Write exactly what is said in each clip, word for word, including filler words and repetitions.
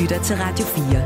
lytter til Radio fire.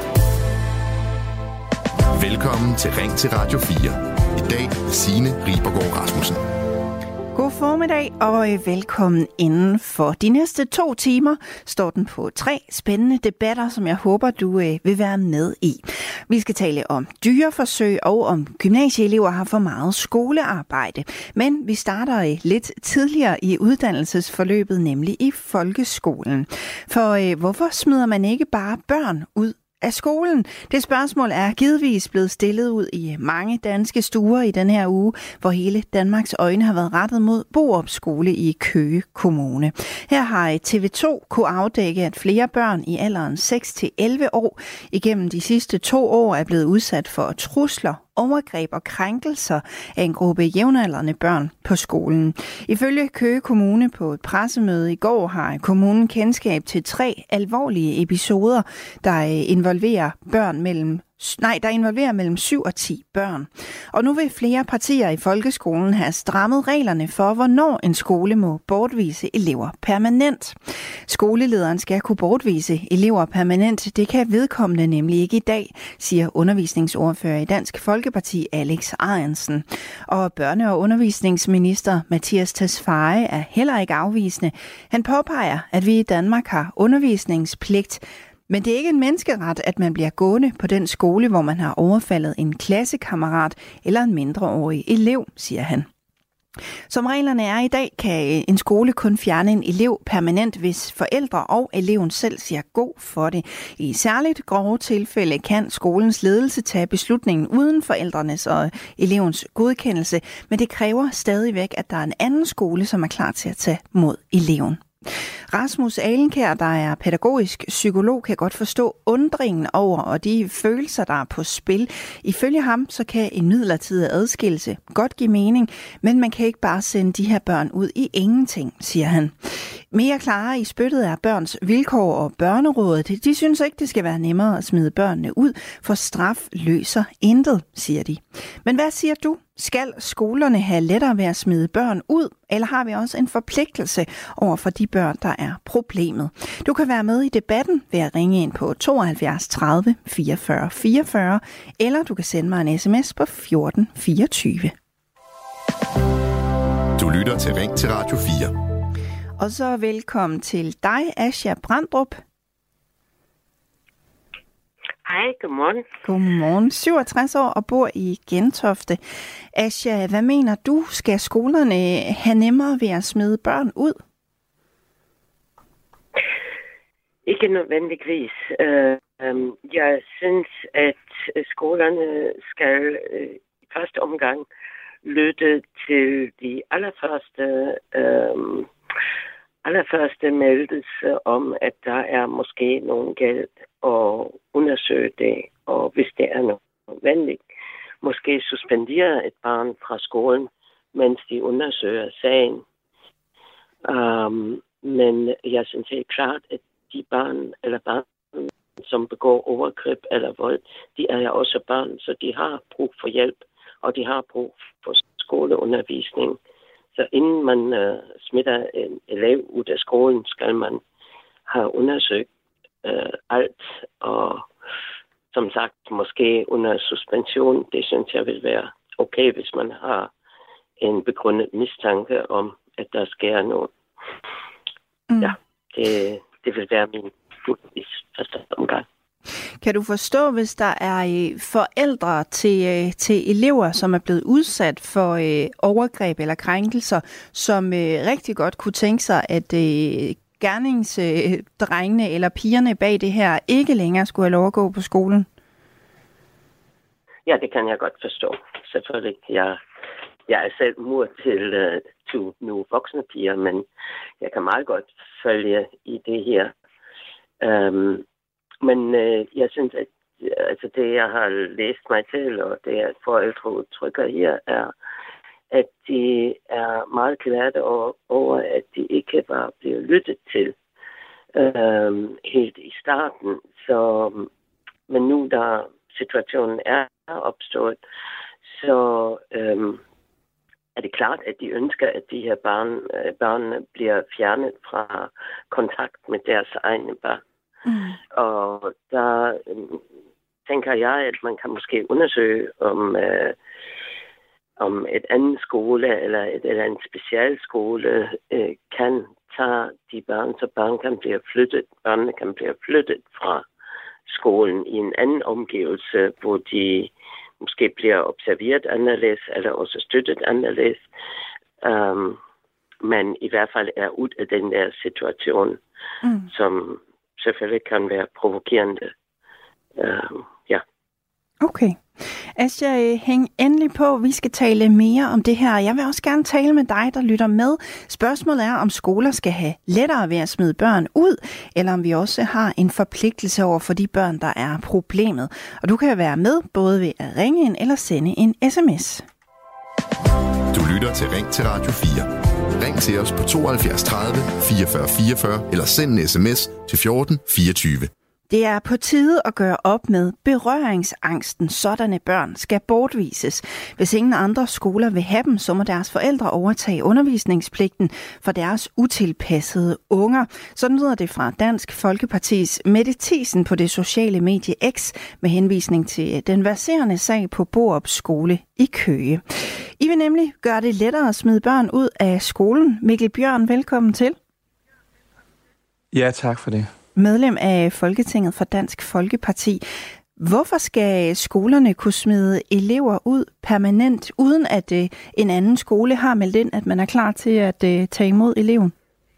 Velkommen til Ring til Radio fire. I dag Signe Ribergaard Rasmussen. God formiddag og velkommen inden for. De næste to timer står den på tre spændende debatter, som jeg håber, du vil være med i. Vi skal tale om dyreforsøg og om gymnasieelever har for meget skolearbejde. Men vi starter lidt tidligere i uddannelsesforløbet, nemlig i folkeskolen. For hvorfor smider man ikke bare børn ud af skolen? Det spørgsmål er givetvis blevet stillet ud i mange danske stuer i den her uge, hvor hele Danmarks øjne har været rettet mod Borup Skole i Køge Kommune. Her har T V to kunne afdække, at flere børn i alderen seks til elleve år igennem de sidste to år er blevet udsat for trusler, overgreb og krænkelser af en gruppe jævnaldrende børn på skolen. Ifølge Køge Kommune på et pressemøde i går har kommunen kendskab til tre alvorlige episoder, der involverer børn mellem Nej, der involverer mellem syv og ti børn. Og nu vil flere partier i folkeskolen have strammet reglerne for, hvornår en skole må bortvise elever permanent. Skolelederen skal kunne bortvise elever permanent. Det kan vedkommende nemlig ikke i dag, siger undervisningsordfører i Dansk Folkeparti Alex Ahrendtsen. Og børne- og undervisningsminister Mattias Tesfaye er heller ikke afvisende. Han påpeger, at vi i Danmark har undervisningspligt. Men det er ikke en menneskeret, at man bliver gående på den skole, hvor man har overfaldet en klassekammerat eller en mindreårig elev, siger han. Som reglerne er i dag, kan en skole kun fjerne en elev permanent, hvis forældre og eleven selv siger god for det. I særligt grove tilfælde kan skolens ledelse tage beslutningen uden forældrenes og elevens godkendelse, men det kræver stadigvæk, at der er en anden skole, som er klar til at tage mod eleven. Rasmus Alenkær, der er pædagogisk psykolog, kan godt forstå undringen over og de følelser, der er på spil. Ifølge ham, så kan en midlertidig adskillelse godt give mening, men man kan ikke bare sende de her børn ud i ingenting, siger han. Mere klare i spyttet er Børns Vilkår og Børnerådet. De synes ikke, det skal være nemmere at smide børnene ud, for straf løser intet, siger de. Men hvad siger du? Skal skolerne have lettere ved at smide børn ud, eller har vi også en forpligtelse over for de børn, der er problemet? Du kan være med i debatten ved at ringe ind på tooghalvfjerds tredive fireogfyrre fireogfyrre, eller du kan sende mig en sms på fjorten fireogtyve. Du lytter til Ring til Radio fire. Og så velkommen til dig, Asja Brandrup. Hej, godmorgen. Godmorgen. syvogtres år og bor i Gentofte. Asja, hvad mener du, skal skolerne have nemmere ved at smide børn ud? Ikke nødvendigvis. Jeg synes, at skolerne skal i første omgang lytte til de allerførste, allerførste meldelse om, at der er måske nogen gæld og undersøge det, og hvis det er nødvendigt, måske suspendere et barn fra skolen, mens de undersøger sagen. Um, men jeg synes helt klart, at de børn eller børn, som begår overgreb eller vold, de er jo også børn, så de har brug for hjælp, og de har brug for skoleundervisning. Så inden man uh, smitter en elev ud af skolen, skal man have undersøgt uh, alt, og som sagt, måske under suspension, det synes jeg vil være okay, hvis man har en begrundet mistanke om, at der sker noget. Mm. Ja, det, det vil være min første omgang. Kan du forstå, hvis der er forældre til, til elever, som er blevet udsat for øh, overgreb eller krænkelser, som øh, rigtig godt kunne tænke sig, at øh, gerningsdrengene eller pigerne bag det her ikke længere skulle have lov at gå på skolen? Ja, det kan jeg godt forstå. Selvfølgelig. Jeg, jeg er selv mor til uh, to nu voksne piger, men jeg kan meget godt følge i det her. Um, men uh, jeg synes, at altså det, jeg har læst mig til, og det, at forældre udtrykker her, er, at de er meget glade over, over at de ikke var blevet lyttet til um, helt i starten. Så, men nu, der situationen er opstået, så øhm, er det klart, at de ønsker, at de her barn, øh, børn bliver fjernet fra kontakt med deres egne børn. Mm. Og der øh, tænker jeg, at man kan måske undersøge, om, øh, om et andet skole eller, et, eller en specialskole øh, kan tage de børn, så børn kan blive flyttet, børnene kan blive flyttet fra skolen i en anden omgivelse, hvor de måske bliver observeret anderledes, eller også støttet anderledes. Um, men i hvert fald er ud af den der situation, mm. som selvfølgelig kan være provokerende. Uh, ja. Okay. Asja, hæng endelig på. Vi skal tale mere om det her. Jeg vil også gerne tale med dig, der lytter med. Spørgsmålet er, om skoler skal have lettere ved at smide børn ud, eller om vi også har en forpligtelse over for de børn, der er problemet. Og du kan være med både ved at ringe ind eller sende en sms. Du lytter til Ring til Radio fire. Ring til os på tooghalvfjerds tredive fireogfyrre fireogfyrre eller send en sms til fjorten fireogtyve. Det er på tide at gøre op med berøringsangsten. Sådanne børn skal bortvises. Hvis ingen andre skoler vil have dem, så må deres forældre overtage undervisningspligten for deres utilpassede unger. Sådan lyder det fra Dansk Folkepartis Mette Thiesen på det sociale medie X med henvisning til den verserende sag på Borup Skole i Køge. I vil nemlig gøre det lettere at smide børn ud af skolen. Mikkel Bjørn, velkommen til. Ja, tak for det. Medlem af Folketinget for Dansk Folkeparti. Hvorfor skal skolerne kunne smide elever ud permanent, uden at øh, en anden skole har meldt ind, at man er klar til at øh, tage imod eleven?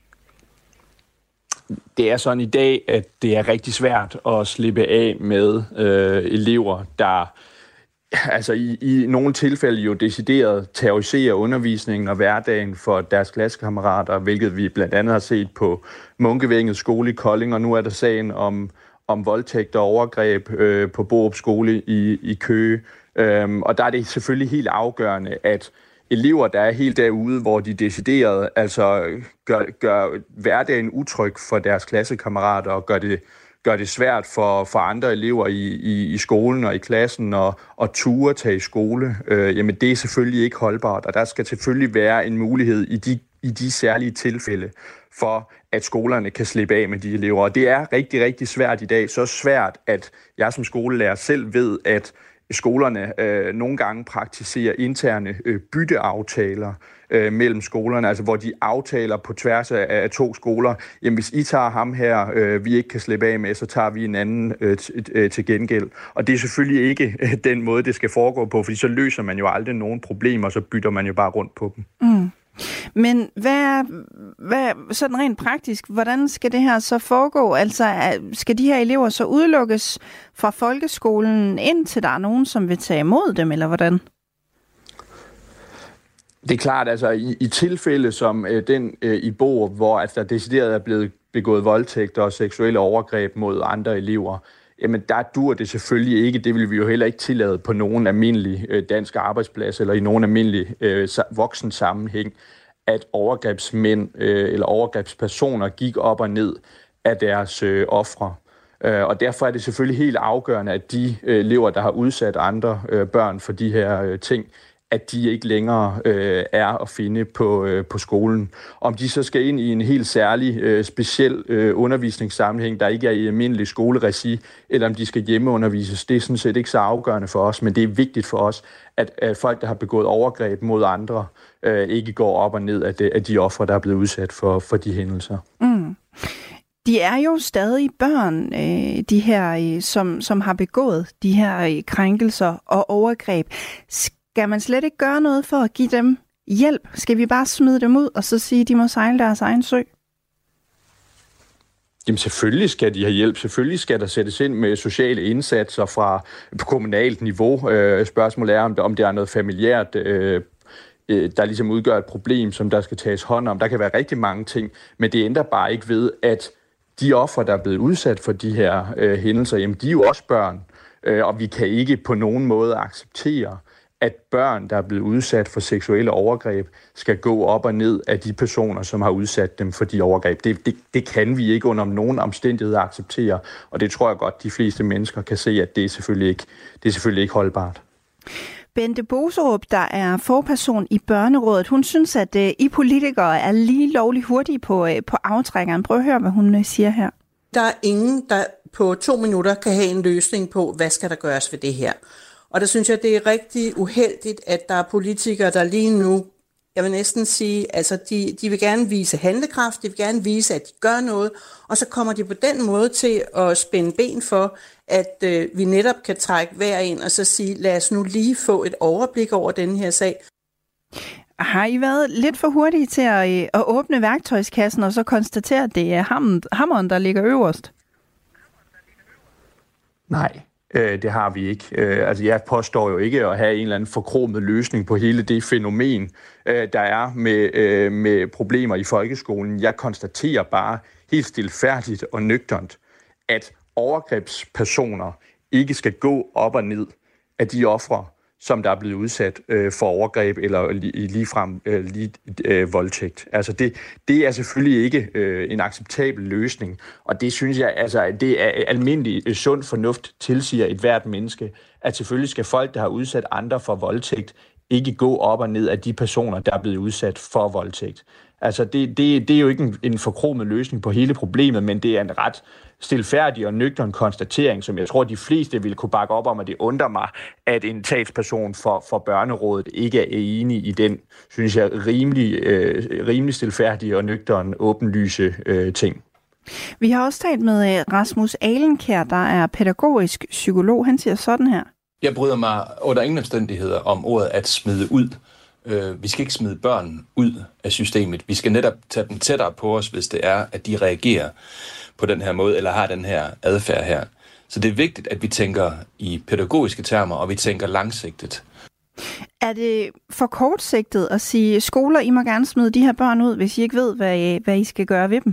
Det er sådan i dag, at det er rigtig svært at slippe af med øh, elever, der altså i, i nogle tilfælde jo decideret terroriserer undervisningen og hverdagen for deres klassekammerater, hvilket vi blandt andet har set på Munkevænget skole i Kolding, og nu er der sagen om, om voldtægt og overgreb øh, på Borup skole i, i Køge. Øhm, og der er det selvfølgelig helt afgørende, at elever, der er helt derude, hvor de decideret altså gør, gør hverdagen utryg for deres klassekammerater og gør det gør det svært for, for andre elever i, i, i skolen og i klassen og, og ture tage i skole, øh, jamen det er selvfølgelig ikke holdbart, og der skal selvfølgelig være en mulighed i de, i de særlige tilfælde for, at skolerne kan slippe af med de elever. Og det er rigtig, rigtig svært i dag. Så svært, at jeg som skolelærer selv ved, at skolerne øh, nogle gange praktiserer interne øh, bytteaftaler øh, mellem skolerne, altså hvor de aftaler på tværs af, af to skoler, jamen hvis I tager ham her, øh, vi ikke kan slippe af med, så tager vi en anden øh, t- øh, til gengæld. Og det er selvfølgelig ikke øh, den måde, det skal foregå på, fordi så løser man jo aldrig nogen problemer, så bytter man jo bare rundt på dem. Mm. Men hvad, hvad, sådan rent praktisk, hvordan skal det her så foregå? Altså, skal de her elever så udelukkes fra folkeskolen, indtil der er nogen, som vil tage imod dem, eller hvordan? Det er klart, altså i, i tilfælde som øh, den øh, i Borup, hvor altså, der decideret er blevet begået voldtægter og seksuelle overgreb mod andre elever, jamen der dur det selvfølgelig ikke. Det vil vi jo heller ikke tillade på nogen almindelig øh, dansk arbejdsplads eller i nogen almindelig øh, voksen sammenhæng, at overgrebsmænd øh, eller overgrebspersoner gik op og ned af deres øh, ofre. Øh, og derfor er det selvfølgelig helt afgørende, at de øh, elever, der har udsat andre øh, børn for de her øh, ting, at de ikke længere øh, er at finde på, øh, på skolen. Om de så skal ind i en helt særlig, øh, speciel øh, undervisningssammenhæng, der ikke er i almindelig skoleregi, eller om de skal hjemmeundervises, det er sådan set ikke så afgørende for os, men det er vigtigt for os, at, at folk, der har begået overgreb mod andre, øh, ikke går op og ned af, det, af de ofre, der er blevet udsat for, for de hændelser. Mm. De er jo stadig børn, øh, de her, øh, som, som har begået de her øh, krænkelser og overgreb. Skal man slet ikke gøre noget for at give dem hjælp? Skal vi bare smide dem ud og så sige, at de må sejle deres egen sø? Jamen selvfølgelig skal de have hjælp. Selvfølgelig skal der sættes ind med sociale indsatser fra kommunalt niveau. Øh, spørgsmålet er, om, om det er noget familiært, øh, der ligesom udgør et problem, som der skal tages hånd om. Der kan være rigtig mange ting, men det ændrer bare ikke ved, at de ofre, der er blevet udsat for de her øh, hændelser, jamen de er jo også børn. Øh, og vi kan ikke på nogen måde acceptere, at børn, der er blevet udsat for seksuelle overgreb, skal gå op og ned af de personer, som har udsat dem for de overgreb. Det, det, det kan vi ikke under nogen omstændigheder acceptere, og det tror jeg godt, de fleste mennesker kan se, at det er selvfølgelig ikke, det er selvfølgelig ikke holdbart. Bente Boserup, der er forperson i Børnerådet, hun synes, at uh, I politikere er lige lovligt hurtige på, uh, på aftrækkeren. Prøv at høre, hvad hun uh, siger her. Der er ingen, der på to minutter kan have en løsning på, hvad skal der gøres ved det her. Og der synes jeg, det er rigtig uheldigt, at der er politikere, der lige nu, jeg vil næsten sige, altså de, de vil gerne vise handlekraft, de vil gerne vise, at de gør noget, og så kommer de på den måde til at spænde ben for, at øh, vi netop kan trække hver ind og så sige, lad os nu lige få et overblik over denne her sag. Har I været lidt for hurtige til at, øh, at åbne værktøjskassen og så konstatere, at det er ham, hammeren, der ligger øverst? Nej. Øh, det har vi ikke. Øh, altså jeg påstår jo ikke at have en eller anden forkromet løsning på hele det fænomen, øh, der er med, øh, med problemer i folkeskolen. Jeg konstaterer bare helt stilfærdigt og nøgternt, at overgrebspersoner ikke skal gå op og ned af de ofre, som der er blevet udsat øh, for overgreb eller li- ligefrem øh, lige, øh, voldtægt. Altså det, det er selvfølgelig ikke øh, en acceptabel løsning, og det synes jeg, altså det er almindelig øh, sund fornuft tilsiger et hvert menneske, at selvfølgelig skal folk, der har udsat andre for voldtægt, ikke gå op og ned af de personer, der er blevet udsat for voldtægt. Altså det, det, det er jo ikke en, en forkromet løsning på hele problemet, men det er en ret stilfærdig og nøgtern konstatering, som jeg tror, de fleste vil kunne bakke op om, og det undrer mig, at en talsperson for, for børnerådet ikke er enig i den, synes jeg, rimelig, øh, rimelig stilfærdige og nøgtern åbenlyse øh, ting. Vi har også talt med Rasmus Alenkær, der er pædagogisk psykolog. Han siger sådan her. Jeg bryder mig under ingen omstændigheder om ordet at smide ud. Vi skal ikke smide børn ud af systemet. Vi skal netop tage dem tættere på os, hvis det er, at de reagerer på den her måde, eller har den her adfærd her. Så det er vigtigt, at vi tænker i pædagogiske termer, og vi tænker langsigtet. Er det for kortsigtet at sige, skoler, I må gerne smide de her børn ud, hvis I ikke ved, hvad I, hvad I skal gøre ved dem?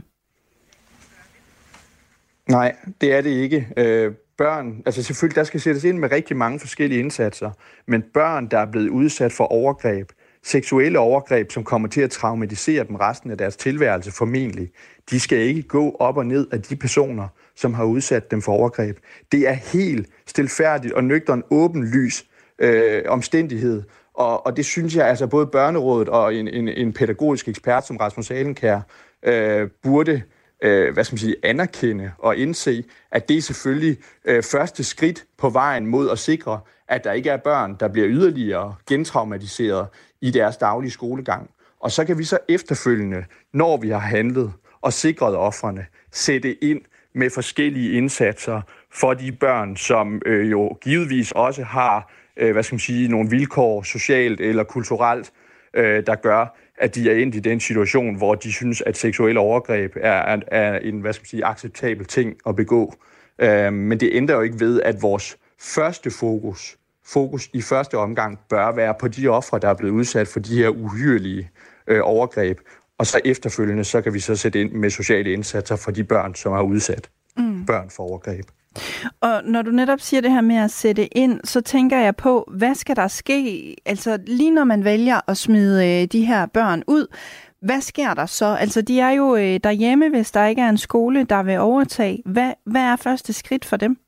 Nej, det er det ikke. Øh, børn, altså selvfølgelig, der skal sættes ind med rigtig mange forskellige indsatser, men børn, der er blevet udsat for overgreb, seksuelle overgreb, som kommer til at traumatisere dem resten af deres tilværelse formentlig, de skal ikke gå op og ned af de personer, som har udsat dem for overgreb. Det er helt stilfærdigt og nøgtern åbenlys øh, omstændighed, og, og det synes jeg, altså både Børnerådet og en, en, en pædagogisk ekspert som Rasmus Alenkær øh, burde øh, hvad skal man sige, anerkende og indse, at det er selvfølgelig øh, første skridt på vejen mod at sikre, at der ikke er børn, der bliver yderligere gentraumatiseret i deres daglige skolegang. Og så kan vi så efterfølgende, når vi har handlet og sikret ofrene, sætte ind med forskellige indsatser for de børn, som øh, jo givetvis også har øh, hvad skal man sige, nogle vilkår socialt eller kulturelt, øh, der gør, at de er endt i den situation, hvor de synes, at seksuelle overgreb er, er, er en hvad skal man sige, acceptabel ting at begå. Øh, men det ændrer jo ikke ved, at vores første fokus, fokus i første omgang bør være på de ofre, der er blevet udsat for de her uhyrelige øh, overgreb. Og så efterfølgende, så kan vi så sætte ind med sociale indsatser for de børn, som har udsat mm. børn for overgreb. Og når du netop siger det her med at sætte ind, så tænker jeg på, hvad skal der ske? Altså lige når man vælger at smide øh, de her børn ud, hvad sker der så? Altså de er jo øh, derhjemme, hvis der ikke er en skole, der vil overtage. Hvad, hvad er første skridt for dem?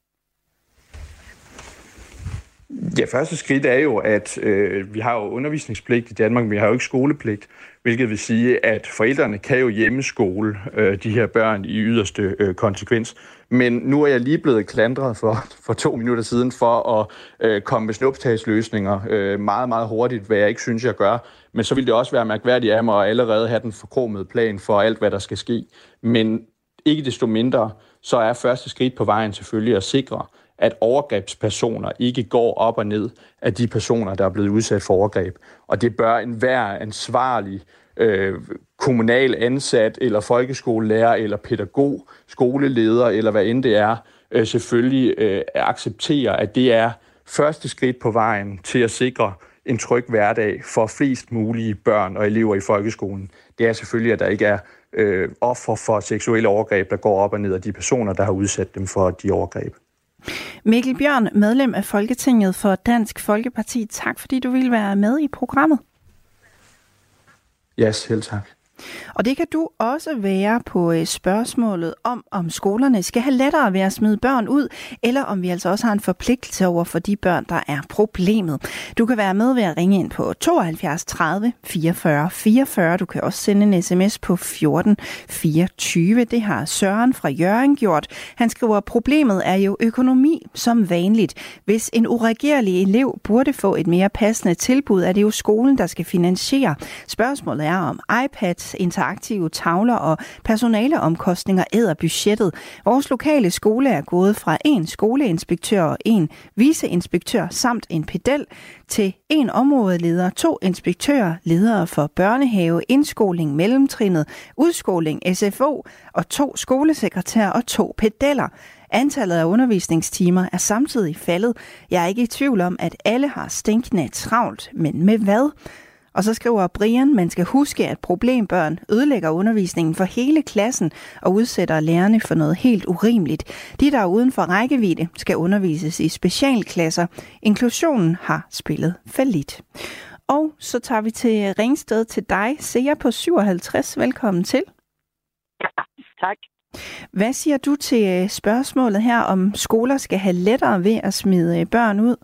Ja, første skridt er jo, at øh, vi har jo undervisningspligt i Danmark, men vi har jo ikke skolepligt, hvilket vil sige, at forældrene kan jo hjemmeskole øh, de her børn i yderste øh, konsekvens. Men nu er jeg lige blevet klandret for, for to minutter siden for at øh, komme med snuptagsløsninger øh, meget, meget hurtigt, hvad jeg ikke synes, jeg gør. Men så vil det også være mærkværdigt af mig at allerede have den forkromede plan for alt, hvad der skal ske. Men ikke desto mindre, så er første skridt på vejen selvfølgelig at sikre, at overgrebspersoner ikke går op og ned af de personer, der er blevet udsat for overgreb. Og det bør enhver ansvarlig øh, kommunal ansat, eller folkeskolelærer, eller pædagog, skoleleder, eller hvad end det er, øh, selvfølgelig øh, acceptere, at det er første skridt på vejen til at sikre en tryg hverdag for flest mulige børn og elever i folkeskolen. Det er selvfølgelig, at der ikke er øh, ofre for seksuelle overgreb, der går op og ned af de personer, der har udsat dem for de overgreb. Mikkel Bjørn, medlem af Folketinget for Dansk Folkeparti. Tak fordi du ville være med i programmet. Ja, yes, selv tak. Og det kan du også være på spørgsmålet om, om skolerne skal have lettere ved at smide børn ud, eller om vi altså også har en forpligtelse over for de børn, der er problemet. Du kan være med ved at ringe ind på tooghalvfjerds tredive fireogfyrre fireogfyrre. Du kan også sende en sms på fjorten fireogtyve. Det har Søren fra Hjørring gjort. Han skriver, problemet er jo økonomi som vanligt. Hvis en uregerlig elev burde få et mere passende tilbud, er det jo skolen, der skal finansiere. Spørgsmålet er, om iPads, interaktive tavler og personaleomkostninger æder budgettet. Vores lokale skole er gået fra en skoleinspektør og en viceinspektør samt en pedel til en områdeleder, to inspektører, ledere for børnehave, indskoling, mellemtrinnet, udskoling, S F O og to skolesekretærer og to pedeller. Antallet af undervisningstimer er samtidig faldet. Jeg er ikke i tvivl om, at alle har stinkende travlt, men med hvad? Og så skriver Brian, man skal huske, at problembørn ødelægger undervisningen for hele klassen og udsætter lærerne for noget helt urimeligt. De, der er uden for rækkevidde, skal undervises i specialklasser. Inklusionen har spillet fallit. Og så tager vi til Ringsted til dig, Sea på syvoghalvtreds. Velkommen til. Ja, tak. Hvad siger du til spørgsmålet her, om skoler skal have lettere ved at smide børn ud?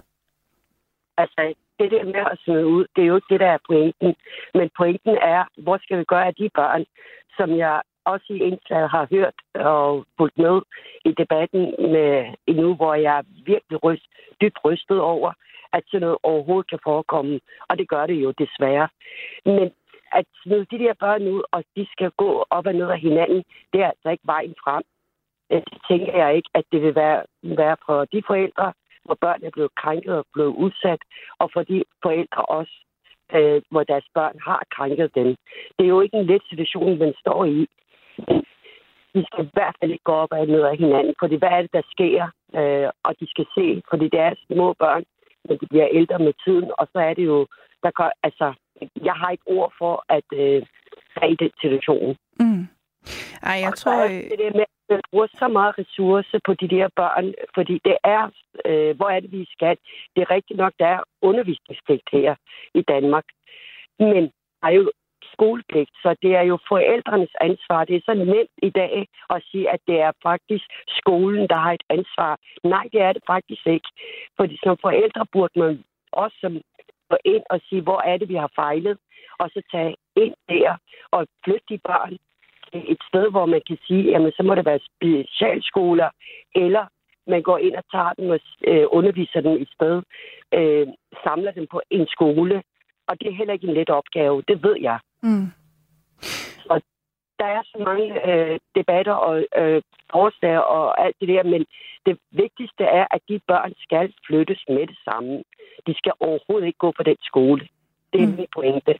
Altså, det der med at smide ud, det er jo ikke det, der er pointen. Men pointen er, hvor skal vi gøre af de børn, som jeg også i indslaget har hørt og fulgt med i debatten med endnu, hvor jeg er virkelig ryst, dybt rystet over, at sådan noget overhovedet kan forekomme. Og det gør det jo desværre. Men at smide de der børn ud, og de skal gå op og ned af hinanden, det er altså ikke vejen frem. Det tænker jeg ikke, at det vil være, være for de forældre, hvor børn er blevet krænket og blevet udsat, og for de forældre også, øh, hvor deres børn har krænket dem. Det er jo ikke en let situation, man står i. De skal i hvert fald ikke gå op og ned af hinanden, for hvad er det, der sker, øh, og de skal se, fordi det er små børn, men de bliver ældre med tiden, og så er det jo, der kan, altså, jeg har ikke ord for at øh, være i den situation. Mm. Ej, jeg og tror... Det der med, at man bruger så meget ressourcer på de der børn, fordi det er, øh, hvor er det, vi skal? Det er rigtigt nok, der er undervisningspligt her i Danmark. Men der er jo skolepligt, så det er jo forældrenes ansvar. Det er så nemt i dag at sige, at det er faktisk skolen, der har et ansvar. Nej, det er det faktisk ikke. Fordi som forældre burde man også som gå ind og sige, hvor er det, vi har fejlet, og så tage ind der og flytte de børn et sted, hvor man kan sige, jamen så må det være specialskoler, eller man går ind og tager dem og øh, underviser dem et sted, øh, samler dem på en skole, og det er heller ikke en let opgave, det ved jeg. Mm. Og der er så mange øh, debatter og øh, forslag og alt det der, men det vigtigste er, at de børn skal flyttes med det samme. De skal overhovedet ikke gå på den skole. Det er mm. min pointe.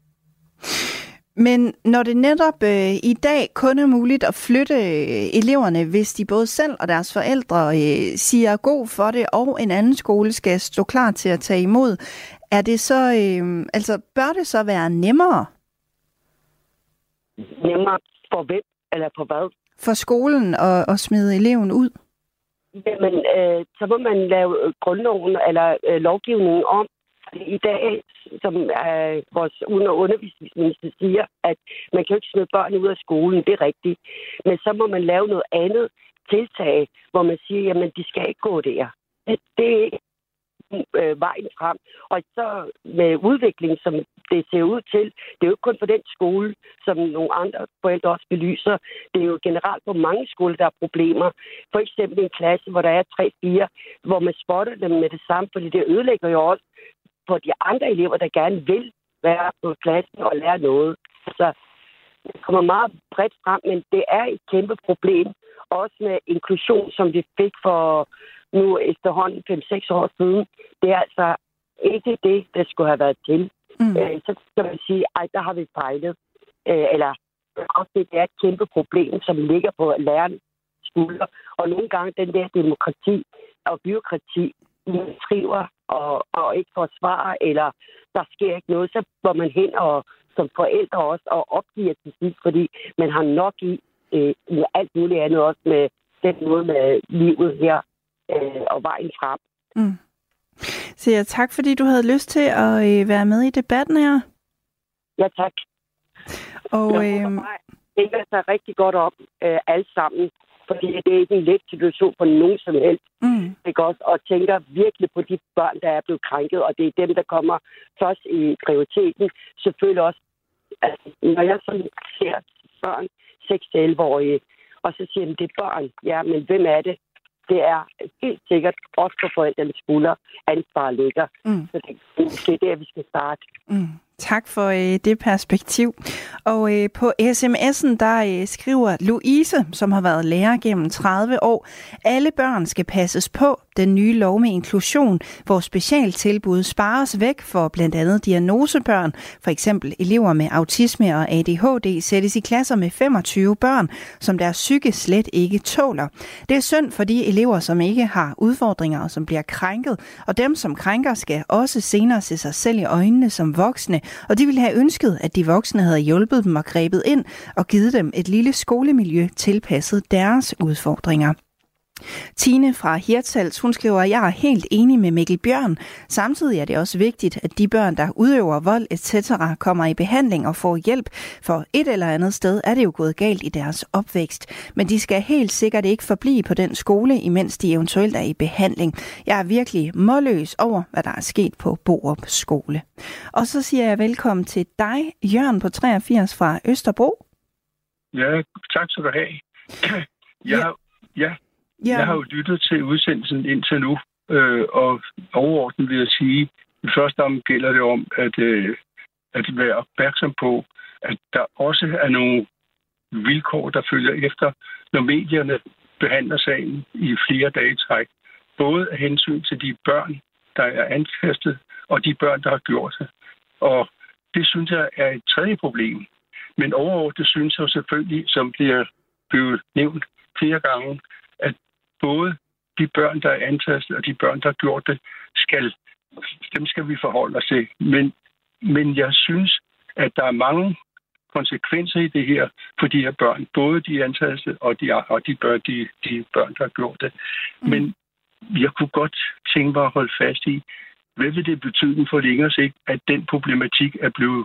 Men når det netop øh, i dag kun er muligt at flytte øh, eleverne, hvis de både selv og deres forældre øh, siger god for det, og en anden skole skal stå klar til at tage imod, er det så, øh, altså bør det så være nemmere? Nemmere for hvem, eller for hvad? For skolen at, at smide eleven ud? Jamen, øh, så må man lave grundloven eller øh, lovgivningen om. I dag, som øh, vores undervisningsminister siger, at man kan jo ikke smide børn ud af skolen, det er rigtigt. Men så må man lave noget andet tiltag, hvor man siger, jamen de skal ikke gå der. Det, det er ikke øh, vejen frem. Og så med udvikling, som det ser ud til, det er jo ikke kun for den skole, som nogle andre forældre også belyser. Det er jo generelt på mange skoler, der er problemer. For eksempel en klasse, hvor der er tre fire, hvor man spotter dem med det samme, fordi det ødelægger jo også for de andre elever, der gerne vil være på klassen og lære noget. Så det kommer meget bredt frem, men det er et kæmpe problem. Også med inklusion, som vi fik for nu efterhånden fem seks år siden. Det er altså ikke det, der skulle have været til. Mm. Øh, så kan man sige, at der har vi fejlet. Øh, eller også det er et kæmpe problem, som ligger på lærernes skuldre. Og nogle gange den der demokrati og byråkrati, man triver og, og ikke forsvarer, eller der sker ikke noget, så går man hen og som forældre også og opgiver til sidst, fordi man har nok i øh, med alt muligt andet også med den måde med livet her øh, og vejen frem. Mm. Så ja, tak fordi du havde lyst til at øh, være med i debatten her. Ja, tak. Og øh... tænker sig rigtig godt op øh, alle sammen, fordi det er ikke en let situation for nogen som helst. Mm. Ikke også? Og tænker virkelig på de børn, der er blevet krænket, og det er dem, der kommer først i prioriteten. Selvfølgelig også, altså, når jeg så ser børn, seks til elleve-årige, og så siger de, det er børn. Ja, men hvem er det? Det er helt sikkert også på forældrenes skuldre, ansvar ligger. Mm. Så det, det er der, vi skal starte. Mm. Tak for øh, det perspektiv. Og øh, på sms'en, der øh, skriver Louise, som har været lærer gennem tredive år, alle børn skal passes på. Den nye lov med inklusion, hvor specialtilbud spares væk for blandt andet diagnosebørn, for eksempel elever med autisme og A D H D, sættes i klasser med femogtyve børn, som deres psyke slet ikke tåler. Det er synd for de elever, som ikke har udfordringer og som bliver krænket, og dem, som krænker, skal også senere se sig selv i øjnene som voksne, og de ville have ønsket, at de voksne havde hjulpet dem og grebet ind og givet dem et lille skolemiljø tilpasset deres udfordringer. Tine fra Hirtshals, hun skriver, at jeg er helt enig med Mikkel Bjørn. Samtidig er det også vigtigt, at de børn, der udøver vold et cetera, kommer i behandling og får hjælp, for et eller andet sted er det jo gået galt i deres opvækst. Men de skal helt sikkert ikke forblive på den skole, imens de eventuelt er i behandling. Jeg er virkelig målløs over, hvad der er sket på Borup skole. Og så siger jeg velkommen til dig, Jørgen på treogfirs fra Østerbro. Ja, tak skal du have. Jeg, ja. Ja. Ja. Jeg har jo lyttet til udsendelsen indtil nu, øh, og overordnet vil jeg sige, i første omgang gælder det om at, øh, at være opmærksom på, at der også er nogle vilkår, der følger efter, når medierne behandler sagen i flere dage træk. Både af hensyn til de børn, der er antastet, og de børn, der har gjort det. Og det synes jeg er et tredje problem. Men overordnet synes jeg selvfølgelig, som bliver blevet nævnt flere gange, at både de børn, der er antastet, og de børn, der har gjort det, skal, dem skal vi forholde os til. Men, men jeg synes, at der er mange konsekvenser i det her for de her børn. Både de antastet og de, og de, børn, de, de børn, der har gjort det. Mm. Men jeg kunne godt tænke mig at holde fast i, hvad vil det betyde for længere sigt, at den problematik er blevet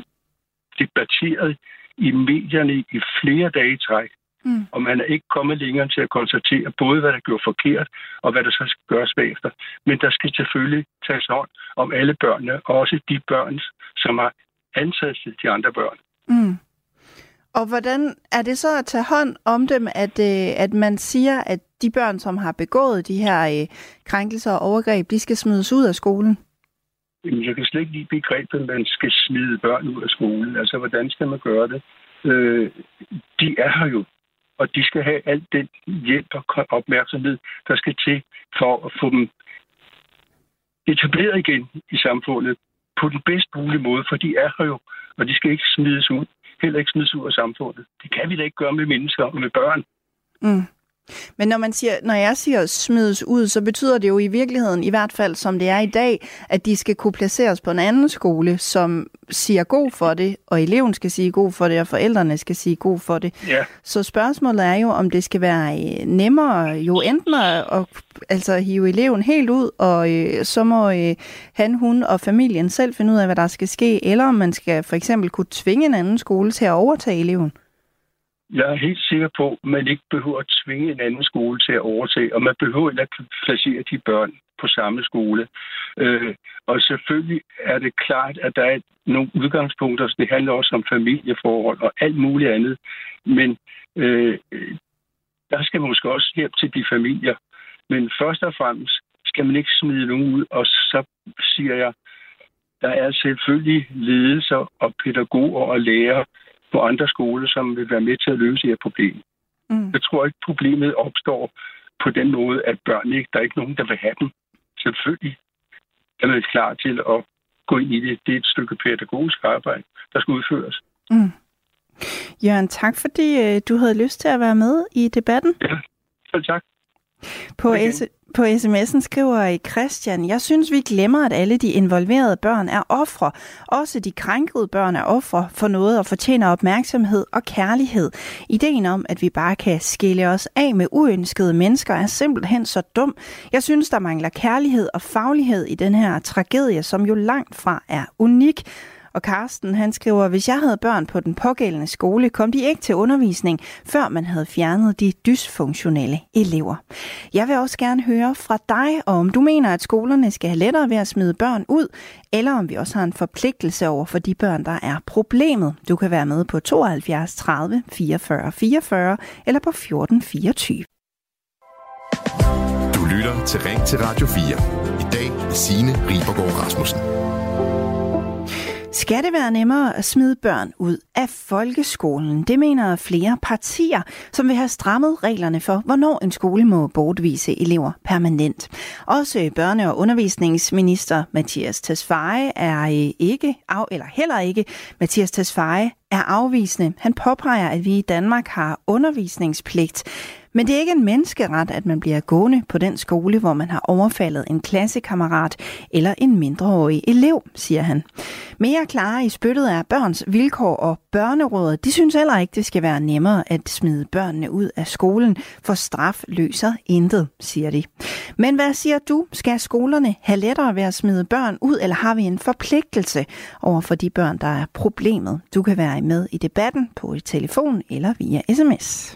debatteret i medierne i flere dage i træk. Mm. Og man er ikke kommet længere til at konstatere både, hvad der gjorde forkert, og hvad der så skal gøres bagefter. Men der skal selvfølgelig tages hånd om alle børnene, og også de børn, som har antastet de andre børn. Mm. Og hvordan er det så at tage hånd om dem, at, øh, at man siger, at de børn, som har begået de her øh, krænkelser og overgreb, de skal smides ud af skolen? Jeg kan slet ikke lide begrebet, at man skal smide børn ud af skolen. Altså, hvordan skal man gøre det? Øh, de er her jo. Og de skal have alt den hjælp og opmærksomhed, der skal til for at få dem etableret igen i samfundet på den bedst mulige måde, for de er her jo, og de skal ikke smides ud, heller ikke smides ud af samfundet. Det kan vi da ikke gøre med mennesker og med børn. Mm. Men når, man siger, når jeg siger smides ud, så betyder det jo i virkeligheden, i hvert fald som det er i dag, at de skal kunne placeres på en anden skole, som siger god for det, og eleven skal sige god for det, og forældrene skal sige god for det. Ja. Så spørgsmålet er jo, om det skal være nemmere jo enten at, at altså, hive eleven helt ud, og øh, så må øh, han, hun og familien selv finde ud af, hvad der skal ske, eller om man skal for eksempel kunne tvinge en anden skole til at overtage eleven. Jeg er helt sikker på, at man ikke behøver at tvinge en anden skole til at overtage, og man behøver ikke at placere de børn på samme skole. Øh, og selvfølgelig er det klart, at der er nogle udgangspunkter, så det handler også om familieforhold og alt muligt andet. Men øh, der skal måske også hjælp til de familier. Men først og fremmest skal man ikke smide nogen ud, og så siger jeg, der er selvfølgelig ledelser og pædagoger og lærere på andre skoler, som vil være med til at løse det her problem. Mm. Jeg tror ikke, problemet opstår på den måde, at børn ikke, der er ikke nogen, der vil have dem. Selvfølgelig er man klar til at gå ind i det. Det er et stykke pædagogisk arbejde, der skal udføres. Mm. Jørgen, tak fordi du havde lyst til at være med i debatten. Ja, selv tak. På, S- på sms'en skriver Christian, jeg synes, vi glemmer, at alle de involverede børn er ofre. Også de krænkede børn er ofre for noget og fortjener opmærksomhed og kærlighed. Ideen om, at vi bare kan skille os af med uønskede mennesker, er simpelthen så dum. Jeg synes, der mangler kærlighed og faglighed i den her tragedie, som jo langt fra er unik. Og Karsten, han skriver, hvis jeg havde børn på den pågældende skole, kom de ikke til undervisning, før man havde fjernet de dysfunktionelle elever. Jeg vil også gerne høre fra dig, om du mener, at skolerne skal have lettere ved at smide børn ud, eller om vi også har en forpligtelse over for de børn, der er problemet. Du kan være med på tooghalvfjerds tredive fireogfyrre fireogfyrre eller på fjorten fireogtyve. Du lytter til Ring til Radio fire. I dag med Signe Ribergaard Rasmussen. Skal det være nemmere at smide børn ud af folkeskolen? Det mener flere partier, som vil have strammet reglerne for, hvornår en skole må bortvise elever permanent. Også børne- og undervisningsminister Mattias Tesfaye er ikke, eller heller ikke, Mattias Tesfaye er afvisende. Han påpeger, at vi i Danmark har undervisningspligt. Men det er ikke en menneskeret, at man bliver gående på den skole, hvor man har overfaldet en klassekammerat eller en mindreårig elev, siger han. Mere klare i spyttet er Børns Vilkår og Børnerådet. De synes heller ikke, det skal være nemmere at smide børnene ud af skolen, for straf løser intet, siger de. Men hvad siger du? Skal skolerne have lettere ved at smide børn ud, eller har vi en forpligtelse over for de børn, der er problemet? Du kan være med i debatten på et telefon eller via sms.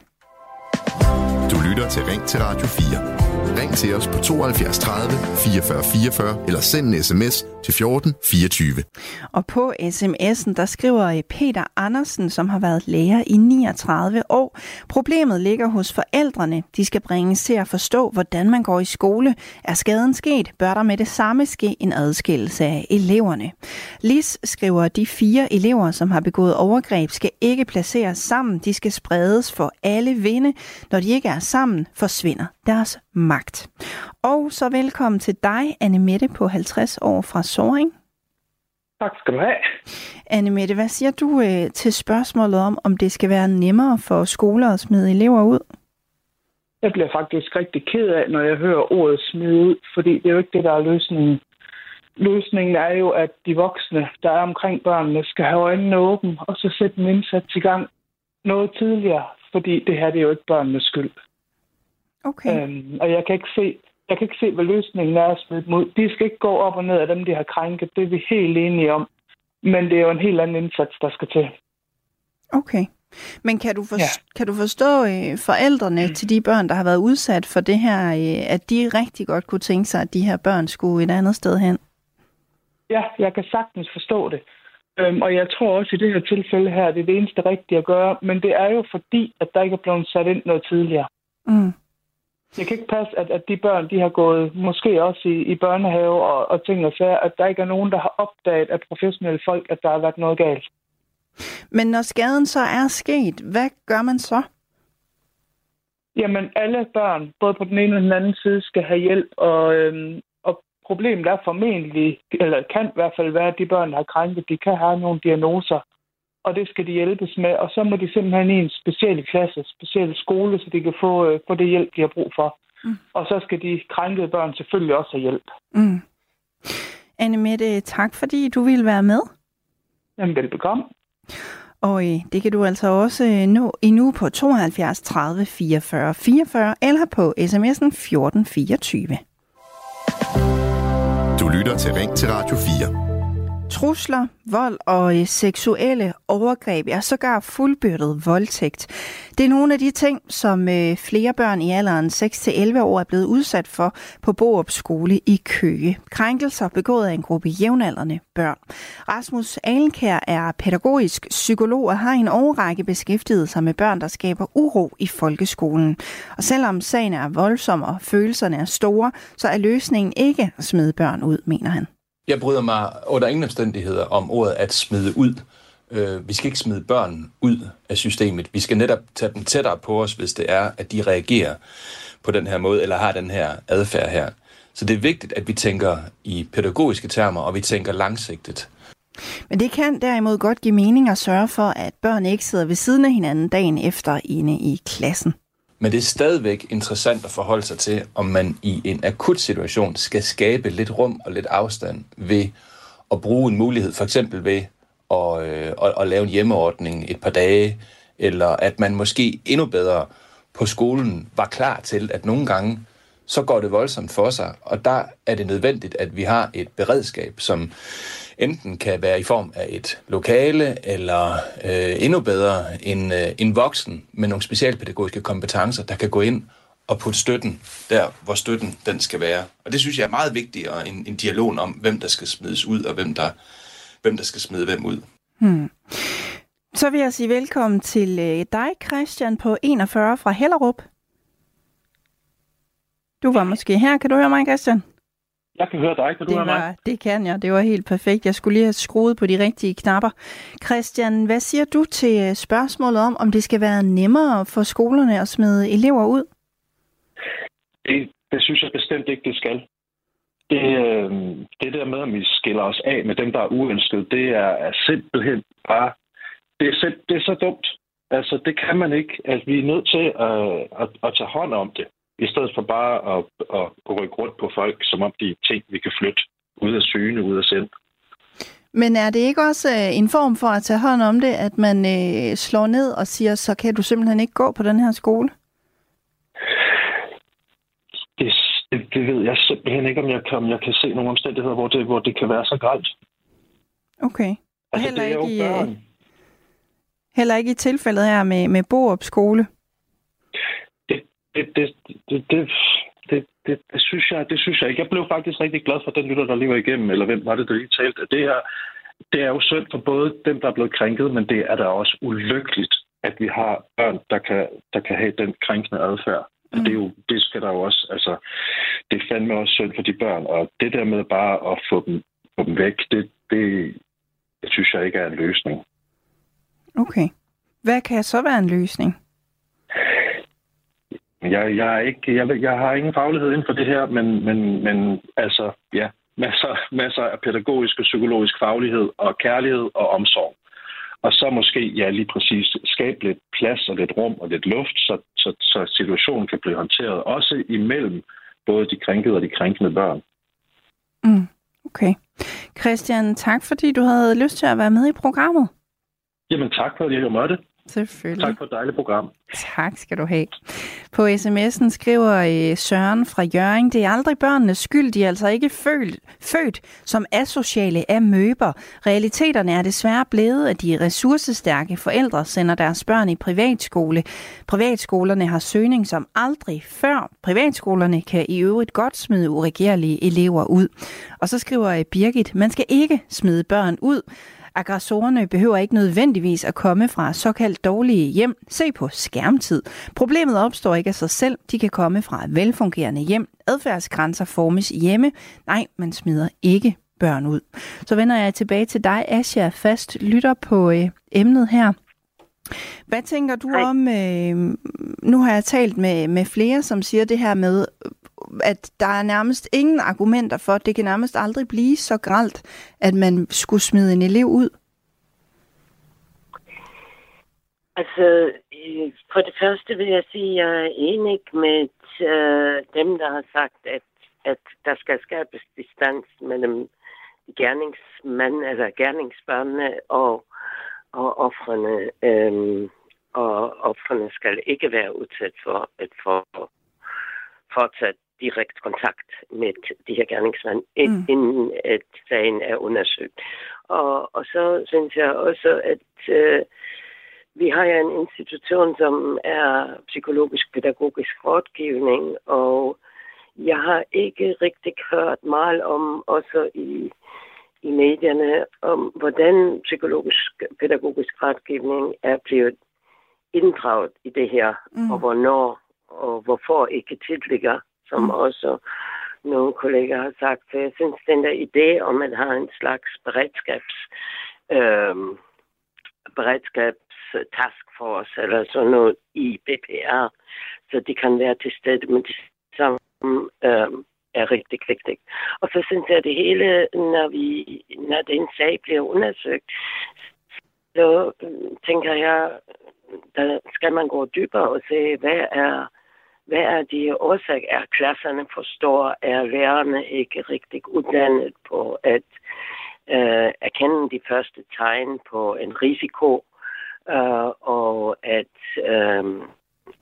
Du lytter til Ring til Radio fire. Ring til os på tooghalvfjerds tredive fireogfyrre fireogfyrre eller send en sms til fjorten fireogtyve. Og på sms'en, der skriver Peter Andersen, som har været lærer i niogtredive år. Problemet ligger hos forældrene. De skal bringes til at forstå, hvordan man går i skole. Er skaden sket, bør der med det samme ske en adskillelse af eleverne. Lis skriver, de fire elever, som har begået overgreb, skal ikke placeres sammen. De skal spredes for alle vinde. Når de ikke er sammen, forsvinder deres magt. Og så velkommen til dig, Anne-Mette på halvtreds år fra Sorring. Tak skal du have. Anne-Mette, hvad siger du øh, til spørgsmålet om, om det skal være nemmere for skoler at smide elever ud? Jeg bliver faktisk rigtig ked af, når jeg hører ordet smide ud, fordi det er jo ikke det, der er løsningen. Løsningen er jo, at de voksne, der er omkring børnene, skal have øjnene åbne, og så sætte en indsats i gang noget tidligere, fordi det her det er jo ikke børnenes skyld. Okay. Øhm, og jeg kan ikke se, jeg kan ikke se, hvad løsningen er at smide dem ud. De skal ikke gå op og ned af dem, de har krænket. Det er vi helt enige om. Men det er jo en helt anden indsats, der skal til. Okay. Men kan du, for, ja. kan du forstå øh, forældrene mm. til de børn, der har været udsat for det her, øh, at de rigtig godt kunne tænke sig, at de her børn skulle et andet sted hen? Ja, jeg kan sagtens forstå det. Øhm, og jeg tror også i det her tilfælde her, det er det eneste rigtige at gøre. Men det er jo fordi, at der ikke er blevet sat ind noget tidligere. Mm. Det kan ikke passe, at, at de børn, de har gået måske også i, i børnehave og, og ting og sager, at der ikke er nogen, der har opdaget af professionelle folk, at der har været noget galt. Men når skaden så er sket, hvad gør man så? Jamen, alle børn, både på den ene og den anden side, skal have hjælp, og, øhm, og problemet er formentlig, eller kan i hvert fald være, at de børn, der har krænket, de kan have nogle diagnoser, og det skal de hjælpes med, og så må de simpelthen i en speciel klasse, speciel skole, så de kan få, øh, få det hjælp, de har brug for. Mm. Og så skal de krænkede børn selvfølgelig også have hjælp. Mm. Anne-Mette, tak fordi du ville være med. Jamen, velbekomme. Og øh, det kan du altså også øh, nå endnu på tooghalvfjerds tredive fireogfyrre fireogfyrre eller på sms'en fjorten fireogtyve. Du lytter til Ring til Radio fire. Trusler, vold og seksuelle overgreb er sågar fuldbyrdet voldtægt. Det er nogle af de ting, som flere børn i alderen seks til elleve år er blevet udsat for på Borup Skole i Køge. Krænkelser begået af en gruppe jævnaldrende børn. Rasmus Alenkær er pædagogisk psykolog og har i en årrække beskæftiget sig med børn, der skaber uro i folkeskolen. Og selvom sagen er voldsom og følelserne er store, så er løsningen ikke at smide børn ud, mener han. Jeg bryder mig under ingen omstændigheder om ordet at smide ud. Øh, vi skal ikke smide børn ud af systemet. Vi skal netop tage dem tættere på os, hvis det er, at de reagerer på den her måde, eller har den her adfærd her. Så det er vigtigt, at vi tænker i pædagogiske termer, og vi tænker langsigtet. Men det kan derimod godt give mening at sørge for, at børn ikke sidder ved siden af hinanden dagen efter inde i klassen. Men det er stadigvæk interessant at forholde sig til, om man i en akut situation skal skabe lidt rum og lidt afstand ved at bruge en mulighed, for eksempel ved at, øh, at, at lave en hjemmeordning et par dage, eller at man måske endnu bedre på skolen var klar til, at nogle gange så går det voldsomt for sig, og der er det nødvendigt, at vi har et beredskab, som enten kan være i form af et lokale, eller øh, endnu bedre en, øh, en voksen med nogle specialpædagogiske kompetencer, der kan gå ind og putte støtten der, hvor støtten den skal være. Og det synes jeg er meget vigtigt, og en, en dialog om, hvem der skal smides ud, og hvem der, hvem der skal smide hvem ud. Hmm. Så vil jeg sige velkommen til øh, dig, Christian, på enogfyrre fra Hellerup. Du var måske her. Kan du høre mig, Christian? Jeg kan høre dig. Kan du det høre var, mig? Det kan jeg. Det var helt perfekt. Jeg skulle lige have skruet på de rigtige knapper. Christian, hvad siger du til spørgsmålet om, om det skal være nemmere for skolerne at smide elever ud? Det, det synes jeg bestemt ikke, det skal. Det, øh, det der med, at vi skiller os af med dem, der er uønsket, det er, er simpelthen bare... Det er, selv, det er så dumt. Altså, det kan man ikke. Altså, vi er nødt til at, at, at tage hånd om det, i stedet for bare at, at rykke rundt på folk, som om de er ting, vi kan flytte ud af syne, ud af sind. Men er det ikke også en form for at tage hånd om det, at man øh, slår ned og siger, så kan du simpelthen ikke gå på den her skole? Det, det, det ved jeg simpelthen ikke, om jeg kan, om jeg kan se nogle omstændigheder, hvor det, hvor det kan være så grelt. Okay. Og altså, heller, det er ikke jo børn. i, heller ikke i tilfældet her med, med Borup skole? Det, det, det, det, det, det, det, det, synes jeg, det synes jeg ikke. Jeg blev faktisk rigtig glad for den lytter, der lige var igennem, eller hvem var det, der lige talte. Det her, det er jo synd for både dem, der er blevet krænket, men det er da også ulykkeligt, at vi har børn, der kan, der kan have den krænkende adfærd. Mm. Det, er jo, det skal der jo også, altså, det er fandme også synd for de børn, og det der med bare at få dem, få dem væk, det, det, det synes jeg ikke er en løsning. Okay. Hvad kan så være en løsning? Jeg, jeg, er ikke, jeg, jeg har ingen faglighed inden for det her, men, men, men altså, ja, masser, masser af pædagogisk og psykologisk faglighed og kærlighed og omsorg. Og så måske, ja, lige præcis skabe lidt plads og lidt rum og lidt luft, så, så, så situationen kan blive håndteret, også imellem både de krænkede og de krænkende børn. Mm, okay. Christian, tak fordi du havde lyst til at være med i programmet. Jamen tak for, at jeg måtte. Selvfølgelig. Tak for et dejligt program. Tak skal du have. På sms'en skriver Søren fra Hjørring, det er aldrig børnenes skyld, de er altså ikke født, født som asociale amøber. Realiteterne er desværre blevet, at de ressourcestærke forældre sender deres børn i privatskole. Privatskolerne har søgning som aldrig før. Privatskolerne kan i øvrigt godt smide uregerlige elever ud. Og så skriver Birgit, man skal ikke smide børn ud. Aggressorerne behøver ikke nødvendigvis at komme fra såkaldt dårlige hjem. Se på skærmtid. Problemet opstår ikke af sig selv. De kan komme fra velfungerende hjem. Adfærdsgrænser formes hjemme. Nej, man smider ikke børn ud. Så vender jeg tilbage til dig, Asja, fast lytter på øh, emnet her. Hvad tænker du Hej. om, øh, nu har jeg talt med, med flere, som siger det her med, at der er nærmest ingen argumenter for, at det kan nærmest aldrig blive så grelt, at man skulle smide en elev ud? Altså, for det første vil jeg sige, at jeg er enig med uh, dem, der har sagt, at, at der skal skabes distans mellem gerningsmænd, altså gerningsbørnene og, og offrene. Øhm, og offrene skal ikke være udsat for at få fortsat direkte kontakt med de her gerningsmænd, mm. inden at sagen er undersøgt. Og, og så synes jeg også, at øh, vi har en institution, som er psykologisk-pædagogisk rådgivning, og jeg har ikke rigtig hørt meget om, også i, i medierne, om hvordan psykologisk-pædagogisk rådgivning er blevet inddraget i det her, mm. og hvornår, og hvorfor ikke tidligere, som mm. også nogle kolleger har sagt. Så jeg synes, den der idé om at have en slags beredskabs, øh, beredskabs taskforce eller sådan noget i B P R, så de kan være til stede, men det samme øh, er rigtig vigtigt. Og så synes jeg, at det hele, når, vi, når den sag bliver undersøgt, så tænker jeg, der skal man gå dybere og se, hvad er Hvad er de årsager? Er klasserne forstår? Er lærerne ikke rigtig uddannet på at øh, erkende de første tegn på en risiko? Øh, og at, øh,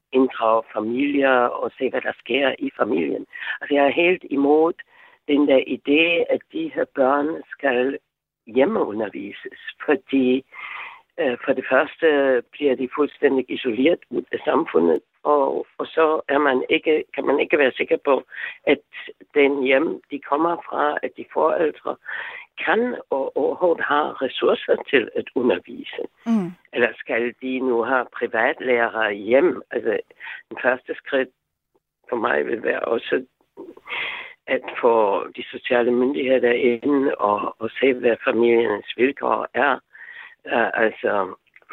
inddrage familier og se, hvad der sker i familien. Altså, jeg er helt imod den der idé, at de her børn skal hjemmeundervises, fordi øh, for det første bliver de fuldstændig isoleret ud af samfundet, og, og så er man ikke, kan man ikke være sikker på, at den hjem, de kommer fra, at de forældre kan og overhovedet har ressourcer til at undervise. Mm. Eller skal de nu have privatlærere hjem? Altså, den første skridt for mig vil være også at få de sociale myndigheder ind og, og se, hvad familiens vilkår er. Uh, altså,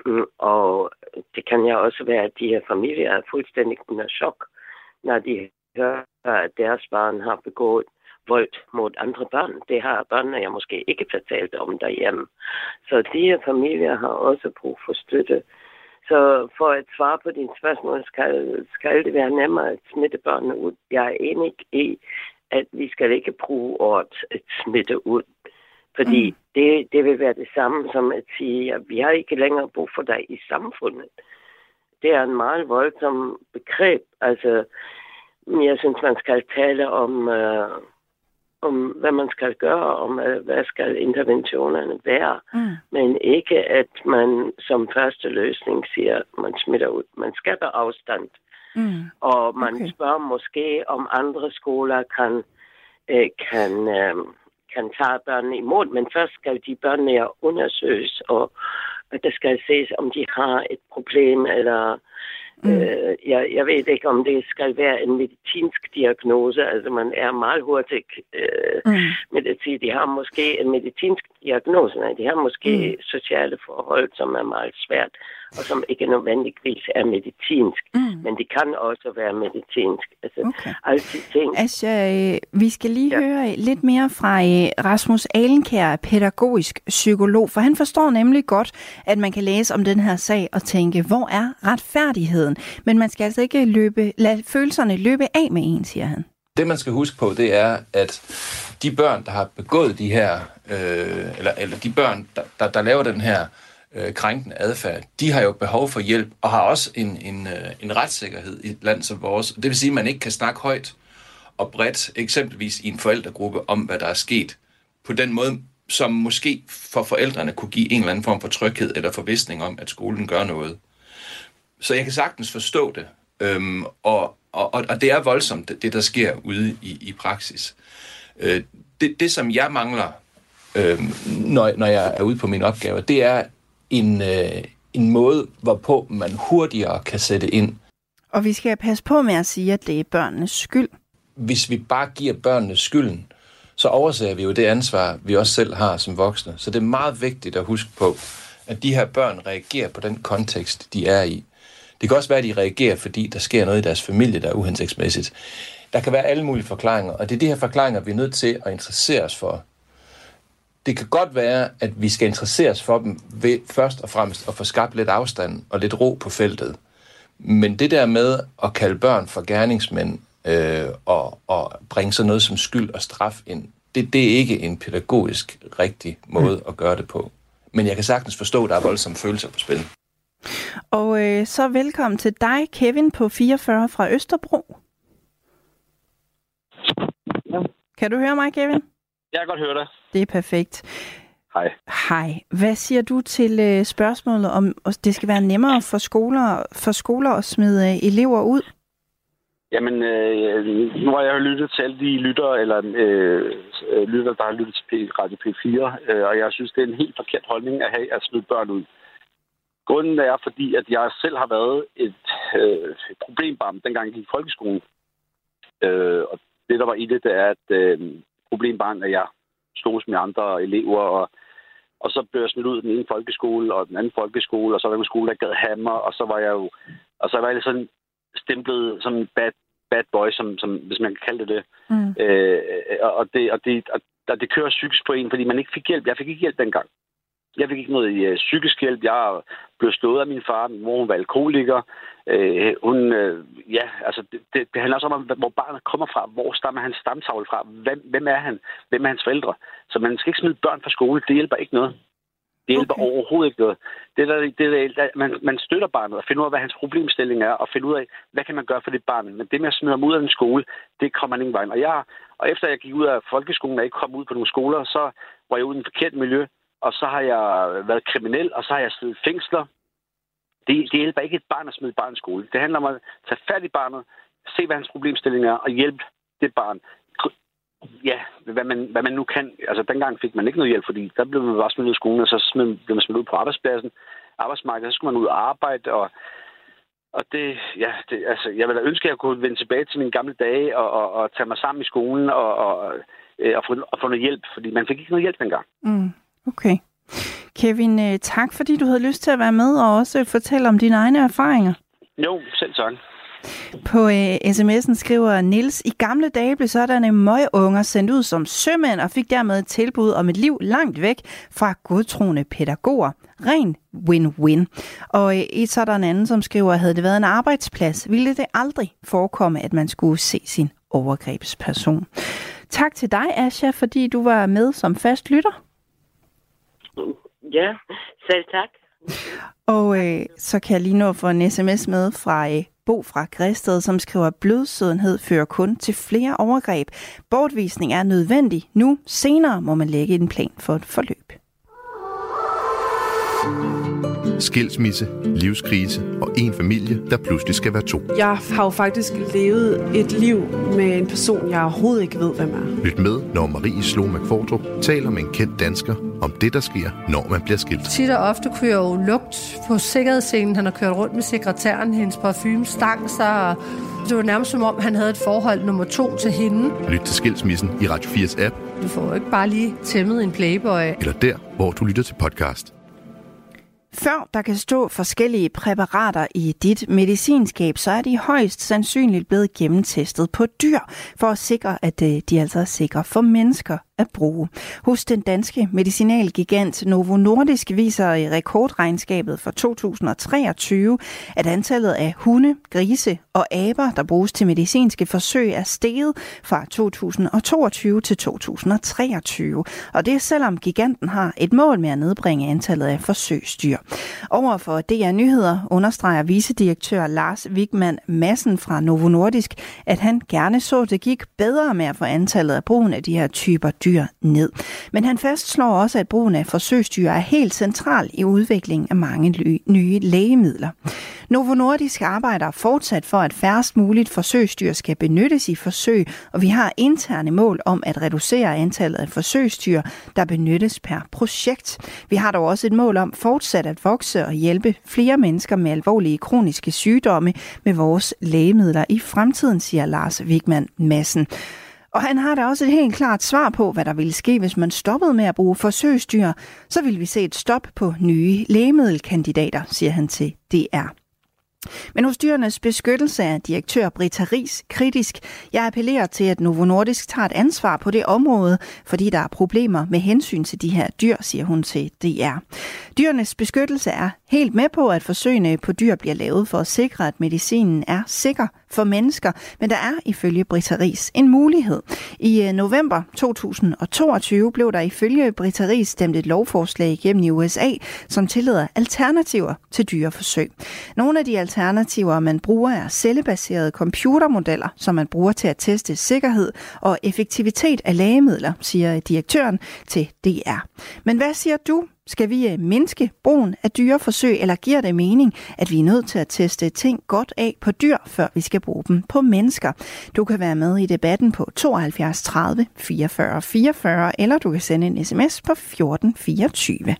og det kan jo også være, at de her familier er fuldstændig under chok, når de hører, at deres barn har begået vold mod andre børn. Det har børnene jeg måske ikke fortalt om derhjemme. Så de her familier har også brug for støtte. Så for at svare på dine spørgsmål, skal, skal det være nemmere at smitte børnene ud. Jeg er enig i, at vi skal ikke bruge ordet at smitte ud. Fordi mm. det, det vil være det samme som at sige, at vi har ikke længere brug for dig i samfundet. Det er en meget voldsom begreb. Altså, jeg synes, man skal tale om, øh, om hvad man skal gøre, om hvad skal interventionerne være. Mm. Men ikke, at man som første løsning siger, at man smitter ud. Man skaber afstand. Mm. Og man okay. spørger måske, om andre skoler kan, øh, kan, øh, kan tage børnene imod. Men først skal de børnene undersøges, og der skal ses, om de har et problem, eller mm. øh, jeg, jeg ved ikke, om det skal være en medicinsk diagnose. Altså man er meget hurtigt øh, mm. med at sige, de har måske en medicinsk diagnose. Nej, de har måske mm. sociale forhold, som er meget svært, og som ikke nødvendigvis er medicinsk. Mm. Men det kan også være medicinsk. Altså, okay. alle de ting. Altså, øh, vi skal lige ja. høre lidt mere fra øh, Rasmus Alenkær, pædagogisk psykolog, for han forstår nemlig godt, at man kan læse om den her sag og tænke, hvor er retfærdigheden? Men man skal altså ikke løbe, lade følelserne løbe af med en, siger han. Det, man skal huske på, det er, at de børn, der har begået de her, øh, eller, eller de børn, der, der, der laver den her øh, krænkende adfærd, de har jo behov for hjælp, og har også en, en, øh, en retssikkerhed i et land som vores. Det vil sige, at man ikke kan snakke højt og bredt, eksempelvis i en forældregruppe, om hvad der er sket, på den måde, som måske for forældrene kunne give en eller anden form for tryghed eller forvisning om, at skolen gør noget. Så jeg kan sagtens forstå det, øhm, og, og, og det er voldsomt, det, det der sker ude i, i praksis. Øh, det, det, som jeg mangler, øh, når, når jeg er ude på mine opgaver, det er en, øh, en måde, hvorpå man hurtigere kan sætte ind. Og vi skal passe på med at sige, at det er børnenes skyld. Hvis vi bare giver børnene skylden, så overser vi jo det ansvar, vi også selv har som voksne. Så det er meget vigtigt at huske på, at de her børn reagerer på den kontekst, de er i. Det kan også være, at de reagerer, fordi der sker noget i deres familie, der er uhensigtsmæssigt. Der kan være alle mulige forklaringer, og det er de her forklaringer, vi er nødt til at interessere os for. Det kan godt være, at vi skal interessere os for dem ved først og fremmest at få skabt lidt afstand og lidt ro på feltet. Men det der med at kalde børn for gerningsmænd øh, og, og bringe sådan noget som skyld og straf ind, det, det er ikke en pædagogisk rigtig måde at gøre det på. Men jeg kan sagtens forstå, at der er voldsomme følelser på spil. Og øh, så velkommen til dig, Kevin på fireogfyrre fra Østerbro. Ja. Kan du høre mig, Kevin? Jeg kan godt høre dig. Det er perfekt. Hej. Hej. Hvad siger du til øh, spørgsmålet om, at det skal være nemmere for skoler, for skoler at smide øh, elever ud? Jamen, øh, nu har jeg jo lyttet til alle de lyttere, eller øh, lytter, der har lyttet til Radio P fire, øh, og jeg synes, det er en helt forkert holdning at have at smide børn ud. Grunden er, fordi at jeg selv har været et, øh, et problembarn, dengang jeg gik i folkeskolen. Øh, og det, der var i det, det er, at øh, problembarn, at jeg stod med andre elever, og, og så blev jeg smidt ud i den ene folkeskole, og den anden folkeskole, og så var der en skole, der gad have mig, og så var jeg jo, og så var jeg sådan stemplet som en bad, bad boy, som, som, hvis man kan kalde det det. Mm. Øh, og, det og, det, og, og det kører psykisk på en, fordi man ikke fik hjælp. Jeg fik ikke hjælp dengang. Jeg fik ikke noget uh, psykisk hjælp. Jeg blev slået af min far. Min mor, hun var alkoholiker. Uh, hun, uh, ja, altså, det, det, det handler også om, hvor barnet kommer fra. Hvor stammer hans stamtavle fra? Hvem, hvem er han? Hvem er hans forældre? Så man skal ikke smide børn fra skole. Det hjælper ikke noget. Det hjælper Okay. overhovedet ikke noget. Det der, det der, man, man støtter barnet og finder ud af, hvad hans problemstilling er, og finder ud af, hvad kan man gøre for det barn. Men det med at smide ham ud af en skole, det kommer ingen vej. Og, jeg, og efter jeg gik ud af folkeskolen og ikke kom ud på nogle skoler, så var jeg ude i et forkert miljø, og så har jeg været kriminel, og så har jeg siddet i fængsler. Det, det hjælper ikke et barn at smide et barn i skole. Det handler om at tage fat i barnet, se, hvad hans problemstilling er, og hjælpe det barn. Ja, hvad man, hvad man nu kan. Altså, dengang fik man ikke noget hjælp, fordi der blev man bare smidt ud af skolen, og så smed, blev man smidt ud på arbejdspladsen, arbejdsmarkedet, så skulle man ud og arbejde, og, og det, ja, det, altså, jeg ville da ønske, at jeg kunne vende tilbage til mine gamle dage, og, og, og tage mig sammen i skolen, og, og, og, få, og få noget hjælp, fordi man fik ikke noget hjælp dengang. Mm, okay. Kevin, tak fordi du havde lyst til at være med, og også fortælle om dine egne erfaringer. Jo, selv tak. På øh, sms'en skriver Niels, i gamle dage blev sådanne møgunger sendt ud som sømænd og fik dermed et tilbud om et liv langt væk fra godtroende pædagoger. Ren win-win. Og øh, et sådan anden, som skriver, havde det været en arbejdsplads, ville det aldrig forekomme, at man skulle se sin overgrebsperson. Tak til dig, Asha, fordi du var med som fast lytter. Ja, selv tak. Og øh, så kan jeg lige nå at få en sms med fra øh, Bo fra Græsted, som skriver, blødsødenhed fører kun til flere overgreb. Bortvisning er nødvendig. Nu senere må man lægge en plan for et forløb. Skilsmisse, livskrise og en familie, der pludselig skal være to. Jeg har jo faktisk levet et liv med en person, jeg overhovedet ikke ved, hvem er. Lyt med, når Marie Slo McFordrup taler med en kendt dansker om det, der sker, når man bliver skilt. Tit og ofte kunne jeg jo lugt på sikkerhedsscenen. Han har kørt rundt med sekretæren, hendes parfume stank sig, og det var nærmest som om, han havde et forhold nummer to til hende. Lyt til Skilsmissen i Radio fires app. Du får jo ikke bare lige tæmmet en playboy. Eller der, hvor du lytter til podcast. Før der kan stå forskellige præparater i dit medicinskab, så er de højst sandsynligt blevet gennemtestet på dyr, for at sikre, at de altså er sikre for mennesker at bruge. Hos den danske medicinalgigant Novo Nordisk viser i rekordregnskabet for to tusind og treogtyve, at antallet af hunde, grise og aber, der bruges til medicinske forsøg, er steget fra to tusind og toogtyve til to tusind og treogtyve. Og det er selvom giganten har et mål med at nedbringe antallet af forsøgsdyr. Overfor D R Nyheder understreger vicedirektør Lars Wigman Madsen fra Novo Nordisk, at han gerne så, at det gik bedre med at få antallet af brugen af de her typer dyr ned. Men han fastslår også, at brugen af forsøgsdyr er helt central i udviklingen af mange nye lægemidler. Novo Nordisk arbejder fortsat for, at færrest muligt forsøgsdyr skal benyttes i forsøg, og vi har interne mål om at reducere antallet af forsøgsdyr, der benyttes per projekt. Vi har dog også et mål om fortsat at vokse og hjælpe flere mennesker med alvorlige kroniske sygdomme med vores lægemidler i fremtiden, siger Lars Wigman Madsen. Og han har da også et helt klart svar på, hvad der ville ske, hvis man stoppede med at bruge forsøgsdyr. Så ville vi se et stop på nye lægemiddelkandidater, siger han til D R. Men hos Dyrenes Beskyttelse er direktør Britta Riis kritisk. Jeg appellerer til, at Novo Nordisk tager et ansvar på det område, fordi der er problemer med hensyn til de her dyr, siger hun til D R. Dyrenes Beskyttelse er helt med på, at forsøgene på dyr bliver lavet for at sikre, at medicinen er sikker for mennesker, men der er ifølge Britta Riis en mulighed. I november to tusind og toogtyve blev der ifølge Britta Riis stemt et lovforslag igennem i U S A, som tillader alternativer til dyreforsøg. Nogle af de alternativer, man bruger, er cellebaserede computermodeller, som man bruger til at teste sikkerhed og effektivitet af lægemidler, siger direktøren til D R. Men hvad siger du? Skal vi mindske brugen af dyreforsøg, eller giver det mening, at vi er nødt til at teste ting godt af på dyr, før vi skal bruge dem på mennesker? Du kan være med i debatten på tooghalvfjerds tredive fireogfyrre fireogfyrre, eller du kan sende en sms på fjorten fireogtyve.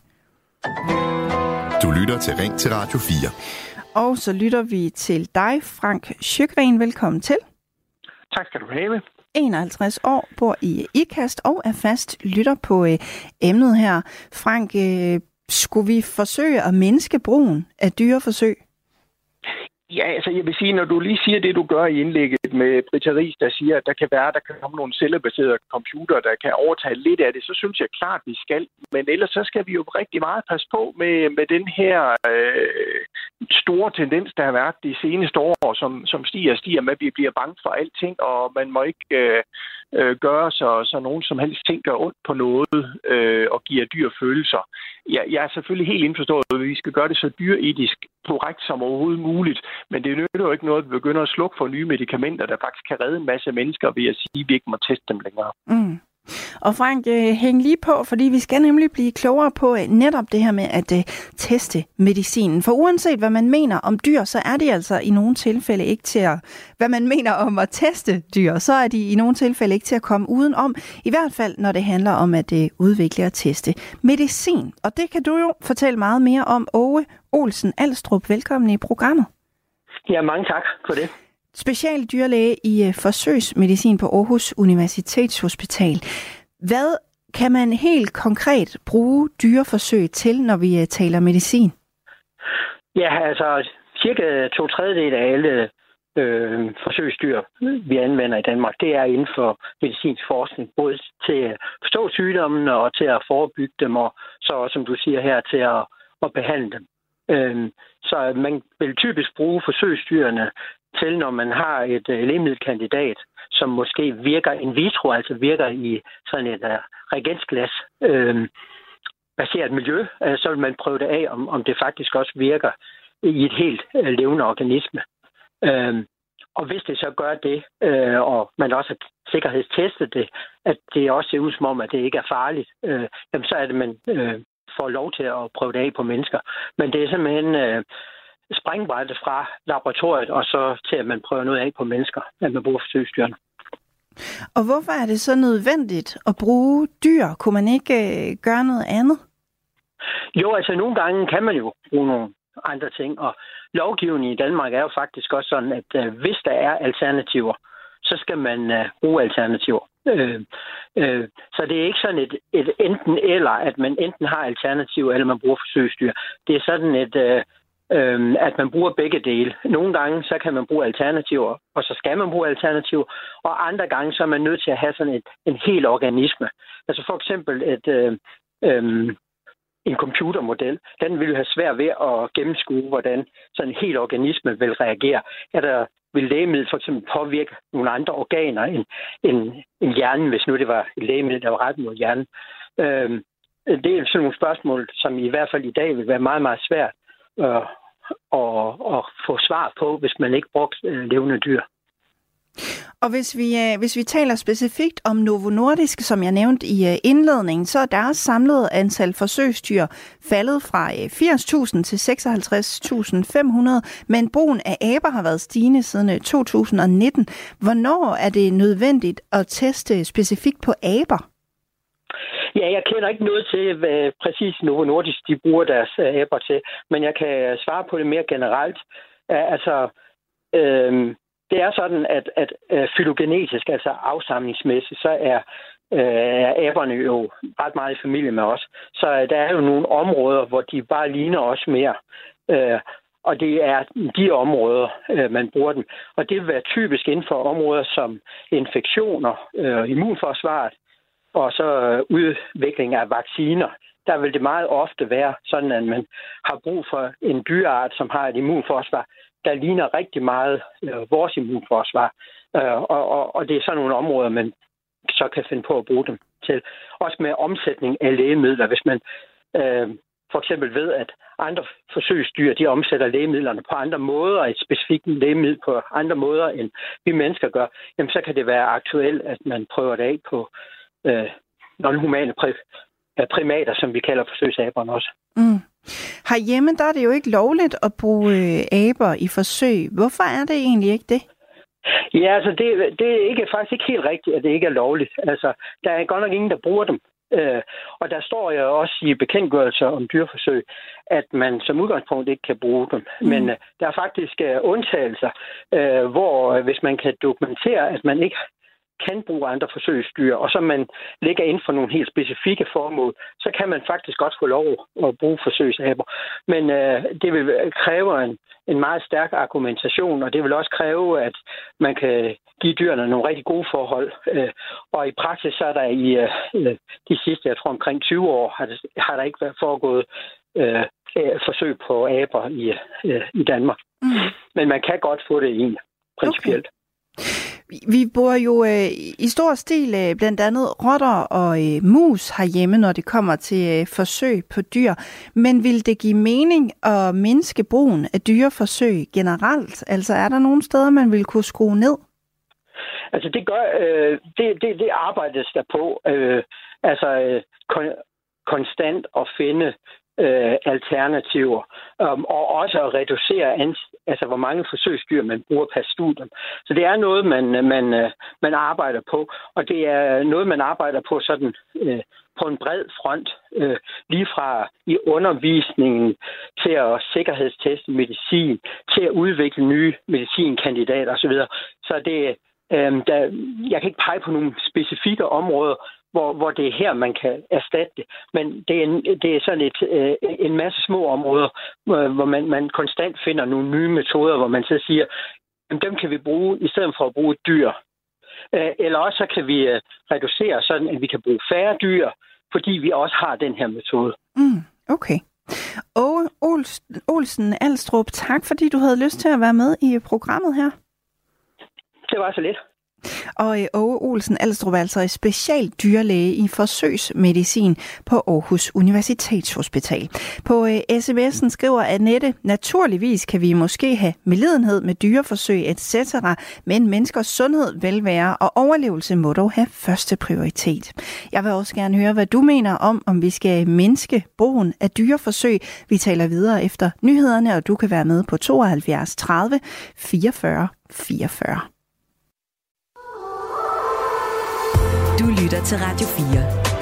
Du lytter til Ring til Radio fire. Og så lytter vi til dig, Frank Sjøgren. Velkommen til. Tak skal du have. enoghalvtreds år, bor i Ikast og er fast lytter på øh, emnet her. Frank, øh, skulle vi forsøge at mindske brugen af dyreforsøg? Ja, altså jeg vil sige, når du lige siger det, du gør i indlægget med Britta Riis, der siger, at der kan være, der kan komme nogle cellebaserede computer, der kan overtage lidt af det, så synes jeg klart, vi skal. Men ellers så skal vi jo rigtig meget passe på med, med den her øh, store tendens, der har været de seneste år, som, som stiger og stiger med, at vi bliver bange for alting, og man må ikke øh, øh, gøre, så, så nogen som helst ting gør ondt på noget øh, og giver dyr følelser. Jeg, jeg er selvfølgelig helt indforstået, at vi skal gøre det så dyreetisk korrekt som overhovedet muligt, men det nytter jo ikke noget, at vi begynder at slukke for nye medicamenter, der faktisk kan redde en masse mennesker ved at sige, at vi ikke må teste dem længere. Mm. Og Frank, øh, hæng lige på, fordi vi skal nemlig blive klogere på øh, netop det her med at øh, teste medicinen. For uanset hvad man mener om dyr, så er de altså i nogle tilfælde ikke til at, hvad man mener om at teste dyr, så er de i nogle tilfælde ikke til at komme udenom. I hvert fald, når det handler om at øh, udvikle og teste medicin. Og det kan du jo fortælle meget mere om. Åge Olsen Alstrup, velkommen i programmet. Ja, mange tak for det. Specialdyrlæge i forsøgsmedicin på Aarhus Universitetshospital. Hvad kan man helt konkret bruge dyreforsøg til, når vi taler medicin? Ja, altså cirka to tredjedel af alle øh, forsøgsdyr, vi anvender i Danmark, det er inden for medicinsk forskning, både til at forstå sygdommene og til at forebygge dem, og så også, som du siger her, til at, at behandle dem. Øh, så man vil typisk bruge forsøgsdyrene til, når man har et uh, lægemiddelkandidat, som måske virker in vitro, altså virker i sådan et uh, reagensglas øh, baseret miljø, uh, så vil man prøve det af, om, om det faktisk også virker i et helt uh, levende organisme. Øh, og hvis det så gør det, øh, og man også har sikkerhedstestet det, at det også ser ud som om, at det ikke er farligt, øh, jamen så er det, man øh, får lov til at prøve det af på mennesker. Men det er simpelthen Øh, springbrættet fra laboratoriet, og så til, at man prøver noget af på mennesker, at man bruger forsøgsdyrene. Og hvorfor er det så nødvendigt at bruge dyr? Kunne man ikke øh, gøre noget andet? Jo, altså nogle gange kan man jo bruge nogle andre ting, og lovgivningen i Danmark er jo faktisk også sådan, at øh, hvis der er alternativer, så skal man øh, bruge alternativer. Øh, øh, så det er ikke sådan et, et enten eller, at man enten har alternativer, eller man bruger forsøgsdyr. Det er sådan et øh, Øhm, at man bruger begge dele. Nogle gange, så kan man bruge alternativer, og så skal man bruge alternativer, og andre gange, så er man nødt til at have sådan et, en hel organisme. Altså for eksempel et, øh, øh, en computermodel, den vil jo have svært ved at gennemskue, hvordan sådan en hel organisme vil reagere. Er der vil lægemiddel for eksempel påvirke nogle andre organer end, end, end hjernen, hvis nu det var et lægemiddel, der var ret mod hjernen. Øh, det er sådan nogle spørgsmål, som i hvert fald i dag vil være meget, meget svært Og, og, og få svar på, hvis man ikke brugte øh, levende dyr. Og hvis vi, øh, hvis vi taler specifikt om Novo Nordisk, som jeg nævnte i øh, indledningen, så er deres samlede antal forsøgsdyr faldet fra øh, firs tusind til seksoghalvtreds tusind fem hundrede, men brugen af aber har været stigende siden øh, to tusind og nitten. Hvornår er det nødvendigt at teste specifikt på aber? Ja, jeg kender ikke noget til, hvad præcis Novo Nordisk de bruger deres uh, aber til, men jeg kan svare på det mere generelt. Uh, altså, øh, det er sådan, at, at uh, fylogenetisk, altså afstamningsmæssigt, så er, uh, er aberne jo ret meget i familie med os. Så uh, der er jo nogle områder, hvor de bare ligner os mere. Uh, og det er de områder, uh, man bruger dem. Og det vil være typisk inden for områder som infektioner, uh, immunforsvaret, og så udvikling af vacciner. Der vil det meget ofte være sådan, at man har brug for en dyreart, som har et immunforsvar, der ligner rigtig meget øh, vores immunforsvar. Øh, og, og, og det er sådan nogle områder, man så kan finde på at bruge dem til. Også med omsætning af lægemidler. Hvis man øh, for eksempel ved, at andre forsøgsdyr, de omsætter lægemidlerne på andre måder, et specifikt lægemiddel på andre måder, end vi mennesker gør, jamen så kan det være aktuelt, at man prøver det af på Øh, non-humane primater, som vi kalder forsøgsaberne også. Mm. Herhjemme, der er det jo ikke lovligt at bruge øh, aber i forsøg. Hvorfor er det egentlig ikke det? Ja, altså det, det er ikke, faktisk ikke helt rigtigt, at det ikke er lovligt. Altså, der er godt nok ingen, der bruger dem. Øh, og der står jo også i bekendtgørelser om dyreforsøg, at man som udgangspunkt ikke kan bruge dem. Mm. Men øh, der er faktisk øh, undtagelser, øh, hvor øh, hvis man kan dokumentere, at man ikke kan bruge andre forsøgsdyr, og så man ligger inden for nogle helt specifikke formål, så kan man faktisk godt få lov at bruge forsøgsaber. Men øh, det vil kræve en, en meget stærk argumentation, og det vil også kræve, at man kan give dyrene nogle rigtig gode forhold. Øh, og i praksis så er der i øh, de sidste, jeg tror omkring tyve år, har, det, har der ikke været foregået øh, forsøg på aber i, øh, i Danmark. Mm. Men man kan godt få det egentlig, principielt. Okay. vi bor jo øh, i stor stil øh, blandt andet rotter og øh, mus herhjemme, når det kommer til øh, forsøg på dyr. Men vil det give mening at mindske brugen af dyreforsøg generelt? Altså er der nogle steder, man vil kunne skrue ned? Altså det gør, øh, det, det, det arbejdes der på. Øh, altså øh, kon- konstant at finde øh, alternativer, um, og også at reducere ans- altså hvor mange forsøgsdyr man bruger per studium. Så det er noget man man man arbejder på, og det er noget man arbejder på sådan øh, på en bred front, øh, lige fra i undervisningen til at sikkerhedsteste medicin, til at udvikle nye medicinkandidater osv. Så det øh, der, jeg kan ikke pege på nogle specifikke områder, Hvor, hvor det er her, man kan erstatte det. Men det er, en, det er sådan et, øh, en masse små områder, øh, hvor man, man konstant finder nogle nye metoder, hvor man så siger, at dem kan vi bruge i stedet for at bruge et dyr. Øh, eller også så kan vi øh, reducere sådan, at vi kan bruge færre dyr, fordi vi også har den her metode. Mm, okay. Åge Olsen Alstrup, tak fordi du havde lyst til at være med i programmet her. Det var så lidt. Og Åge Olsen Alstrup er altså specielt dyrlæge i forsøgsmedicin på Aarhus Universitetshospital. På sms'en skriver Annette, naturligvis kan vi måske have medlidenhed med dyreforsøg et cetera, men menneskers sundhed, velvære og overlevelse må dog have første prioritet. Jeg vil også gerne høre, hvad du mener om, om vi skal mindske brugen af dyreforsøg. Vi taler videre efter nyhederne, og du kan være med på tooghalvfjerds tredive fireogfyrre fireogfyrre. Du lytter til Radio fire.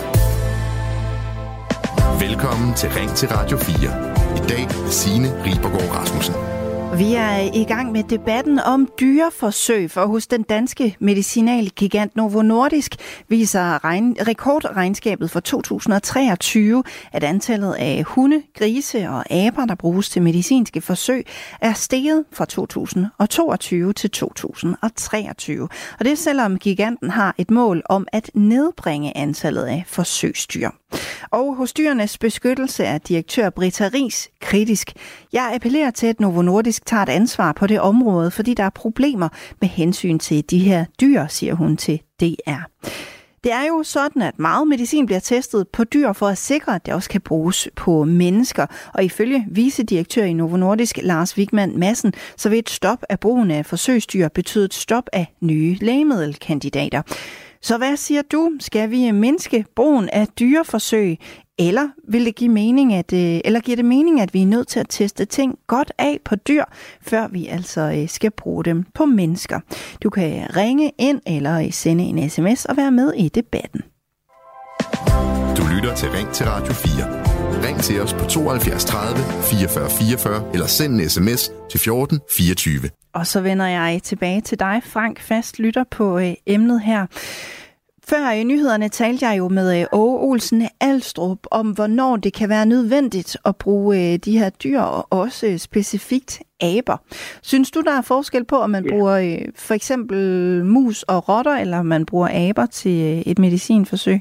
Velkommen til Ring til Radio fire. I dag Signe Ribergaard Rasmussen. Vi er i gang med debatten om dyreforsøg, for hos den danske medicinalgigant Novo Nordisk viser regn, rekordregnskabet for to tusind og treogtyve, at antallet af hunde, grise og aber, der bruges til medicinske forsøg, er steget fra to tusind og toogtyve til to tusind og treogtyve. Og det er selvom giganten har et mål om at nedbringe antallet af forsøgsdyr. Og hos Dyrenes Beskyttelse er direktør Britta Riis kritisk. Jeg appellerer til, at Novo Nordisk tager et ansvar på det område, fordi der er problemer med hensyn til de her dyr, siger hun til D R. Det er jo sådan, at meget medicin bliver testet på dyr for at sikre, at det også kan bruges på mennesker. Og ifølge vicedirektør i Novo Nordisk, Lars Wigman Madsen, så vil et stop af brugen af forsøgsdyr betyde et stop af nye lægemiddelkandidater. Så hvad siger du? Skal vi mindske brugen af dyreforsøg, eller vil det give mening, at, eller giver det mening, at vi er nødt til at teste ting godt af på dyr, før vi altså skal bruge dem på mennesker? Du kan ringe ind eller sende en sms og være med i debatten. Du lytter til Ring til Radio fire. Ring til os på tooghalvfjerds tredive fireogfyrre fireogfyrre eller send en sms til fjorten fireogtyve. Og så vender jeg tilbage til dig, Frank, fast lytter på øh, emnet her. Før i nyhederne talte jeg jo med Åge Olsen Alstrup om, hvornår det kan være nødvendigt at bruge øh, de her dyr, og også øh, specifikt aber. Synes du, der er forskel på, om man yeah. bruger øh, for eksempel mus og rotter, eller om man bruger aber til øh, et medicinforsøg?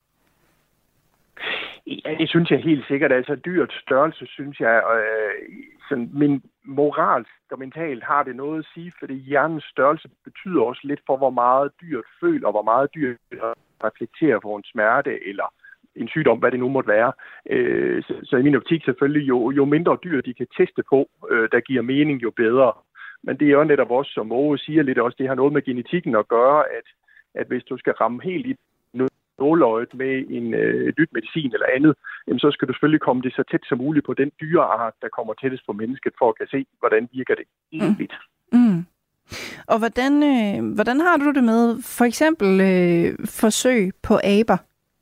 Ja, det synes jeg helt sikkert. Altså dyrets størrelse, synes jeg, øh, sådan, min moralsk og mentalt har det noget at sige, fordi hjernens størrelse betyder også lidt for, hvor meget dyret føler, og hvor meget dyret reflekterer på en smerte eller en sygdom, hvad det nu måtte være. Øh, så, så i min optik selvfølgelig, jo, jo mindre dyr de kan teste på, øh, der giver mening, jo bedre. Men det er jo netop også, som Åge siger lidt også, det har noget med genetikken at gøre, at, at hvis du skal ramme helt i nåløjet med en øh, nyt medicin eller andet, jamen, så skal du selvfølgelig komme det så tæt som muligt på den dyreart, der kommer tættest på mennesket, for at kan se, hvordan virker det egentlig. Mm. Mm. Og hvordan, øh, hvordan har du det med for eksempel øh, forsøg på aber?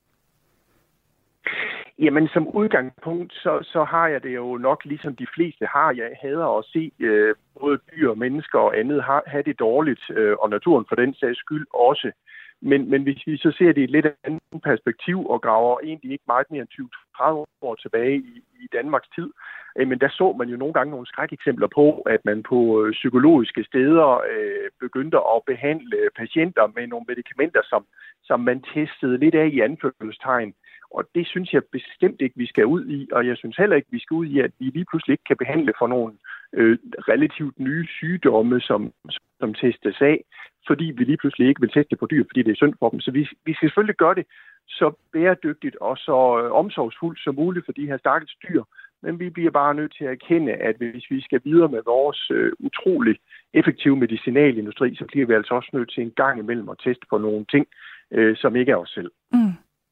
Jamen som udgangspunkt, så, så har jeg det jo nok ligesom de fleste har. Jeg hader at se øh, både dyr, mennesker og andet ha, have det dårligt, øh, og naturen for den sags skyld også. Men, men hvis vi så ser det i et lidt andet perspektiv og graver egentlig ikke meget mere end tyve til tredive år tilbage i, i Danmarks tid, øh, men der så man jo nogle gange nogle skrækeksempler på, at man på øh, psykologiske steder øh, begyndte at behandle patienter med nogle medicamenter, som, som man testede lidt af i anførselstegn. Og det synes jeg bestemt ikke, vi skal ud i, og jeg synes heller ikke, vi skal ud i, at vi lige pludselig ikke kan behandle for nogle øh, relativt nye sygdomme, som, som testes af, fordi vi lige pludselig ikke vil teste på dyr, fordi det er synd for dem. Så vi, vi skal selvfølgelig gøre det så bæredygtigt og så øh, omsorgsfuldt som muligt for de her stakkels dyr. Men vi bliver bare nødt til at erkende, at hvis vi skal videre med vores øh, utrolig effektive medicinalindustri, så bliver vi altså også nødt til en gang imellem at teste på nogle ting, øh, som ikke er os selv. Mm.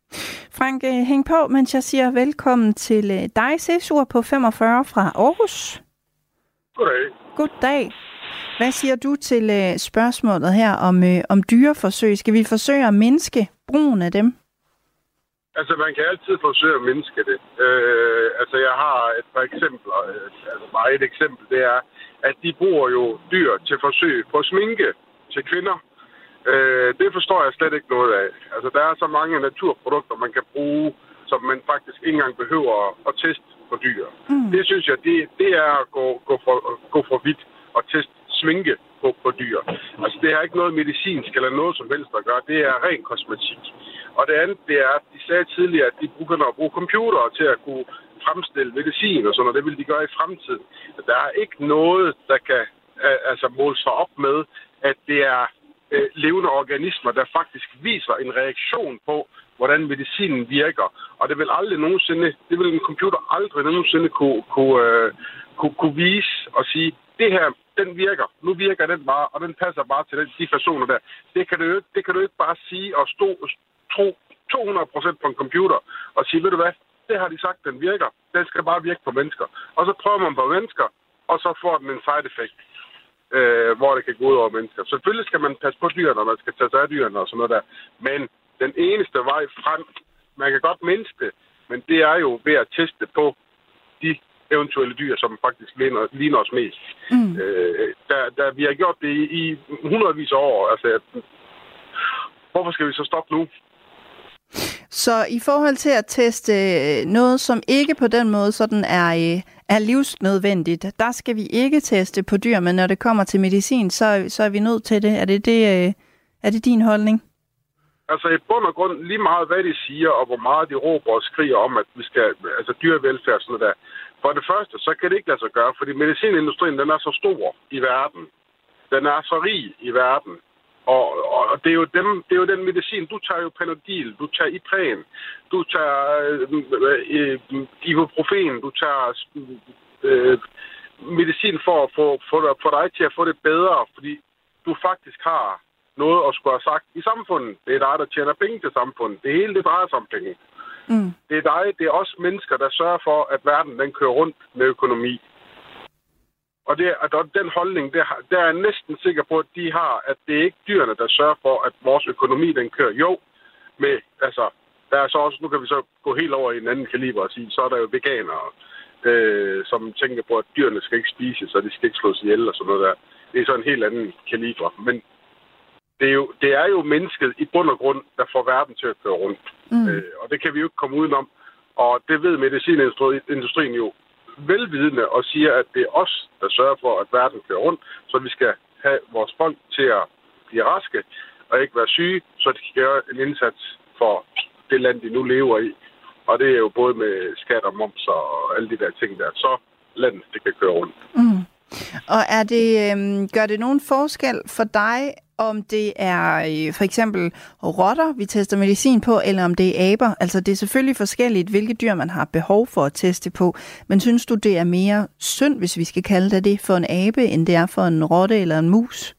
Frank, øh, hæng på, mens jeg siger velkommen til øh, dig, Cæsur på femogfyrre fra Aarhus. Goddag. Goddag. Hvad siger du til øh, spørgsmålet her om, øh, om dyreforsøg? Skal vi forsøge at mindske brugen af dem? Altså, man kan altid forsøge at mindske det. Øh, altså, jeg har et par eksempler. Altså, bare et eksempel, det er, at de bruger jo dyr til forsøg på sminke til kvinder. Øh, det forstår jeg slet ikke noget af. Altså, der er så mange naturprodukter, man kan bruge, som man faktisk ikke engang behøver at teste på dyr. Mm. Det synes jeg, det, det er at gå, gå, for, gå for vidt og teste sminke på, på dyr. Altså, det har ikke noget medicinsk eller noget som helst at gøre. Det er ren kosmetik. Og det andet, det er, at de sagde tidligere, at de begynder at bruge computere til at kunne fremstille medicin og sådan, og det vil de gøre i fremtiden. Der er ikke noget, der kan altså måle sig op med, at det er øh, levende organismer, der faktisk viser en reaktion på, hvordan medicinen virker. Og det vil aldrig nogensinde, det vil en computer aldrig nogensinde kunne, kunne, øh, kunne, kunne vise og sige, det her, den virker. Nu virker den bare, og den passer bare til den, de personer der. Det kan du ikke, det kan du ikke bare sige og stå tro to hundrede procent på en computer og sige, ved du hvad, det har de sagt, den virker. Den skal bare virke på mennesker. Og så prøver man på mennesker, og så får den en side effect, øh, hvor det kan gå ud over mennesker. Selvfølgelig skal man passe på dyrene, og man skal tage sig af dyrene og sådan noget der. Men den eneste vej frem, man kan godt mindske det, men det er jo ved at teste på de eventuelle dyr, som faktisk ligner, ligner os mest. Mm. Øh, der, der, vi har gjort det i, i hundredvis af år. Altså, hvorfor skal vi så stoppe nu? Så i forhold til at teste noget, som ikke på den måde sådan er, er livsnødvendigt, der skal vi ikke teste på dyr, men når det kommer til medicin, så, så er vi nødt til det. Er det, det, er det din holdning? Altså i bund og grund lige meget, hvad de siger, og hvor meget de råber og skriger om, at vi skal, altså dyrevelfærd og sådan noget der. For det første, så kan det ikke lade sig gøre, fordi medicinindustrien, den er så stor i verden. Den er så rig i verden. Og, og det, er jo dem, det er jo den medicin. Du tager jo Panodil, du tager Ipren, du tager øh, ibuprofen, du tager øh, medicin for at få for, for dig til at få det bedre, fordi du faktisk har noget at skulle have sagt i samfundet. Det er dig, der tjener penge til samfundet. Det hele, det drejer sig om penge. Mm. Det er dig, det er også mennesker, der sørger for, at verden den kører rundt med økonomi. Og det, at den holdning, det, der er jeg næsten sikker på, at de har, at det er ikke dyrene, der sørger for, at vores økonomi, den kører. Jo, med, altså, der er så også, nu kan vi så gå helt over i en anden kaliber og sige, så er der jo veganere, øh, som tænker på, at dyrene skal ikke spises, og de skal ikke slås ihjel og sådan noget der. Det er så en helt anden kaliber. Men det er jo, det er jo mennesket i bund og grund, der får verden til at køre rundt. Mm. Øh, og det kan vi jo ikke komme udenom. Og det ved medicinindustrien jo velvidende og siger, at det er os, der sørger for, at verden kører rundt, så vi skal have vores folk til at blive raske og ikke være syge, så de kan gøre en indsats for det land, de nu lever i. Og det er jo både med skat og moms og alle de der ting der, så landet det kan køre rundt. Mm. Og er det, øh, gør det nogen forskel for dig, om det er øh, for eksempel rotter, vi tester medicin på, eller om det er aber? Altså det er selvfølgelig forskelligt, hvilke dyr man har behov for at teste på, men synes du, det er mere synd, hvis vi skal kalde det det, for en abe, end det er for en rotte eller en mus?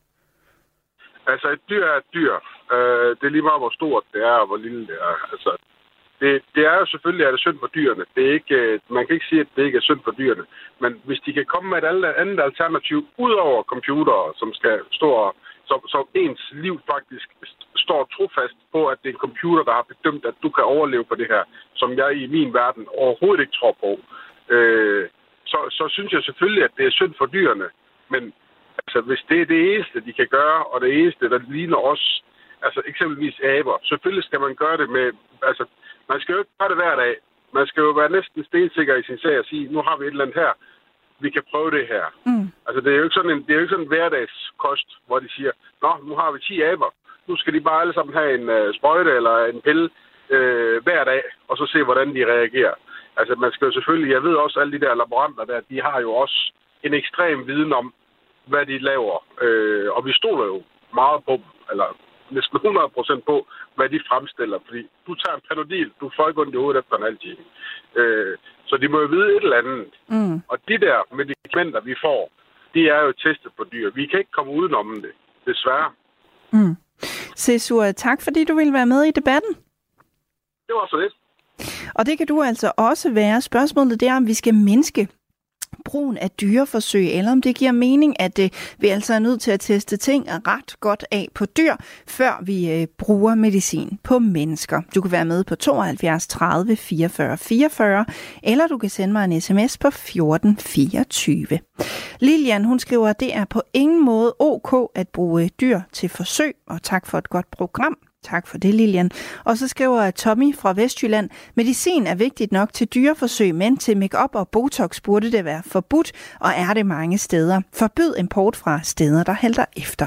Altså et dyr er et dyr. Øh, det er lige meget, hvor stort det er, og hvor lille det er. Altså, det, det er jo selvfølgelig, at det er synd for dyrene. Det er ikke, man kan ikke sige, at det ikke er synd for dyrene. Men hvis de kan komme med et andet alternativ, ud over computere, som skal stå og Så, så ens liv faktisk står trofast på, at det er en computer, der har bedømt, at du kan overleve på det her, som jeg i min verden overhovedet ikke tror på. Øh, så, så synes jeg selvfølgelig, at det er synd for dyrene. Men altså, hvis det er det eneste, de kan gøre, og det eneste, der ligner os, altså eksempelvis aber, selvfølgelig skal man gøre det med, altså, man skal jo ikke gøre det hver dag. Man skal jo være næsten stensikker i sin sag og sige, nu har vi et eller andet her, vi kan prøve det her. Mm. Altså, det er jo ikke sådan en, det er jo ikke sådan en hverdagskost, hvor de siger, nå, nu har vi ti aber. Nu skal de bare alle sammen have en uh, sprøjte eller en pille uh, hver dag, og så se, hvordan de reagerer. Altså, man skal jo selvfølgelig, jeg ved også, alle de der laboranter der, de har jo også en ekstrem viden om, hvad de laver. Øh, og vi stoler jo meget på, eller næsten hundrede procent på, hvad de fremstiller. Fordi du tager en Panodil, du får ikke ondt i hovedet efter en halv time. Øh, så de må jo vide et eller andet. Mm. Og de der medicamenter, vi får, de er jo testet på dyr. Vi kan ikke komme udenom det, desværre. Mm. Cesur, tak fordi du ville være med i debatten. Det var så lidt. Og det kan du altså også være. Spørgsmålet det er, om vi skal mindske brugen af dyreforsøg, eller om det giver mening, at øh, vi altså er nødt til at teste ting ret godt af på dyr, før vi øh, bruger medicin på mennesker. Du kan være med på tooghalvfjerds tredive fireogfyrre fireogfyrre, eller du kan sende mig en sms på fjorten fireogtyve. Lilian, hun skriver, at det er på ingen måde ok at bruge dyr til forsøg, og tak for et godt program. Tak for det, Lilian. Og så skriver Tommy fra Vestjylland, medicin er vigtigt nok til dyreforsøg, men til make-up og botox burde det være forbudt, og er det mange steder. Forbyd import fra steder, der halter efter.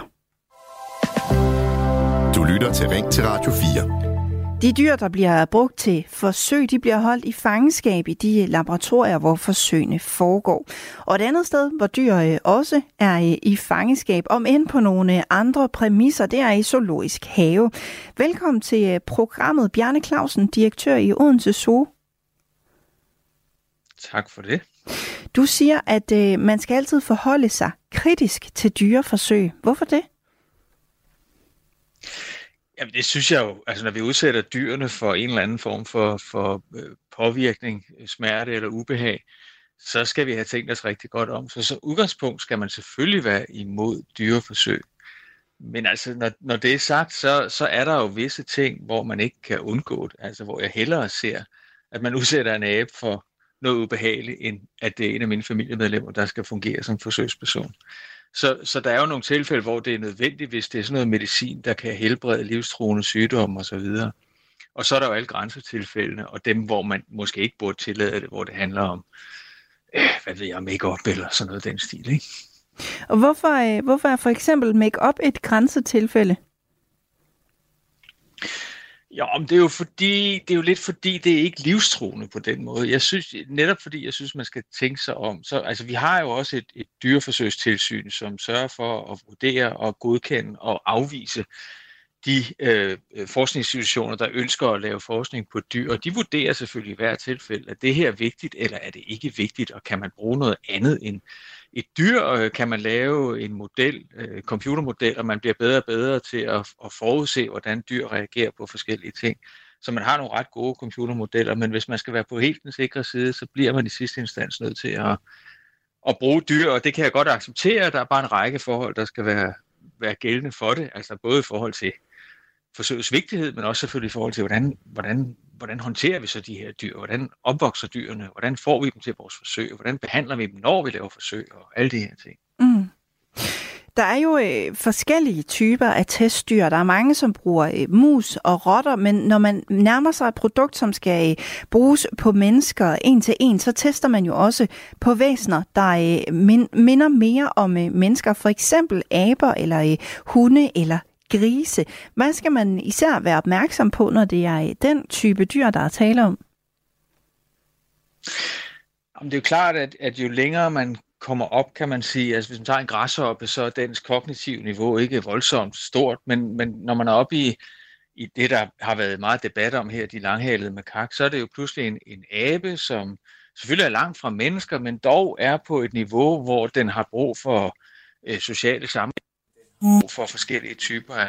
Du lytter til Ring til Radio fire. De dyr, der bliver brugt til forsøg, de bliver holdt i fangenskab i de laboratorier, hvor forsøgene foregår. Og et andet sted, hvor dyr også er i fangenskab, om end på nogle andre præmisser, det er i Zoologisk Have. Velkommen til programmet, Bjarne Clausen, direktør i Odense Zoo. Tak for det. Du siger, at øh, man skal altid forholde sig kritisk til dyreforsøg. Hvorfor det? Jamen det synes jeg jo, altså når vi udsætter dyrene for en eller anden form for, for påvirkning, smerte eller ubehag, så skal vi have tænkt os rigtig godt om. Så som udgangspunkt skal man selvfølgelig være imod dyreforsøg. Men altså når, når det er sagt, så, så er der jo visse ting, hvor man ikke kan undgå det. Altså hvor jeg hellere ser, at man udsætter en abe for noget ubehageligt, end at det er en af mine familiemedlemmer, der skal fungere som forsøgsperson. Så, så der er jo nogle tilfælde, hvor det er nødvendigt, hvis det er sådan noget medicin, der kan helbrede livstruende sygdomme osv. Og så er der jo alle grænsetilfældene, og dem, hvor man måske ikke burde tillade det, hvor det handler om, øh, hvad ved jeg, make-up eller sådan noget den stil, ikke? Og hvorfor, hvorfor er for eksempel make-up et grænsetilfælde? Ja, men det er jo fordi, det er jo lidt fordi, det er ikke livstruende på den måde. Jeg synes, netop fordi jeg synes, man skal tænke sig om. Så, altså, vi har jo også et, et dyreforsøgstilsyn, som sørger for at vurdere og godkende og afvise de øh, forskningsinstitutioner, der ønsker at lave forskning på dyr. Og de vurderer selvfølgelig i hvert tilfælde, at det her er vigtigt, eller er det ikke vigtigt, og kan man bruge noget andet end et dyr, kan man lave en model, øh, computermodel, og man bliver bedre og bedre til at, at forudse, hvordan dyr reagerer på forskellige ting. Så man har nogle ret gode computermodeller, men hvis man skal være på helt den sikre side, så bliver man i sidste instans nødt til at, at bruge dyr, og det kan jeg godt acceptere. Der er bare en række forhold, der skal være, være gældende for det, altså både i forhold til forsøgets vigtighed, men også selvfølgelig i forhold til, hvordan, hvordan, hvordan håndterer vi så de her dyr, hvordan opvokser dyrene, hvordan får vi dem til vores forsøg, hvordan behandler vi dem, når vi laver forsøg, og alle de her ting. Mm. Der er jo øh, forskellige typer af testdyr. Der er mange, som bruger øh, mus og rotter, men når man nærmer sig et produkt, som skal øh, bruges på mennesker en til en, så tester man jo også på væsener, der øh, min- minder mere om øh, mennesker, for eksempel aber eller øh, hunde eller grise. Hvad skal man især være opmærksom på, når det er den type dyr, der er tale om? Jamen, det er jo klart, at, at jo længere man kommer op, kan man sige, altså hvis man tager en græshoppe, så er dens kognitive niveau ikke voldsomt stort, men, men når man er oppe i, i det, der har været meget debat om her, de langhalede makak, så er det jo pludselig en, en abe, som selvfølgelig er langt fra mennesker, men dog er på et niveau, hvor den har brug for øh, sociale sammenhæng, for forskellige typer af.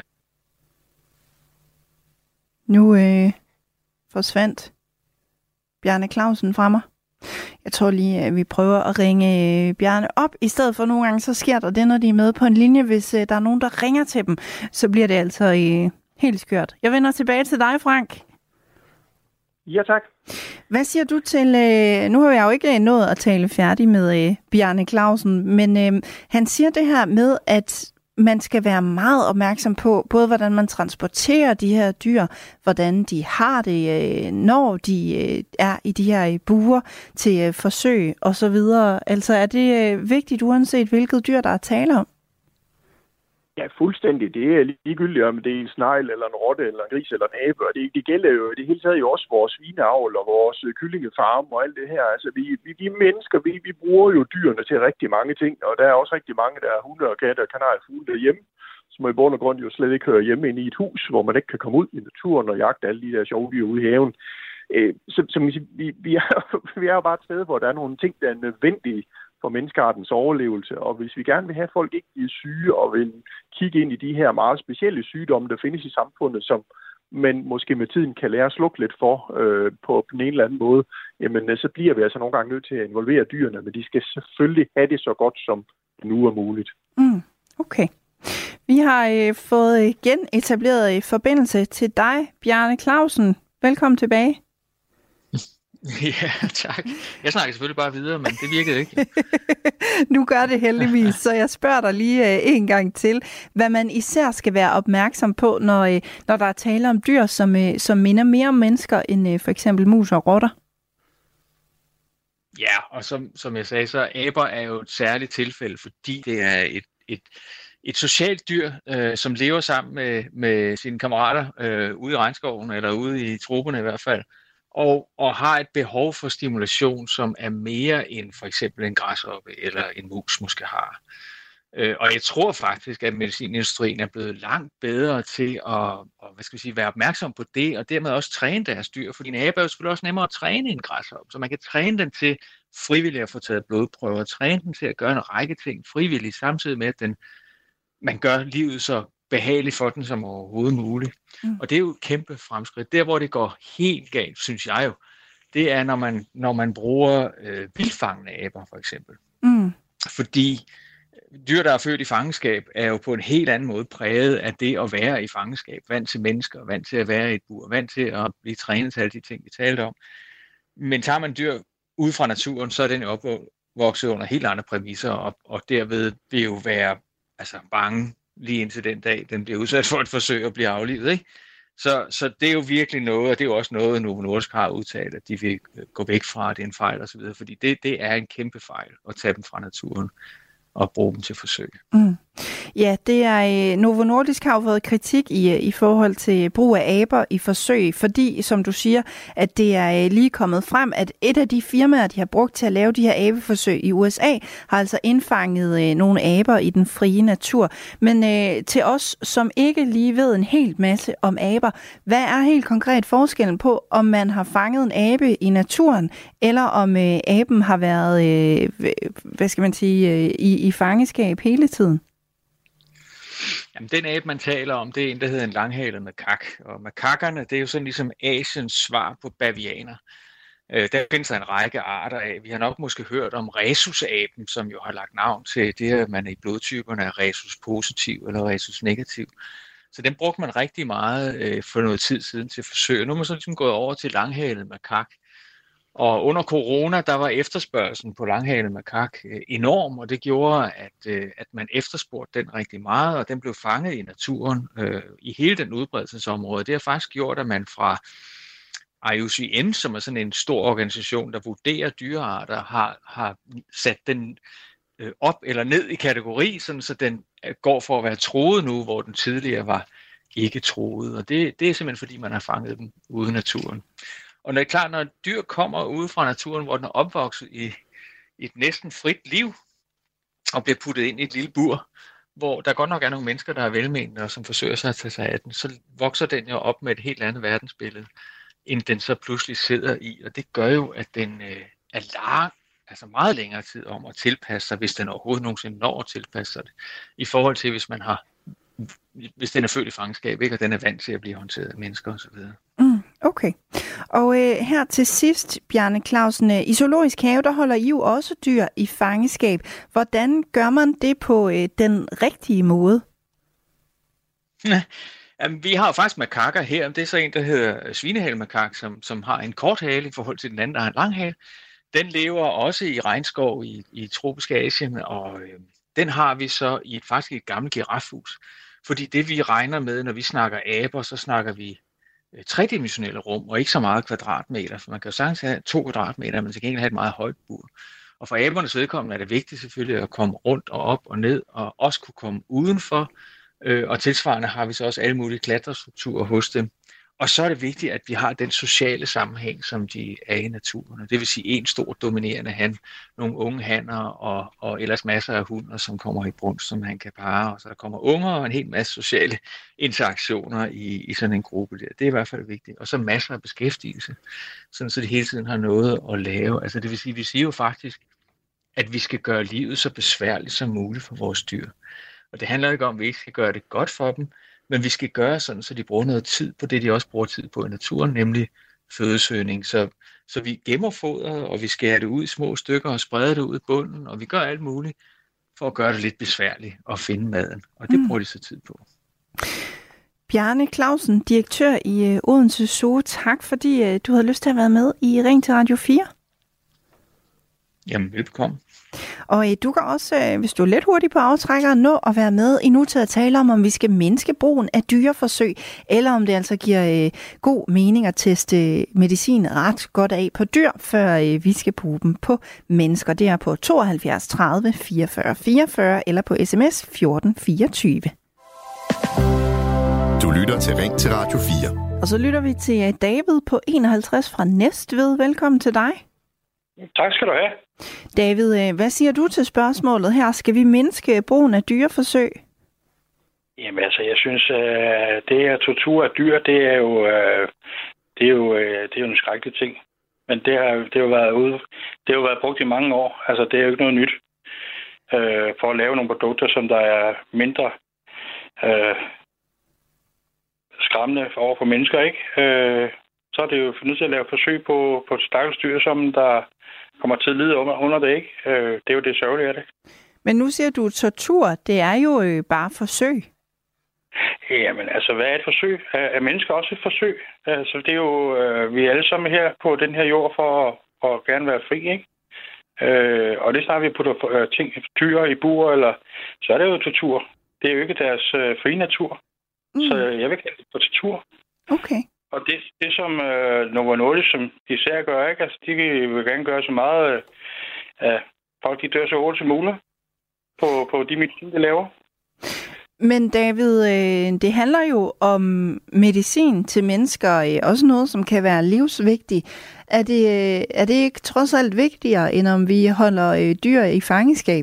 Nu øh, forsvandt Bjarne Clausen fra mig. Jeg tror lige, at vi prøver at ringe Bjarne op. I stedet for nogle gange, så sker der det, når de er med på en linje. Hvis der er nogen, der ringer til dem, så bliver det altså øh, helt skørt. Jeg vender tilbage til dig, Frank. Ja, tak. Hvad siger du til... Øh, nu har jeg jo ikke nået at tale færdig med øh, Bjarne Clausen, men øh, han siger det her med, at man skal være meget opmærksom på, både hvordan man transporterer de her dyr, hvordan de har det, når de er i de her buer til forsøg osv. Altså er det vigtigt, uanset hvilket dyr, der er tale om? Ja, fuldstændig. Det er ligegyldigt, om det er en snegl, eller en rotte, eller en gris, eller en abe. Og det, det gælder jo det hele taget jo også vores svineavl og vores kyllingefarm og alt det her. Altså, vi, vi, vi mennesker, vi, vi bruger jo dyrene til rigtig mange ting, og der er også rigtig mange, der er hunde og katte og kanariefugle derhjemme, som i bund og grund jo slet ikke hører hjemme inde i et hus, hvor man ikke kan komme ud i naturen og jagte alle de der sjove dyr ude i haven. Så, så vi, vi, er, vi er jo bare et sted, hvor der er nogle ting, der er nødvendige for menneskeartens overlevelse, og hvis vi gerne vil have folk ikke bliver syge og vil kigge ind i de her meget specielle sygdomme, der findes i samfundet, som man måske med tiden kan lære at slukke lidt for øh, på en eller anden måde, jamen så bliver vi altså nogle gange nødt til at involvere dyrene, men de skal selvfølgelig have det så godt, som det nu er muligt. Mm, okay. Vi har øh, fået genetableret øh, forbindelse til dig, Bjarne Clausen. Velkommen tilbage. Ja, tak. Jeg snakker selvfølgelig bare videre, men det virkede ikke. Nu gør det heldigvis, så jeg spørger dig lige uh, en gang til, hvad man især skal være opmærksom på, når, uh, når der er tale om dyr, som, uh, som minder mere om mennesker end uh, for eksempel mus og rotter. Ja, og som, som jeg sagde, så aber er jo et særligt tilfælde, fordi det er et, et, et socialt dyr, øh, som lever sammen med, med sine kammerater øh, ude i regnskoven, eller ude i troperne i hvert fald. Og, og har et behov for stimulation, som er mere end for eksempel en græshoppe eller en mus måske har. Øh, og jeg tror faktisk, at medicinindustrien er blevet langt bedre til at og, hvad skal vi sige, være opmærksom på det, og dermed også træne deres dyr. Fordi en abe er jo selvfølgelig også nemmere at træne en græshoppe, så man kan træne den til frivilligt at få taget blodprøver, træne den til at gøre en række ting frivilligt, samtidig med, at den, man gør livet så behageligt for den som overhovedet muligt. Mm. Og det er jo et kæmpe fremskridt. Der, hvor det går helt galt, synes jeg jo, det er, når man, når man bruger øh, vildfangende aber, for eksempel. Mm. Fordi dyr, der er født i fangenskab, er jo på en helt anden måde præget af det at være i fangenskab. Vant til mennesker, vant til at være i et bur, vant til at blive trænet til alle de ting, vi talte om. Men tager man dyr ud fra naturen, så er den jo opvokset under helt andre præmisser, og, og derved vil jo være altså, bange lige indtil den dag, den bliver udsat for et forsøg at blive aflivet, ikke? Så, så det er jo virkelig noget, og det er jo også noget, Novo Nordisk har udtalt, at de vil gå væk fra, at det er en fejl osv., fordi det, det er en kæmpe fejl at tage dem fra naturen og bruge dem til forsøg. Mm. Ja, det er Novo Nordisk har jo fået kritik i, i forhold til brug af aber i forsøg, fordi, som du siger, at det er lige kommet frem, at et af de firmaer, de har brugt til at lave de her abeforsøg i U S A, har altså indfanget øh, nogle aber i den frie natur. Men øh, til os, som ikke lige ved en hel masse om aber, hvad er helt konkret forskellen på, om man har fanget en abe i naturen, eller om øh, aben har været, øh, hvad skal man sige, øh, i, i fangeskab hele tiden? Jamen, den abe, man taler om, det er en, der hedder en langhalet makak. Og makakkerne, det er jo sådan ligesom Asiens svar på bavianer. Øh, der findes en række arter af. Vi har nok måske hørt om rhesusaben, som jo har lagt navn til det, at man i blodtyperne er rhesus positiv eller rhesus negativ. Så den brugte man rigtig meget øh, for noget tid siden til forsøg. Nu er man så ligesom gået over til langhalet makak. Og under corona, der var efterspørgselen på langhalet makak enorm, og det gjorde, at, at man efterspurgte den rigtig meget, og den blev fanget i naturen øh, i hele den udbredelsesområde. Det har faktisk gjort, at man fra I U C N, som er sådan en stor organisation, der vurderer dyrearter, har, har sat den øh, op eller ned i kategori, sådan, så den går for at være truet nu, hvor den tidligere var ikke truet. Og det, det er simpelthen, fordi man har fanget dem ude i naturen. Og når det er klart, når et dyr kommer ude fra naturen, hvor den er opvokset i, i et næsten frit liv, og bliver puttet ind i et lille bur, hvor der godt nok er nogle mennesker, der er velmenende, og som forsøger sig at tage sig af den, så vokser den jo op med et helt andet verdensbillede, end den så pludselig sidder i. Og det gør jo, at den øh, er lang, altså meget længere tid om at tilpasse sig, hvis den overhovedet nogensinde når at tilpasse sig det, i forhold til, hvis man har, hvis den er født i fangenskab, ikke, og den er vant til at blive håndteret af mennesker osv. Mm, okay. Og øh, her til sidst, Bjarne Clausen, i Zoologisk Have, der holder I jo også dyr i fangeskab. Hvordan gør man det på øh, den rigtige måde? Ja, jamen, vi har jo faktisk makakker her. Det er så en, der hedder svinehalemakak, som, som har en kort hale i forhold til den anden, der har en lang hale. Den lever også i regnskov i, i tropisk Asien, og øh, den har vi så i et, faktisk et gammelt girafhus. Fordi det, vi regner med, når vi snakker aber, så snakker vi tredimensionelle rum, og ikke så meget kvadratmeter, for man kan jo sagtens have to kvadratmeter, men til gengæld have et meget højt bur. Og for abernes vedkommende er det vigtigt selvfølgelig at komme rundt og op og ned, og også kunne komme udenfor, Øh, og tilsvarende har vi så også alle mulige klatrestrukturer hos dem. Og så er det vigtigt, at vi har den sociale sammenhæng, som de er i naturen. Det vil sige en stor dominerende han, nogle unge hanner og, og ellers masser af hunder, som kommer i brunst, som han kan parre. Og så der kommer unger og en hel masse sociale interaktioner i, i sådan en gruppe der. Det er i hvert fald vigtigt. Og så masser af beskæftigelse, sådan så de hele tiden har noget at lave. Altså det vil sige, vi siger jo faktisk, at vi skal gøre livet så besværligt som muligt for vores dyr. Og det handler ikke om, at vi ikke skal gøre det godt for dem, men vi skal gøre sådan, så de bruger noget tid på det, de også bruger tid på i naturen, nemlig fødesøgning. Så, så vi gemmer fodret, og vi skærer det ud i små stykker og spreder det ud i bunden, og vi gør alt muligt for at gøre det lidt besværligt at finde maden. Og det mm. bruger de så tid på. Bjarne Clausen, direktør i uh, Odense Zoo. Tak fordi uh, du havde lyst til at være med i Ring til Radio fire. Jamen, velbekomme. Og øh, du kan også, øh, hvis du er lidt hurtig på aftrækkeren, nå at være med i nu til at tale om, om vi skal mindske brugen af dyreforsøg, eller om det altså giver øh, god mening at teste medicin ret godt af på dyr, før øh, vi skal bruge dem på mennesker. Det er på tooghalvfjerds tredive fireogfyrre fireogfyrre eller på sms fjorten fireogtyve. Du lytter til Ring til Radio fire. Og så lytter vi til David på enoghalvtreds fra Næstved. Velkommen til dig. Tak skal du have. David, hvad siger du til spørgsmålet her? Skal vi mindske brugen af dyreforsøg? Jamen altså, jeg synes, at det her tortur af dyr, det er jo, det er jo, det er jo en skrækkelig ting. Men det har, det har jo været ude, det har jo været brugt i mange år. Altså, det er jo ikke noget nyt for at lave nogle produkter, som der er mindre øh, skræmmende over for mennesker, ikke? Øh, så er det jo nødt til at lave forsøg på, på et stakkels dyr, som der kommer til at lide under, under det, ikke? Øh, det er jo det sørgelige af det. Men nu siger du tortur, det er jo øh, bare forsøg. Jamen, altså, hvad er et forsøg? Er, er mennesker også et forsøg? Altså, det er jo, øh, vi er alle sammen her på den her jord for at, at gerne være fri, ikke? Øh, og det snart vi putter øh, ting, dyr i bur, eller, så er det jo tortur. Det er jo ikke deres øh, frie natur. Mm. Så jeg vil kalde det for tortur. Okay. Og det, det som øh, Novo Nordisk, som især gør, ikke? Altså, de vil gerne gøre så meget, øh, at folk de dør så hurtigt som muligt på, på de medicin, de laver. Men David, øh, det handler jo om medicin til mennesker, øh, også noget, som kan være livsvigtigt. Er det, øh, er det ikke trods alt vigtigere, end om vi holder øh, dyr i fangenskab?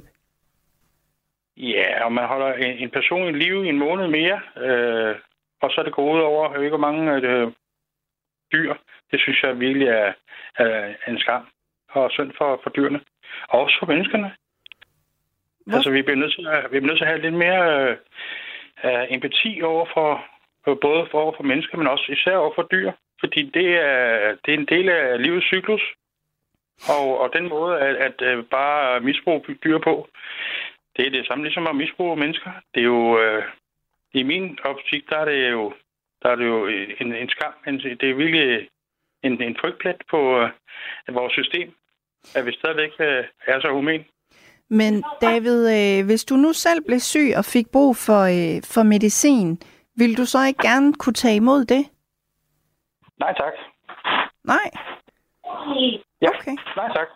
Ja, og man holder en, en person i live i en måned mere, øh, og så er det gået ud over, jeg ved ikke, hvor mange øh, dyr. Det synes jeg virkelig er, er en skam og synd for, for dyrene. Og også for menneskerne. Hvor? Altså, vi bliver nødt til at, vi bliver nødt til at have lidt mere øh, empati over for, både for, over for mennesker, men også især over for dyr. Fordi det er, det er en del af livets cyklus. Og, og den måde at, at, at bare misbruge dyr på, det er det samme ligesom at misbruge mennesker. Det er jo, øh, i min optik, der er det jo, der er det jo en, en skam. Det er virkelig en, en frygtplet på øh, vores system, at vi stadigvæk øh, er så humane. Men David, øh, hvis du nu selv blev syg og fik brug for, øh, for medicin, ville du så ikke gerne kunne tage imod det? Nej, tak. Nej? Ja, okay. Nej, tak.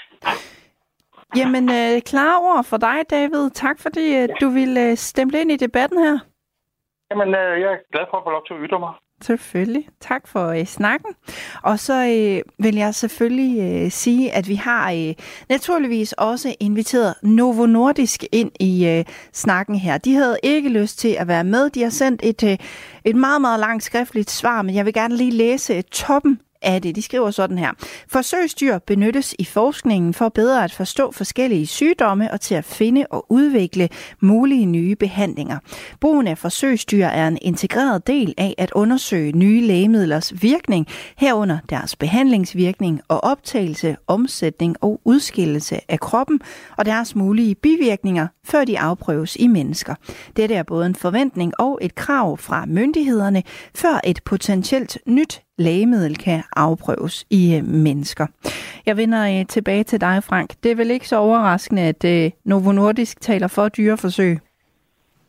Jamen, øh, klare ord for dig, David. Tak fordi øh, du ville øh, stemple ind i debatten her. Jamen, øh, jeg er glad for at få lov til at ytre mig. Selvfølgelig. Tak for øh, snakken. Og så øh, vil jeg selvfølgelig øh, sige, at vi har øh, naturligvis også inviteret Novo Nordisk ind i øh, snakken her. De havde ikke lyst til at være med. De har sendt et, øh, et meget, meget langt skriftligt svar, men jeg vil gerne lige læse toppen af det. De skriver sådan her. Forsøgsdyr benyttes i forskningen for bedre at forstå forskellige sygdomme og til at finde og udvikle mulige nye behandlinger. Brugen af forsøgsdyr er en integreret del af at undersøge nye lægemidlers virkning, herunder deres behandlingsvirkning og optagelse, omsætning og udskillelse af kroppen og deres mulige bivirkninger, før de afprøves i mennesker. Dette er både en forventning og et krav fra myndighederne, før et potentielt nyt lægemiddel kan afprøves i øh, mennesker. Jeg vender øh, tilbage til dig, Frank. Det er vel ikke så overraskende, at øh, Novo Nordisk taler for dyreforsøg?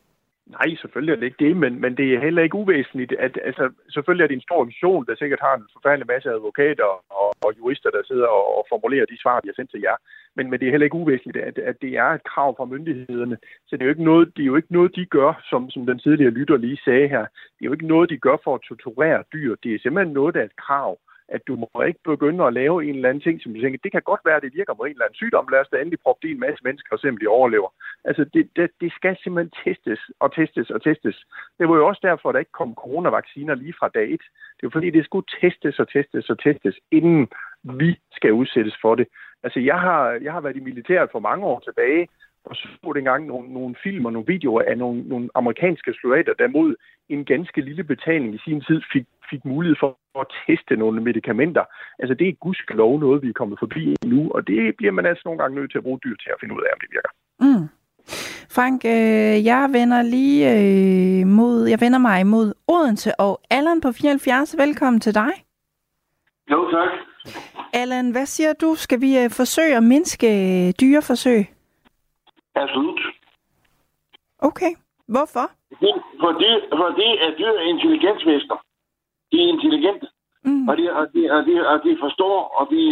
Nej, selvfølgelig er det ikke det, men, men det er heller ikke uvæsentligt. At, altså, selvfølgelig er det en stor organisation, der sikkert har en forfærdelig masse advokater og, og jurister, der sidder og, og formulerer de svar, de har sendt til jer. Men, men det er heller ikke uvæsentligt, at, at det er et krav fra myndighederne. Så det er jo ikke noget, det er jo ikke noget de gør, som, som den tidligere lytter lige sagde her. Det er jo ikke noget, de gør for at torturere dyr. Det er simpelthen noget, der er et krav. At du må ikke begynde at lave en eller anden ting, som du tænker, det kan godt være, at det virker mod en eller anden sygdom. Lad os da endelig proppe det en masse mennesker, og se om de overlever. Altså, det, det, det skal simpelthen testes og testes og testes. Det var jo også derfor, at der ikke kom coronavacciner lige fra dag et. Det er jo fordi, det skulle testes og testes og testes, inden vi skal udsættes for det. Altså, jeg har, jeg har været i militæret for mange år tilbage, og så så dengang nogle, nogle film og nogle videoer af nogle, nogle amerikanske soldater, der mod en ganske lille betaling i sin tid fik, fik mulighed for at teste nogle medicamenter. Altså det er gudskelov noget, vi er kommet forbi nu, og det bliver man altså nogle gange nødt til at bruge dyr til at finde ud af, om det virker. Mm. Frank, øh, jeg vender lige øh, mod, jeg vender mig mod Odense, og Allan på fireoghalvfjerds, velkommen til dig. Jo, tak. Allan, hvad siger du? Skal vi øh, forsøge at mindske øh, dyreforsøg? Absolut. Okay. Hvorfor? Fordi, fordi at dyr er intelligensvæsener. De er intelligente. Mm. Og, de, og, de, og, de, og de forstår, og de,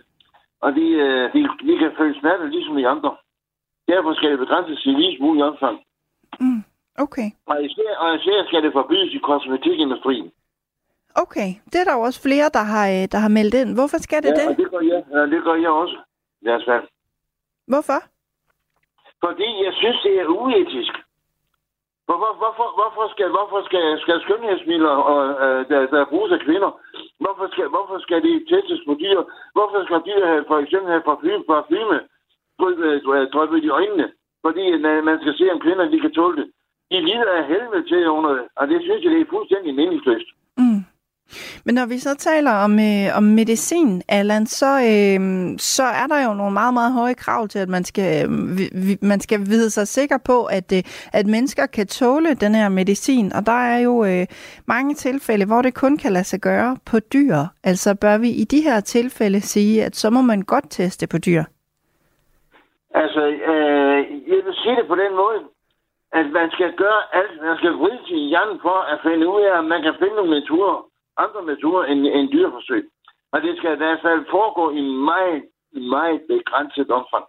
og de, de, de kan føle smerte ligesom de andre. Derfor skal det begrænses i lige mulig omfang. Mm. Okay. Og især, og især skal det forbydes i kosmetikindustrien. Okay. Det er der jo også flere, der har, der har meldt ind. Hvorfor skal det ja, det? Og det gør jeg, ja, det gør jeg også. Lad os være. Hvorfor? Fordi jeg synes, det er uetisk. Hvorfor, hvorfor, hvorfor, skal, hvorfor skal, skal skønhedsmidler, og, øh, der, der bruges af kvinder, hvorfor skal, hvorfor skal de testes på dyr? Hvorfor skal dyr have, for eksempel have parfume, parfume drøbet i øjnene? Fordi man skal se, om kvinder de kan tåle det. De lider af helvede til under det, og det synes jeg, det er fuldstændig meningsløst. Mm. Men når vi så taler om, øh, om medicin, Allan, så, øh, så er der jo nogle meget, meget høje krav til, at man skal, øh, vi, man skal vide sig sikker på, at, øh, at mennesker kan tåle den her medicin. Og der er jo øh, mange tilfælde, hvor det kun kan lade sig gøre på dyr. Altså bør vi i de her tilfælde sige, at så må man godt teste på dyr? Altså, øh, jeg vil sige det på den måde, at man skal gøre alt, man skal vride til hjernen for at finde ud af, at man kan finde nogle metoder, andre metoder end, end dyreforsøg. Og det skal i hvert fald foregå i meget, meget begrænset omfang.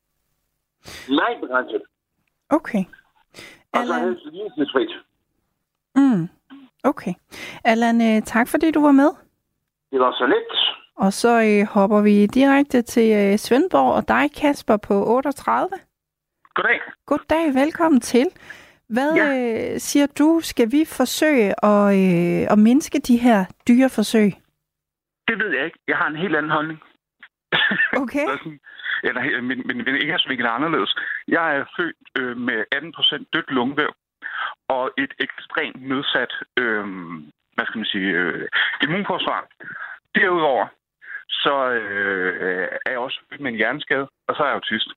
Meget begrænset. Okay. Og så helst lidelsesfrit. Mm. Okay. Allan, tak fordi du var med. Det var så let. Og så øh, hopper vi direkte til øh, Svendborg og dig, Kasper, på otteogtredive. Goddag. Goddag, velkommen til. Hvad ja. øh, siger du, skal vi forsøge at, øh, at mindske de her dyreforsøg? Det ved jeg ikke. Jeg har en helt anden holdning. Okay. Eller min, min, min indgangsvinkel er anderledes. Jeg er født øh, med atten procent dødt lungevæv og et ekstremt nedsat øh, hvad skal man sige, øh, immunforsvar. Derudover så øh, er jeg også født med en hjerneskade, og så er jeg autist.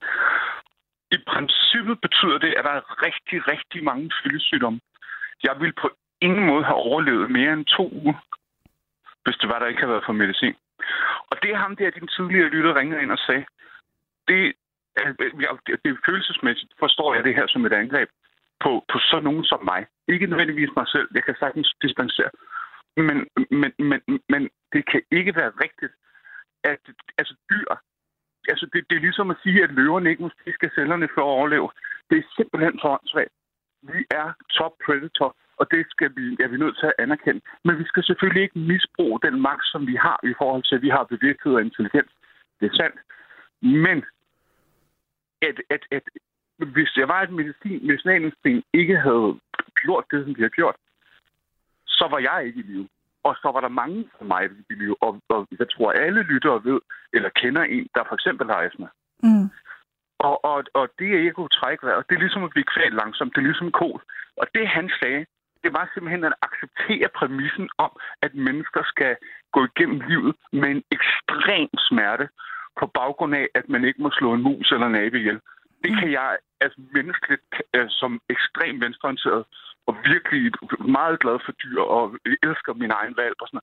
I princippet betyder det, at der er rigtig, rigtig mange følgesygdomme. Jeg ville på ingen måde have overlevet mere end to uger, hvis det var, der ikke havde været for medicin. Og det er ham der, din tidligere lytter ringede ind og sagde, det, det, det følelsesmæssigt forstår jeg det her som et angreb på, på sådan nogen som mig. Ikke nødvendigvis mig selv. Jeg kan sagtens distancere. Men, men, men, men det kan ikke være rigtigt, at altså dyr, altså det, det er ligesom at sige, at løverne ikke må fiske cellerne for at overleve. Det er simpelthen for åndssvagt. Vi er top predator, og det skal vi, er vi nødt til at anerkende. Men vi skal selvfølgelig ikke misbruge den magt, som vi har i forhold til, at vi har bevidsthed og intelligens. Det er sandt. Men at, at, at hvis jeg var et medicin, medicinalindstinkt ikke havde gjort det, som de har gjort, så var jeg ikke i live. Og så var der mange for mig i live. Og, og jeg tror, alle lyttere ved, eller kender en, der for eksempel har astma. Mm. Og, og, og det er ikke at trække vejret. Det er ligesom at blive kvalt langsomt. Det er ligesom kol. Og det han sagde, det var simpelthen at acceptere præmissen om, at mennesker skal gå igennem livet med en ekstrem smerte på baggrund af, at man ikke må slå en mus eller en abe ihjel. Det kan jeg altså menneskeligt som ekstremt venstreorienteret og virkelig meget glad for dyr og elsker min egen valg og sådan noget.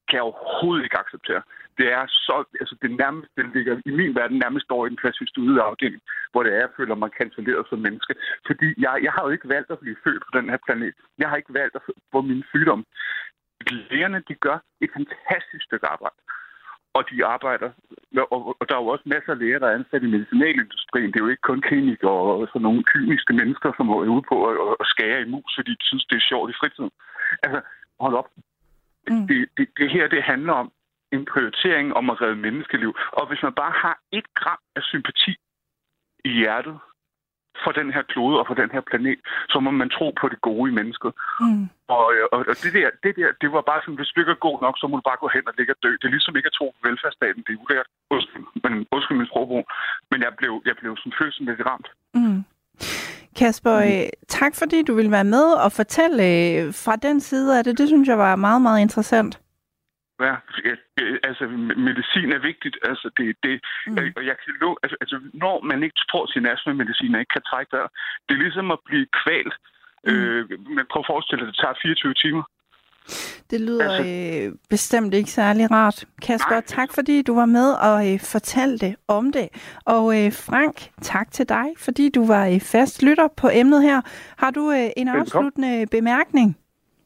kan jeg overhovedet ikke acceptere. Det er så, altså det nærmest, det ligger i min verden nærmest over i den fascistoide afdeling, hvor det er, jeg føler mig kancelleret som menneske. Fordi jeg, jeg har jo ikke valgt at blive født på den her planet. Jeg har ikke valgt at få min sygdom. Lægerne, de gør et fantastisk stykke arbejde. Og de arbejder, og, og der er jo også masser af læger, der er ansat i medicinalindustrien. Det er jo ikke kun klinikere og sådan nogle kyniske mennesker, som er ude på at, at skære i mus, fordi de synes, det er sjovt i fritiden. Altså, hold op. Mm. Det, det, det her, det handler om en prioritering om at redde menneskeliv. Og hvis man bare har et gram af sympati i hjertet for den her klode og for den her planet, så må man tro på det gode i mennesket. Mm. Og, og, og det, der, det der, det var bare sådan, hvis du ikke er god nok, så må du bare gå hen og ligge og dø. Det er ligesom ikke at tro på velfærdsstaten. Det er ulært. Men undskyld min sprogbrug. Men jeg blev, jeg blev sådan følelsen lidt ramt. Mm. Kasper, mm. tak fordi du ville være med og fortælle fra den side af det. Det synes jeg var meget, meget interessant. Ja, altså medicin er vigtigt. Altså det, det, mm. og jeg kan love, altså, altså når man ikke får sin astma-medicin og ikke kan trække der, det er ligesom at blive kvalt. Mm. Øh, men prøv at forestille dig, at det tager fireogtyve timer. Det lyder altså, øh, bestemt ikke særlig rart. Kasper, nej. Tak fordi du var med og øh, fortalte om det. Og øh, Frank, tak til dig, fordi du var øh, fast lytter på emnet her. Har du øh, en afsluttende bemærkning?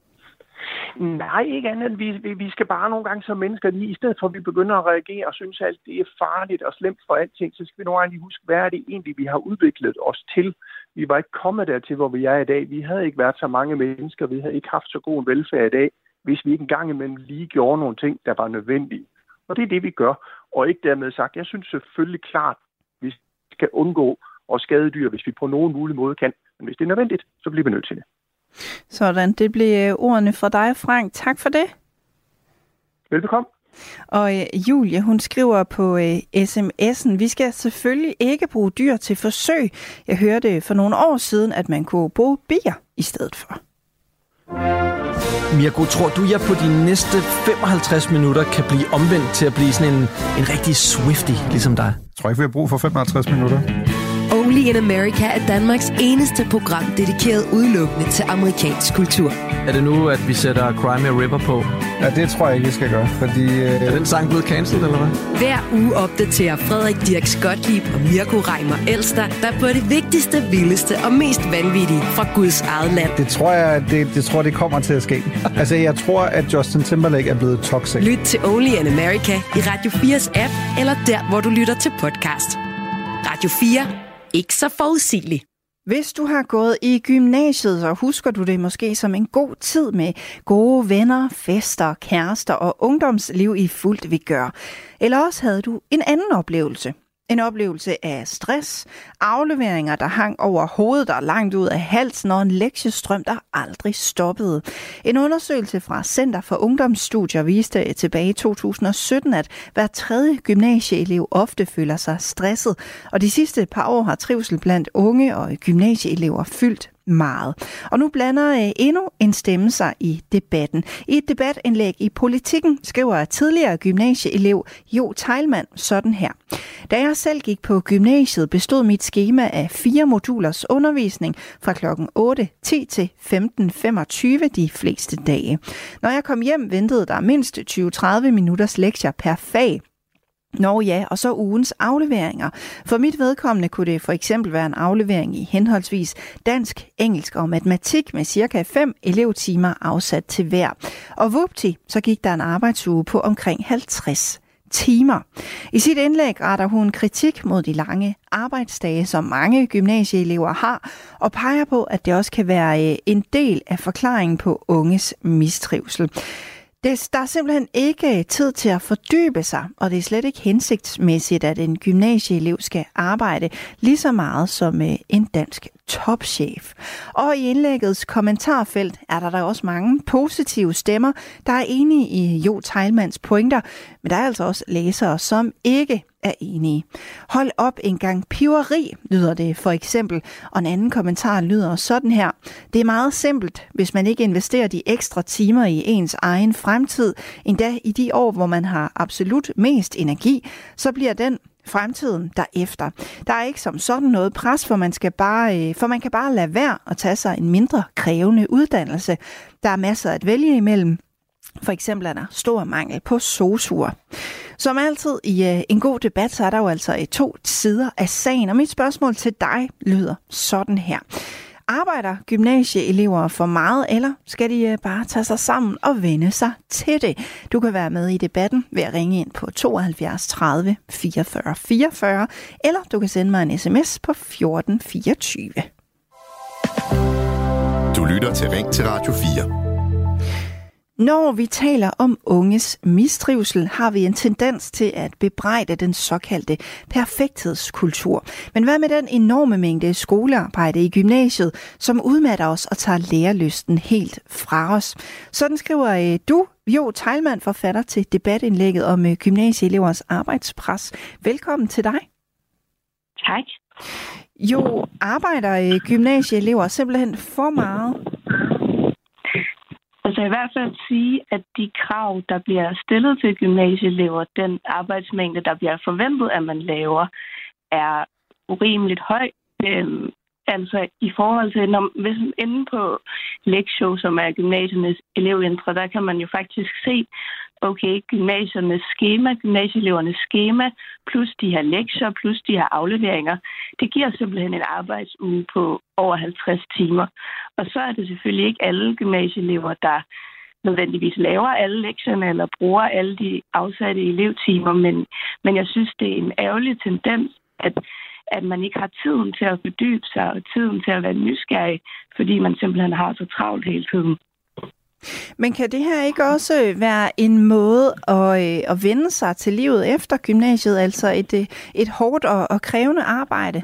Nej, ikke andet end vi, vi, vi skal bare nogle gange som mennesker lige, i stedet for at vi begynder at reagere og synes, at det er farligt og slemt for alting, så skal vi nogle gange lige huske, hvad er det egentlig, vi har udviklet os til. Vi var ikke kommet dertil, hvor vi er i dag. Vi havde ikke været så mange mennesker, vi havde ikke haft så god en velfærd i dag, hvis vi ikke engang imellem lige gjorde nogle ting, der var nødvendige. Og det er det, vi gør. Og ikke dermed sagt, jeg synes selvfølgelig klart, at vi skal undgå at skade dyr, hvis vi på nogen mulig måde kan. Men hvis det er nødvendigt, så bliver vi nødt til det. Sådan, det blev ordene fra dig, Frank. Tak for det. Velbekomme. Og øh, Julie, hun skriver på øh, sms'en, vi skal selvfølgelig ikke bruge dyr til forsøg. Jeg hørte for nogle år siden, at man kunne bruge bier i stedet for. Mirko, tror du, jeg på de næste femoghalvtreds minutter kan blive omvendt til at blive sådan en, en rigtig Swiftie, ligesom dig? Jeg tror ikke, vi har brug for femoghalvtreds minutter. Only in America er Danmarks eneste program dedikeret udelukkende til amerikansk kultur. Er det nu, at vi sætter Cry Me a River på? Ja, det tror jeg ikke, vi skal gøre, fordi... Øh... Er den sang blevet cancelled, eller hvad? Hver uge opdaterer Frederik Dirks Gottlieb og Mirko Reimer Elster, der på det vigtigste, vildeste og mest vanvittige fra Guds eget land. Det tror jeg, det, det, tror, det kommer til at ske. Altså, jeg tror, at Justin Timberlake er blevet toxic. Lyt til Only in America i Radio fires app, eller der, hvor du lytter til podcast. Radio fire. Ikke så forudsigeligt. Hvis du har gået i gymnasiet, så husker du det måske som en god tid med gode venner, fester, kærester og ungdomsliv i fuldt vigør. Eller også havde du en anden oplevelse. En oplevelse af stress, afleveringer, der hang over hovedet og langt ud af halsen, og en lektiestrøm, der aldrig stoppede. En undersøgelse fra Center for Ungdomsstudier viste tilbage i to tusind og sytten, at hver tredje gymnasieelev ofte føler sig stresset, og de sidste par år har trivsel blandt unge og gymnasieelever fyldt meget. Og nu blander endnu en stemme sig i debatten. I et debatindlæg i Politikken skriver tidligere gymnasieelev Jo Teilmann sådan her. Da jeg selv gik på gymnasiet, bestod mit skema af fire modulers undervisning fra klokken otte ti til femten femogtyve de fleste dage. Når jeg kom hjem, ventede der mindst tyve til tredive minutters lektier per fag. Nå ja, og så ugens afleveringer. For mit vedkommende kunne det for eksempel være en aflevering i henholdsvis dansk, engelsk og matematik med cirka fem elevtimer afsat til hver. Og vupti, så gik der en arbejdsuge på omkring halvtreds timer. I sit indlæg retter hun kritik mod de lange arbejdsdage, som mange gymnasieelever har, og peger på, at det også kan være en del af forklaringen på unges mistrivsel. Det, der er simpelthen ikke tid til at fordybe sig, og det er slet ikke hensigtsmæssigt, at en gymnasieelev skal arbejde lige så meget som en dansk topchef. Og i indlæggets kommentarfelt er der da også mange positive stemmer, der er enige i Jo Teilmanns pointer, men der er altså også læsere, som ikke er enige. Hold op en gang piveri, lyder det for eksempel, og en anden kommentar lyder sådan her. Det er meget simpelt, hvis man ikke investerer de ekstra timer i ens egen fremtid, endda i de år, hvor man har absolut mest energi, så bliver den fremtiden derefter. Der er ikke som sådan noget pres, for man, skal bare, for man kan bare lade være at tage sig en mindre krævende uddannelse. Der er masser at vælge imellem. For eksempel er der stor mangel på sosuer. Som altid i uh, en god debat, så er der jo altså uh, to sider af sagen. Og mit spørgsmål til dig lyder sådan her. Arbejder gymnasieelever for meget, eller skal de uh, bare tage sig sammen og vende sig til det? Du kan være med i debatten ved at ringe ind på tooghalvfjerds tredive fireogfyrre fireogfyrre, eller du kan sende mig en sms på fjorten fireogtyve. Du lytter til Ring til Radio fire. Når vi taler om unges mistrivsel, har vi en tendens til at bebrejde den såkaldte perfekthedskultur. Men hvad med den enorme mængde skolearbejde i gymnasiet, som udmatter os og tager lærelysten helt fra os? Sådan skriver du, Jo Teilmann, forfatter til debatindlægget om gymnasieelevers arbejdspres. Velkommen til dig. Tak. Jo, arbejder gymnasieelever simpelthen for meget? Altså i hvert fald sige, at de krav, der bliver stillet til gymnasieelever, den arbejdsmængde, der bliver forventet, at man laver, er urimeligt høj. Øhm, altså i forhold til, når, hvis man inde på Lektion, som er gymnasiernes elevintra, der kan man jo faktisk se, okay, gymnasiernes skema, gymnasieelevernes skema, plus de her lektier, plus de her afleveringer, det giver simpelthen en arbejdsuge på over halvtreds timer. Og så er det selvfølgelig ikke alle gymnasieelever, der nødvendigvis laver alle lektierne eller bruger alle de afsatte elevtimer, men, men jeg synes, det er en ærgerlig tendens, at, at man ikke har tiden til at fordybe sig og tiden til at være nysgerrig, fordi man simpelthen har så travlt hele tiden. Men kan det her ikke også være en måde at, at vende sig til livet efter gymnasiet, altså et, et hårdt og, og krævende arbejde?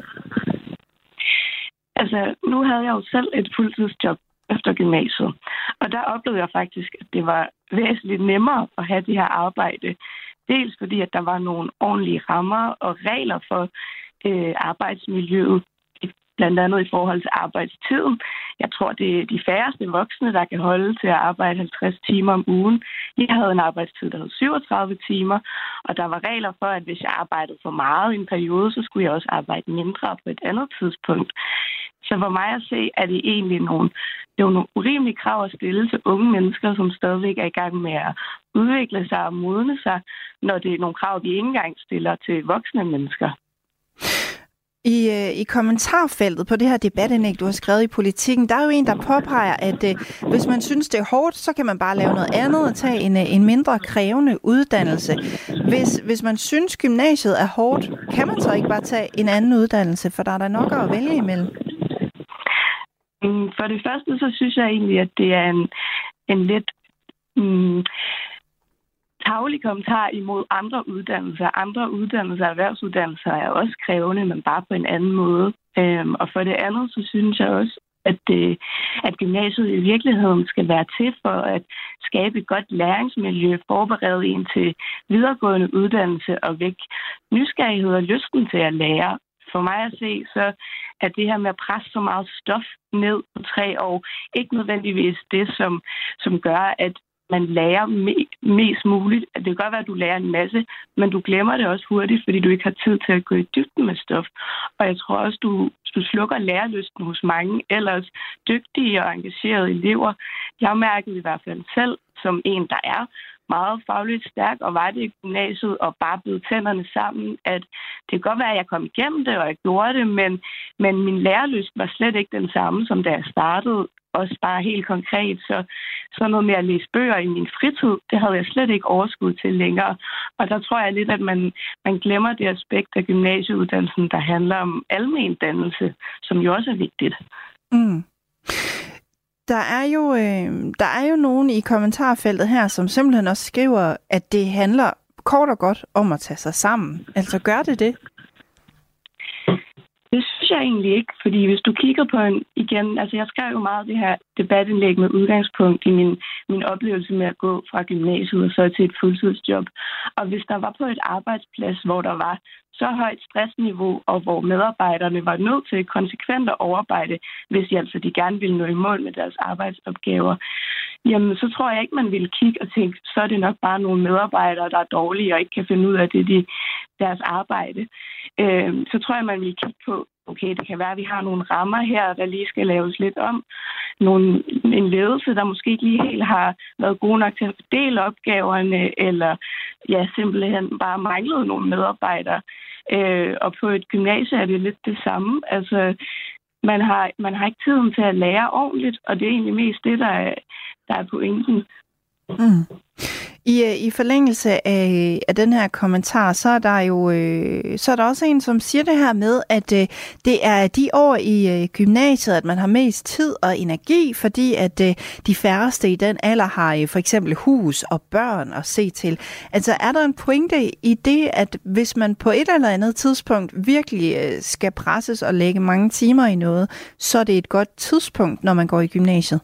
Altså, nu havde jeg jo selv et fuldtidsjob efter gymnasiet, og der oplevede jeg faktisk, at det var væsentligt nemmere at have det her arbejde. Dels fordi, at der var nogle ordentlige rammer og regler for øh, arbejdsmiljøet, blandt andet i forhold til arbejdstiden. Jeg tror, det er de færreste voksne, der kan holde til at arbejde halvtreds timer om ugen. Jeg havde en arbejdstid, der hed syvogtredive timer, og der var regler for, at hvis jeg arbejdede for meget i en periode, så skulle jeg også arbejde mindre på et andet tidspunkt. Så for mig at se, er det egentlig nogle, det er nogle urimelige krav at stille til unge mennesker, som stadigvæk er i gang med at udvikle sig og modne sig, når det er nogle krav, vi ikke engang stiller til voksne mennesker. I, øh, I kommentarfeltet på det her debatindlæg, du har skrevet i Politikken, der er jo en, der påpeger, at øh, hvis man synes, det er hårdt, så kan man bare lave noget andet og tage en, en mindre krævende uddannelse. Hvis, hvis man synes, gymnasiet er hårdt, kan man så ikke bare tage en anden uddannelse, for der er der nok at vælge imellem? For det første, så synes jeg egentlig, at det er en, en lidt mm, tavlig kommentar imod andre uddannelser. Andre uddannelser, erhvervsuddannelser, er også krævende, men bare på en anden måde. Øhm, og for det andet, så synes jeg også, at, det, at gymnasiet i virkeligheden skal være til for at skabe et godt læringsmiljø, forberede en til videregående uddannelse og væk nysgerrighed og lysten til at lære. For mig at se, så er det her med at presse så meget stof ned på tre år ikke nødvendigvis det, som, som gør, at man lærer me- mest muligt. Det kan godt være, at du lærer en masse, men du glemmer det også hurtigt, fordi du ikke har tid til at gå i dybden med stof. Og jeg tror også, du, du slukker lærelysten hos mange ellers dygtige og engagerede elever. Jeg mærkede i hvert fald selv, som en, der er meget fagligt stærk, og var det i gymnasiet, og bare blev tænderne sammen, at det kan godt være, at jeg kom igennem det, og jeg gjorde det, men, men min lærelyst var slet ikke den samme, som da jeg startede. Også bare helt konkret, så, så noget med at læse bøger i min fritid, det havde jeg slet ikke overskud til længere. Og der tror jeg lidt, at man, man glemmer det aspekt af gymnasieuddannelsen, der handler om almendannelse, som jo også er vigtigt. Mm. Der er jo øh, der er jo nogen i kommentarfeltet her, som simpelthen også skriver, at det handler kort og godt om at tage sig sammen. Altså gør det det? Det synes jeg egentlig ikke, fordi hvis du kigger på en igen, altså jeg skrev jo meget det her debatindlæg med udgangspunkt i min, min oplevelse med at gå fra gymnasiet og så til et fuldtidsjob. Og hvis der var på et arbejdsplads, hvor der var så højt stressniveau, og hvor medarbejderne var nødt til konsekvent at overarbejde, hvis de, altså de gerne ville nå i mål med deres arbejdsopgaver, jamen så tror jeg ikke, man ville kigge og tænke, så er det nok bare nogle medarbejdere, der er dårlige og ikke kan finde ud af det, de, deres arbejde. Øh, så tror jeg, man ville kigge på, okay, det kan være, at vi har nogle rammer her, der lige skal laves lidt om. Nogle, en ledelse, der måske ikke lige helt har været god nok til at fordele opgaverne, eller ja, simpelthen bare manglede nogle medarbejdere. Øh, og på et gymnasie er det lidt det samme. Altså, man har, man har ikke tiden til at lære ordentligt, og det er egentlig mest det, der er, der er pointen. Mm. I, I forlængelse af, af den her kommentar, så er der jo øh, så er der også en, som siger det her med, at øh, det er de år i øh, gymnasiet, at man har mest tid og energi, fordi at øh, de færreste i den alder har øh, for eksempel hus og børn at se til. Altså er der en pointe i det, at hvis man på et eller andet tidspunkt virkelig øh, skal presses og lægge mange timer i noget, så er det et godt tidspunkt, når man går i gymnasiet?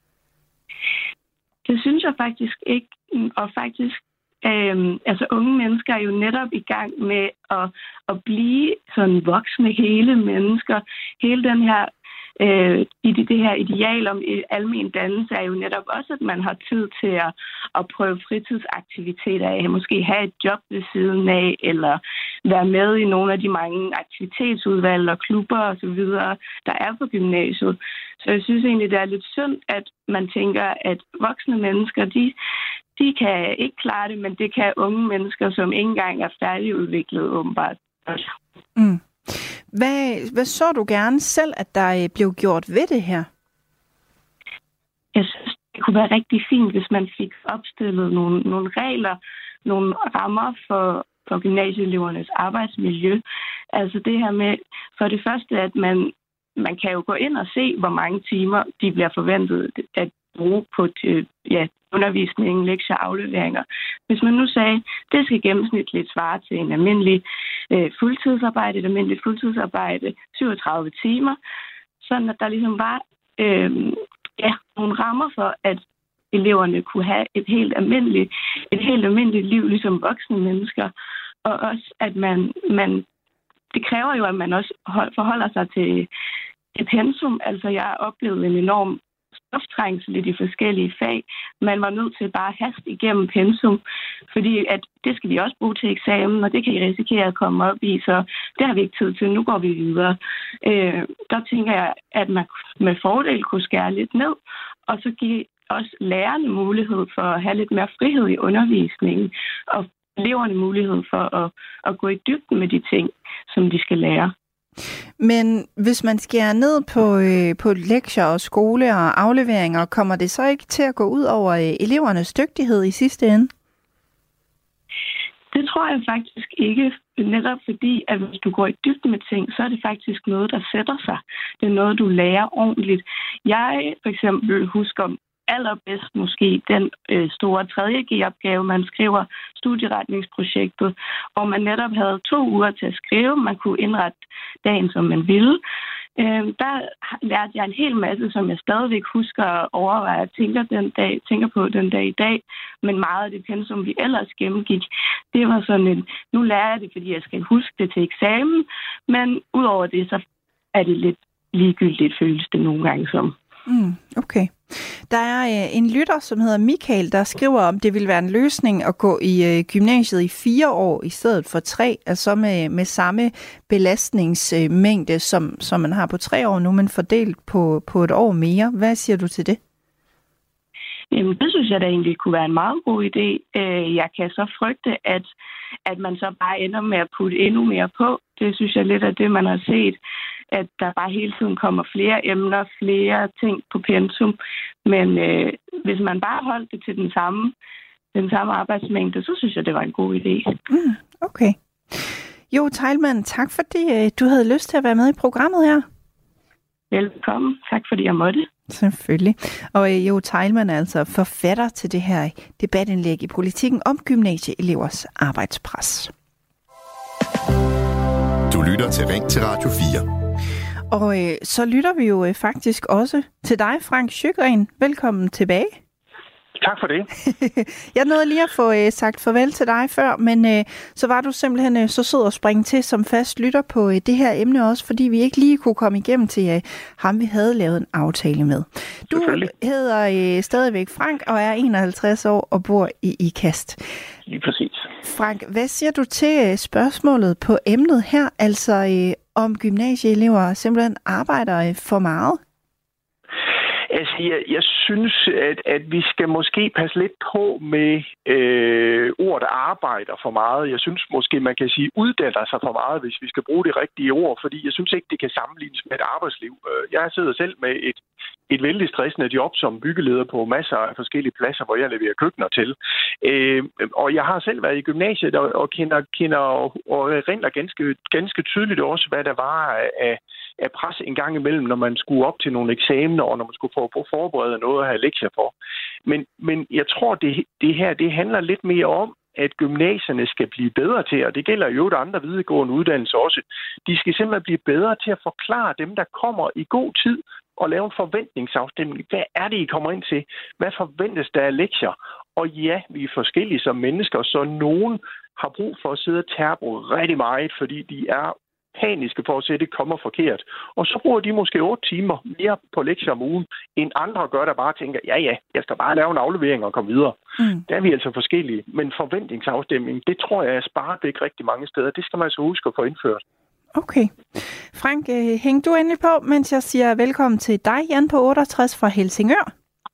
Det synes jeg faktisk ikke, og faktisk, øhm, altså unge mennesker er jo netop i gang med at, at blive sådan voksne hele mennesker. Hele den her, øh, det her ideal om almen dannelse er jo netop også, at man har tid til at, at prøve fritidsaktiviteter af, måske have et job ved siden af, eller være med i nogle af de mange aktivitetsudvalg og klubber osv., der er på gymnasiet. Så jeg synes egentlig, det er lidt synd, at man tænker, at voksne mennesker, de, de kan ikke klare det, men det kan unge mennesker, som ikke engang er færdigudviklet, åbenbart. Mm. Hvad, hvad så du gerne selv, at der blev gjort ved det her? Jeg synes, det kunne være rigtig fint, hvis man fik opstillet nogle, nogle regler, nogle rammer for, for gymnasieelevernes arbejdsmiljø. Altså det her med, for det første, at man Man kan jo gå ind og se, hvor mange timer de bliver forventet at bruge på til, ja, undervisning, lektier, afleveringer. Hvis man nu sagde, det skal gennemsnitligt svare til en almindelig øh, fuldtidsarbejde, et almindeligt fuldtidsarbejde, syvogtredive timer, sådan at der ligesom var øh, ja, nogle rammer for, at eleverne kunne have et helt almindeligt, et helt almindeligt liv, ligesom voksne mennesker, og også at man, man det kræver jo, at man også forholder sig til, til pensum. Altså, jeg har oplevet en enorm stoftrængsel i de forskellige fag. Man var nødt til bare at haste igennem pensum, fordi at det skal vi også bruge til eksamen, og det kan I risikere at komme op i, så det har vi ikke tid til. Nu går vi videre. Øh, der tænker jeg, at man med fordel kunne skære lidt ned, og så give også lærerne mulighed for at have lidt mere frihed i undervisningen, og eleverne mulighed for at, at gå i dybden med de ting, som de skal lære. Men hvis man skærer ned på, øh, på lektier og skole og afleveringer, kommer det så ikke til at gå ud over øh, elevernes dygtighed i sidste ende? Det tror jeg faktisk ikke, netop fordi, at hvis du går i dybden med ting, så er det faktisk noget, der sætter sig. Det er noget, du lærer ordentligt. Jeg for eksempel husker allerbedst måske den øh, store tredje G-opgave, man skriver, studieretningsprojektet, hvor man netop havde to uger til at skrive. Man kunne indrette dagen, som man ville. Øh, der lærte jeg en hel masse, som jeg stadigvæk husker at overveje og tænker, den dag, tænker på den dag i dag. Men meget af det pensum, vi ellers gennemgik, det var sådan en, nu lærer jeg det, fordi jeg skal huske det til eksamen. Men udover det, så er det lidt ligegyldigt, føles det nogle gange som. Mm, okay. Der er øh, en lytter, som hedder Michael, der skriver om, det vil være en løsning at gå i øh, gymnasiet i fire år i stedet for tre, altså med, med samme belastningsmængde, øh, som, som man har på tre år nu, men fordelt på, på et år mere. Hvad siger du til det? Jamen, det synes jeg da egentlig kunne være en meget god idé. Jeg kan så frygte, at, at man så bare ender med at putte endnu mere på. Det synes jeg lidt af det, man har set, at der bare hele tiden kommer flere emner, flere ting på pensum. Men øh, hvis man bare holdt det til den samme, den samme arbejdsmængde, så synes jeg, det var en god idé. Mm, okay. Jo, Teilmann, tak fordi øh, du havde lyst til at være med i programmet her. Velkommen. Tak fordi jeg måtte. Selvfølgelig. Og øh, Jo Teilmann er altså forfatter til det her debatindlæg i Politikken om gymnasieelevers arbejdspres. Du lytter til Ring til Radio fire. Og øh, så lytter vi jo øh, faktisk også til dig, Frank Sjøgren. Velkommen tilbage. Tak for det. Jeg nåede lige at få øh, sagt farvel til dig før, men øh, så var du simpelthen øh, så sød at springe til som fast lytter på øh, det her emne også, fordi vi ikke lige kunne komme igennem til øh, ham, vi havde lavet en aftale med. Du hedder øh, stadigvæk Frank og er enoghalvtreds år og bor i Ikast. Lige præcis. Frank, hvad siger du til øh, spørgsmålet på emnet her? Altså, øh, om gymnasieelever simpelthen arbejder for meget? Altså, jeg, jeg synes, at, at vi skal måske passe lidt på med øh, ord, der arbejder for meget. Jeg synes måske, man kan sige, uddanner sig for meget, hvis vi skal bruge det rigtige ord, fordi jeg synes ikke, det kan sammenlignes med et arbejdsliv. Jeg sidder selv med et, et vældig stressende job som byggeleder på masser af forskellige pladser, hvor jeg leverer køkkener til. Øh, og jeg har selv været i gymnasiet og, og kender, kender og, og erindrer ganske, ganske tydeligt også, hvad der var af af pres en gang imellem, når man skulle op til nogle eksamener, og når man skulle få forberede noget at have lektier for. Men, men jeg tror, det, det her det handler lidt mere om, at gymnasierne skal blive bedre til, og det gælder jo de andre videregående uddannelser også. De skal simpelthen blive bedre til at forklare dem, der kommer i god tid, og lave en forventningsafstemning. Hvad er det, I kommer ind til? Hvad forventes der af lektier? Og ja, vi er forskellige som mennesker, så nogen har brug for at sidde og terpe rigtig meget, fordi de er paniske for at se, at det kommer forkert. Og så bruger de måske otte timer mere på lektier om ugen, end andre gør, der bare tænker, ja ja, jeg skal bare lave en aflevering og komme videre. Mm. Der er vi altså forskellige. Men forventningsafstemning, det tror jeg er sparet væk rigtig mange steder. Det skal man så huske at få indført. Okay. Frank, øh, hæng du endelig på, mens jeg siger velkommen til dig, Jan på otteogtres fra Helsingør.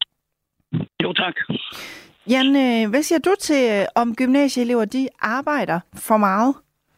Jo, tak. Jan, øh, hvad siger du til, øh, om gymnasieelever, de arbejder for meget?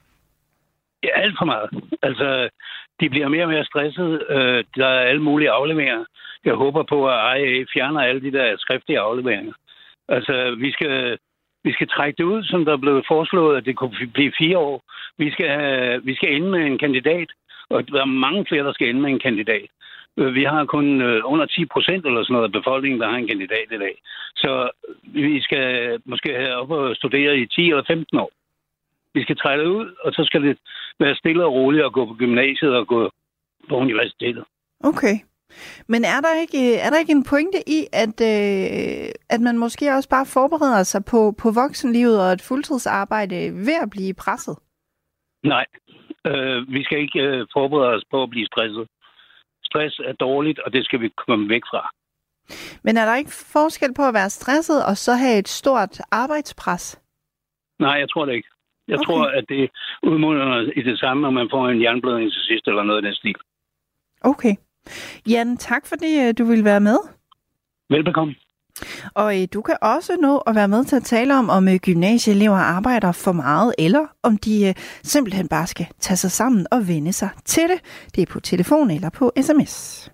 Ja, alt for meget. Altså, de bliver mere og mere stresset. Øh, der er alle mulige afleveringer. Jeg håber på, at I A fjerner alle de der skriftlige afleveringer. Altså, vi skal, vi skal trække det ud, som der er blevet foreslået, at det kunne blive fire år. Vi skal, have, vi skal ende med en kandidat, og der er mange flere, der skal ende med en kandidat. Vi har kun under ti procent eller sådan noget af befolkningen, der har en kandidat i dag. Så vi skal måske have op og studere i ti eller femten år. Vi skal træde det ud, og så skal det være stille og roligt at gå på gymnasiet og gå på universitetet. Okay. Men er der ikke, er der ikke en pointe i, at, øh, at man måske også bare forbereder sig på, på voksenlivet og et fuldtidsarbejde ved at blive presset? Nej. Øh, vi skal ikke øh, forberede os på at blive stresset. Stress er dårligt, og det skal vi komme væk fra. Men er der ikke forskel på at være stresset og så have et stort arbejdspres? Nej, jeg tror det ikke. Jeg okay. tror, at det udmunder i det samme, om man får en jernblødning til sidst eller noget af den stil. Okay. Jan, tak fordi du ville være med. Velbekomme. Og øh, du kan også nå at være med til at tale om, om øh, gymnasieelever arbejder for meget, eller om de øh, simpelthen bare skal tage sig sammen og vende sig til det. Det er på telefon eller på sms.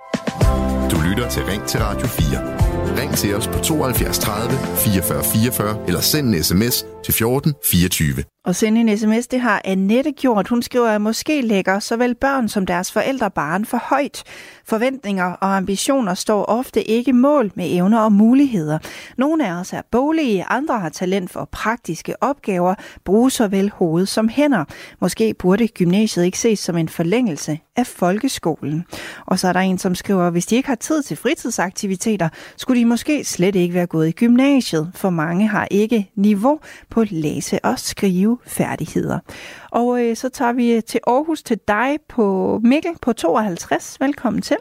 Du lytter til Ring til Radio fire. Ring til os på tooghalvfjerds tredive fireogfyrre fireogfyrre eller send en sms til fjorten fireogtyve. Og sende en sms, det har Annette gjort. Hun skriver, at måske lægger såvel børn som deres forældre barren for højt. Forventninger og ambitioner står ofte ikke mål med evner og muligheder. Nogle af os er boglige, andre har talent for praktiske opgaver, bruger såvel hoved som hænder. Måske burde gymnasiet ikke ses som en forlængelse af folkeskolen. Og så er der en, som skriver, at hvis de ikke har tid til fritidsaktiviteter, skulle de måske slet ikke være gået i gymnasiet, for mange har ikke niveau på læse- og skrivefærdigheder. Og øh, så tager vi til Aarhus til dig på Mikkel på tooghalvtreds. Velkommen til.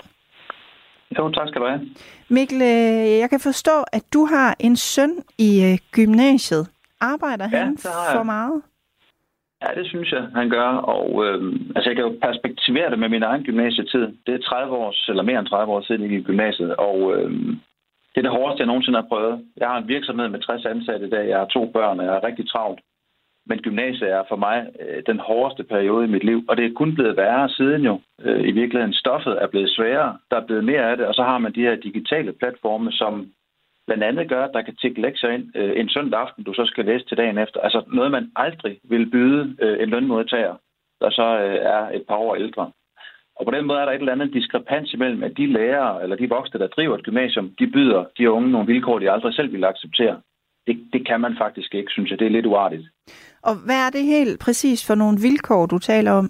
Jo, tak skal du have. Mikkel, øh, jeg kan forstå, at du har en søn i øh, gymnasiet. Arbejder ja, han for meget? Ja, det synes jeg, han gør. Og øh, altså, jeg kan jo perspektivere det med min egen gymnasietid. Det er tredive år, eller mere end tredive år siden, jeg gik i gymnasiet. Og øh, det er det hårdeste, jeg nogensinde har prøvet. Jeg har en virksomhed med tres ansatte i dag. Jeg har to børn, og jeg er rigtig travlt. Men gymnasiet er for mig øh, den hårdeste periode i mit liv. Og det er kun blevet værre siden jo. Øh, I virkeligheden stoffet er blevet sværere. Der er blevet mere af det. Og så har man de her digitale platforme, som blandt andet gør, at der kan tikke lektier ind øh, en søndag aften, du så skal læse til dagen efter. Altså noget, man aldrig vil byde øh, en lønmodtager, der så øh, er et par år ældre. Og på den måde er der et eller andet diskrepans imellem, at de lærere eller de voksne, der driver et gymnasium, de byder de unge nogle vilkår, de aldrig selv vil acceptere. Det, det kan man faktisk ikke, synes jeg. Det er lidt uartigt. Og hvad er det helt præcis for nogle vilkår, du taler om?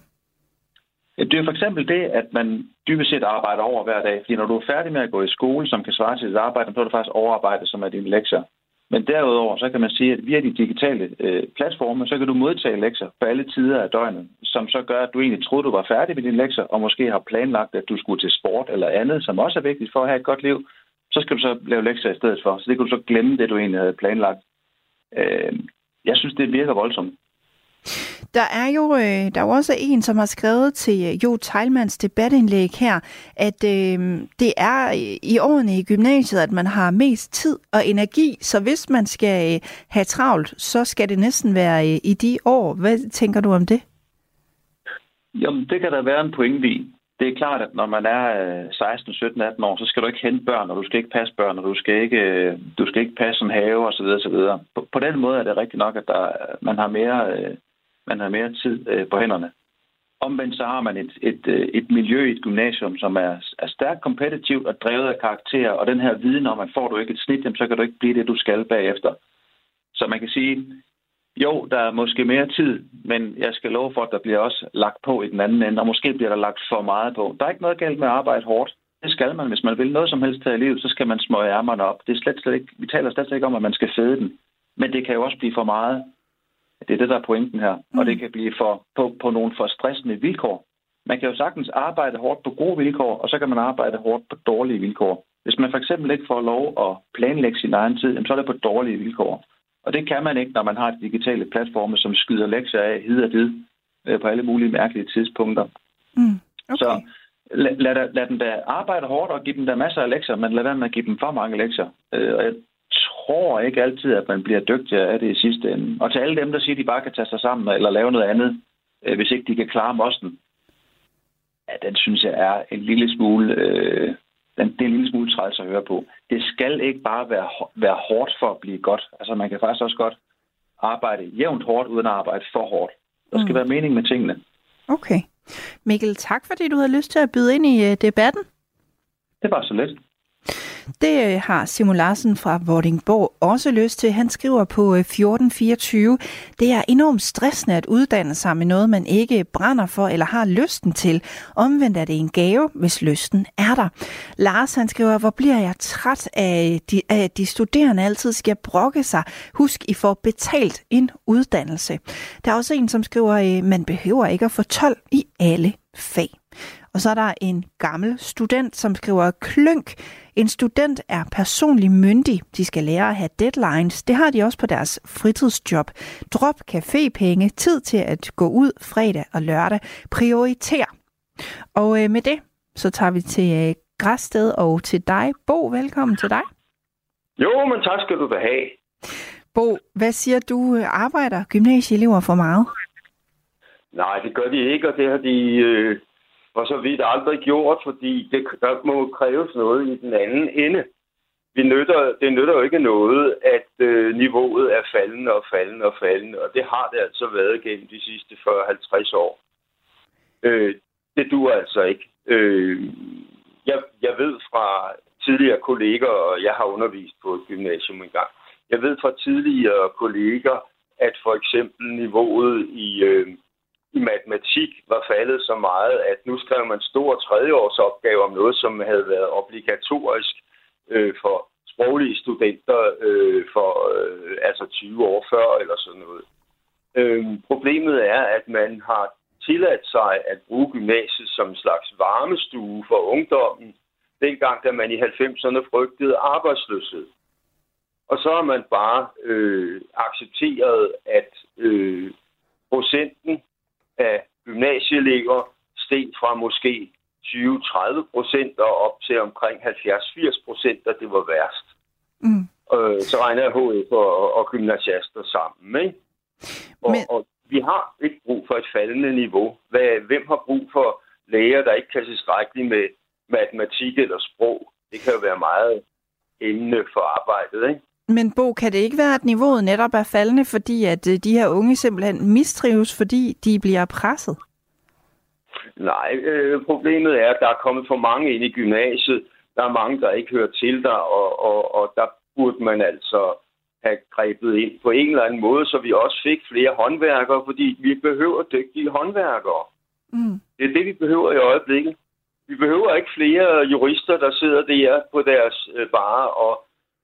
Det er for eksempel det, at man dybest set arbejder over hver dag. Fordi når du er færdig med at gå i skole, som kan svare til dit arbejde, så er det faktisk overarbejde, som er dine lektier. Men derudover, så kan man sige, at via de digitale øh, platforme, så kan du modtage lektier på alle tider af døgnet, som så gør, at du egentlig troede, du var færdig med dine lektier, og måske har planlagt, at du skulle til sport eller andet, som også er vigtigt for at have et godt liv. Så skal du så lave lektier i stedet for. Så det kan du så glemme, det du egentlig havde planlagt. Øh, jeg synes, det virker voldsomt. Der er jo øh, der er jo også en, som har skrevet til øh, Jo Teilmans debatindlæg her, at øh, det er i årene i gymnasiet, at man har mest tid og energi, så hvis man skal øh, have travlt, så skal det næsten være øh, i de år. Hvad tænker du om det? Jamen, det kan der være en pointe i. Det er klart, at når man er seksten, sytten, atten år, så skal du ikke hente børn, og du skal ikke passe børn, og du skal ikke, du skal ikke passe en have, osv. osv. På, på den måde er det rigtigt nok, at der, man, har mere, man har mere tid på hænderne. Omvendt så har man et, et, et miljø i et gymnasium, som er, er stærkt kompetitivt og drevet af karakterer, og den her viden om, at får du ikke et snit, så kan du ikke blive det, du skal bagefter. Så man kan sige, jo, der er måske mere tid, men jeg skal love for, at der bliver også lagt på i den anden ende, og måske bliver der lagt for meget på. Der er ikke noget galt med at arbejde hårdt. Det skal man. Hvis man vil noget som helst her i livet, så skal man smøge ærmerne op. Det er slet, slet ikke, vi taler slet ikke om, at man skal fede den. Men det kan jo også blive for meget. Det er det, der er pointen her. Mm. Og det kan blive for, på, på nogle for stressende vilkår. Man kan jo sagtens arbejde hårdt på gode vilkår, og så kan man arbejde hårdt på dårlige vilkår. Hvis man for eksempel ikke får lov at planlægge sin egen tid, så er det på dårlige vilkår. Og det kan man ikke, når man har digitale platforme, som skyder lektier af hid og did øh, på alle mulige mærkelige tidspunkter. Mm, okay. Så lad, lad, lad dem da arbejde hårdt og give dem der masser af lektier, men lad være med at give dem for mange lektier. Øh, og jeg tror ikke altid, at man bliver dygtigere af det i sidste ende. Og til alle dem, der siger, at de bare kan tage sig sammen eller lave noget andet, øh, hvis ikke de kan klare mosten, ja, den synes jeg er en lille smule... Øh, Den, det er en lille smule træls at høre på. Det skal ikke bare være, være hårdt for at blive godt. Altså man kan faktisk også godt arbejde jævnt hårdt, uden at arbejde for hårdt. Der skal mm. være mening med tingene. Okay. Mikkel, tak fordi du havde lyst til at byde ind i uh, debatten. Det var så lidt. Det øh, har Simon Larsen fra Vordingborg også lyst til. Han skriver på øh, fjorten fireogtyve. Det er enormt stressende at uddanne sig med noget, man ikke brænder for eller har lysten til. Omvendt er det en gave, hvis lysten er der. Lars han skriver, hvor bliver jeg træt af, de, af at de studerende altid skal brokke sig. Husk, I får betalt en uddannelse. Der er også en, som skriver, øh, man behøver ikke at få tolv i alle fag. Og så er der en gammel student, som skriver klønk. En student er personligt myndig. De skal lære at have deadlines. Det har de også på deres fritidsjob. Drop cafépenge. Tid til at gå ud fredag og lørdag. Prioriter. Og øh, med det, så tager vi til øh, Græsted og til dig. Bo, velkommen til dig. Jo, men tak skal du da have. Bo, hvad siger du? Arbejder gymnasieelever for meget? Nej, det gør de ikke, og det har de... Øh og så vidt aldrig gjort, fordi det, der må kræves noget i den anden ende. Vi nytter, det nytter jo ikke noget, at øh, niveauet er faldende og faldende og faldende, og det har det altså været gennem de sidste fyrre til halvtreds år. Øh, det duer altså ikke. Øh, jeg, jeg ved fra tidligere kolleger, og jeg har undervist på et gymnasium engang, jeg ved fra tidligere kolleger, at for eksempel niveauet i... Øh, i matematik var faldet så meget, at nu skrev man store tredjeårsopgaver om noget, som havde været obligatorisk øh, for sproglige studenter øh, for øh, altså tyve år før eller sådan noget. Øh, problemet er, at man har tilladt sig at bruge gymnasiet som en slags varmestue for ungdommen, dengang da man i halvfemserne frygtede arbejdsløshed. Og så har man bare øh, accepteret, at øh, procenten af gymnasieelever steg fra måske tyve til tredive procent og op til omkring halvfjerds til firs procent, da det var værst. Mm. Øh, så regner jeg H F og, og gymnasiaster sammen. Ikke? Og, Men... og vi har ikke brug for et faldende niveau. Hvad, hvem har brug for læger, der ikke kan tilstrækkeligt med matematik eller sprog? Det kan jo være meget emne for arbejdet, ikke? Men Bo, kan det ikke være, at niveauet netop er faldende, fordi at de her unge simpelthen mistrives, fordi de bliver presset? Nej, øh, problemet er, at der er kommet for mange ind i gymnasiet. Der er mange, der ikke hører til der, og, og, og der burde man altså have grebet ind på en eller anden måde, så vi også fik flere håndværkere, fordi vi behøver dygtige håndværkere. Mm. Det er det, vi behøver i øjeblikket. Vi behøver ikke flere jurister, der sidder der på deres øh, bare og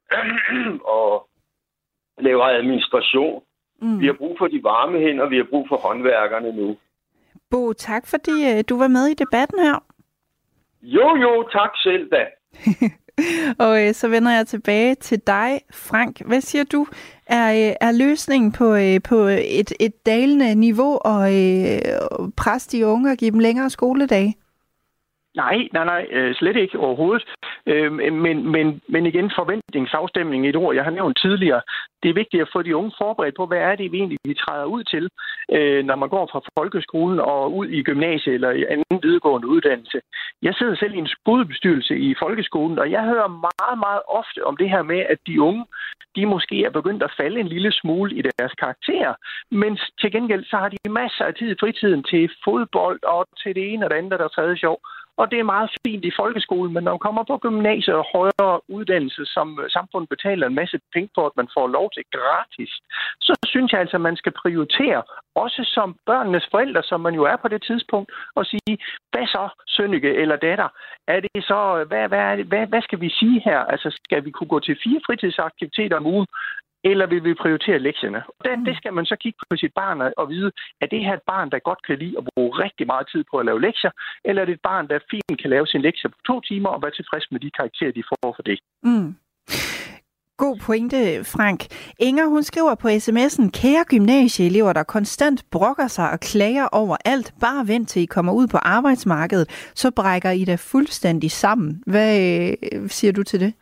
og laver administration. Mm. Vi har brug for de varme hænder, vi har brug for håndværkerne nu. Bo, tak fordi du var med i debatten her. Jo, jo, tak selv da. Og øh, så vender jeg tilbage til dig, Frank. Hvad siger du? Er, øh, er løsningen på, øh, på et, et dalende niveau og øh, presse de unge og give dem længere skoledage? Nej, nej, nej, øh, slet ikke overhovedet. Øh, men, men, men igen, forventningsafstemning, et ord, jeg har nævnt tidligere. Det er vigtigt at få de unge forberedt på, hvad er det vi egentlig, vi træder ud til, øh, når man går fra folkeskolen og ud i gymnasiet eller i anden videregående uddannelse. Jeg sidder selv i en skolebestyrelse i folkeskolen, og jeg hører meget, meget ofte om det her med, at de unge, de måske er begyndt at falde en lille smule i deres karakterer, men til gengæld så har de masser af tid i fritiden til fodbold og til det ene og det andet, der er tredje sjov. Og det er meget fint i folkeskolen, men når man kommer på gymnasiet og højere uddannelse, som samfundet betaler en masse penge på, at man får lov til gratis, så synes jeg altså, at man skal prioritere, også som børnenes forældre, som man jo er på det tidspunkt, og sige, hvad så, Sønneke eller datter? Er det så, hvad, hvad, hvad, hvad skal vi sige her? Altså, skal vi kunne gå til fire fritidsaktiviteter om ugen? Eller vil vi prioritere lektierne? Det, det skal man så kigge på sit barn og vide, er det her et barn, der godt kan lide at bruge rigtig meget tid på at lave lektier, eller er det et barn, der fint kan lave sin lektier på to timer og være tilfreds med de karakterer, de får for det? Mm. God pointe, Frank. Inger, hun skriver på sms'en, kære gymnasieelever, der konstant brokker sig og klager over alt, bare vent til I kommer ud på arbejdsmarkedet, så brækker I da fuldstændig sammen. Hvad øh, siger du til det?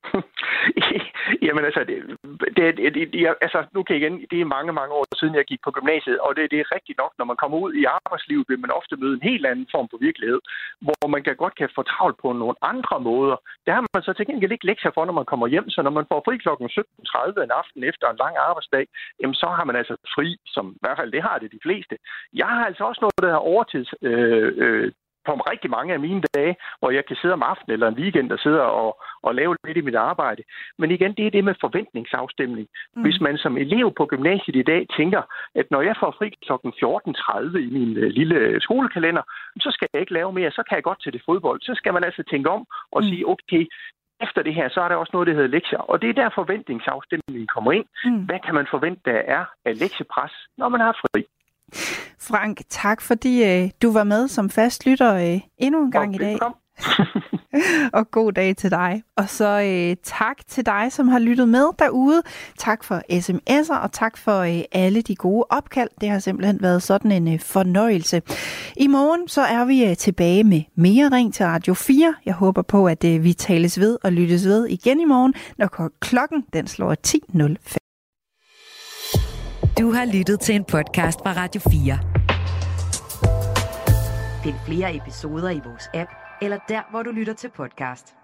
Jamen altså, det, det, det, det, altså, nu kan jeg igen, det er mange, mange år siden, jeg gik på gymnasiet, og det, det er rigtigt nok, når man kommer ud i arbejdslivet, vil man ofte møde en helt anden form for virkelighed, hvor man kan godt kan få travlt på nogle andre måder. Det har man så til gengæld ikke lektier for, når man kommer hjem, så når man får fri klokken sytten tredive en aften efter en lang arbejdsdag, jamen så har man altså fri, som i hvert fald det har det de fleste. Jeg har altså også noget, der har overtids... Øh, øh, på rigtig mange af mine dage, hvor jeg kan sidde om aftenen eller en weekend og sidde og, og lave lidt i mit arbejde. Men igen, det er det med forventningsafstemning. Mm. Hvis man som elev på gymnasiet i dag tænker, at når jeg får fri klokken fjorten tredive i min uh, lille skolekalender, så skal jeg ikke lave mere, så kan jeg godt til det fodbold. Så skal man altså tænke om og mm. sige, okay, efter det her, så er der også noget, der hedder lektier. Og det er der forventningsafstemningen kommer ind. Mm. Hvad kan man forvente, der er af lektiepres, når man har fri? Frank, tak fordi øh, du var med som fast lytter øh, endnu en gang i dag. Og god dag til dig. Og så øh, tak til dig, som har lyttet med derude. Tak for sms'er, og tak for øh, alle de gode opkald. Det har simpelthen været sådan en øh, fornøjelse. I morgen så er vi øh, tilbage med mere Ring til Radio fire. Jeg håber på, at øh, vi tales ved og lyttes ved igen i morgen, når klokken den slår ti nul fem. Du har lyttet til en podcast fra Radio fire. Find flere episoder i vores app, eller der, hvor du lytter til podcast.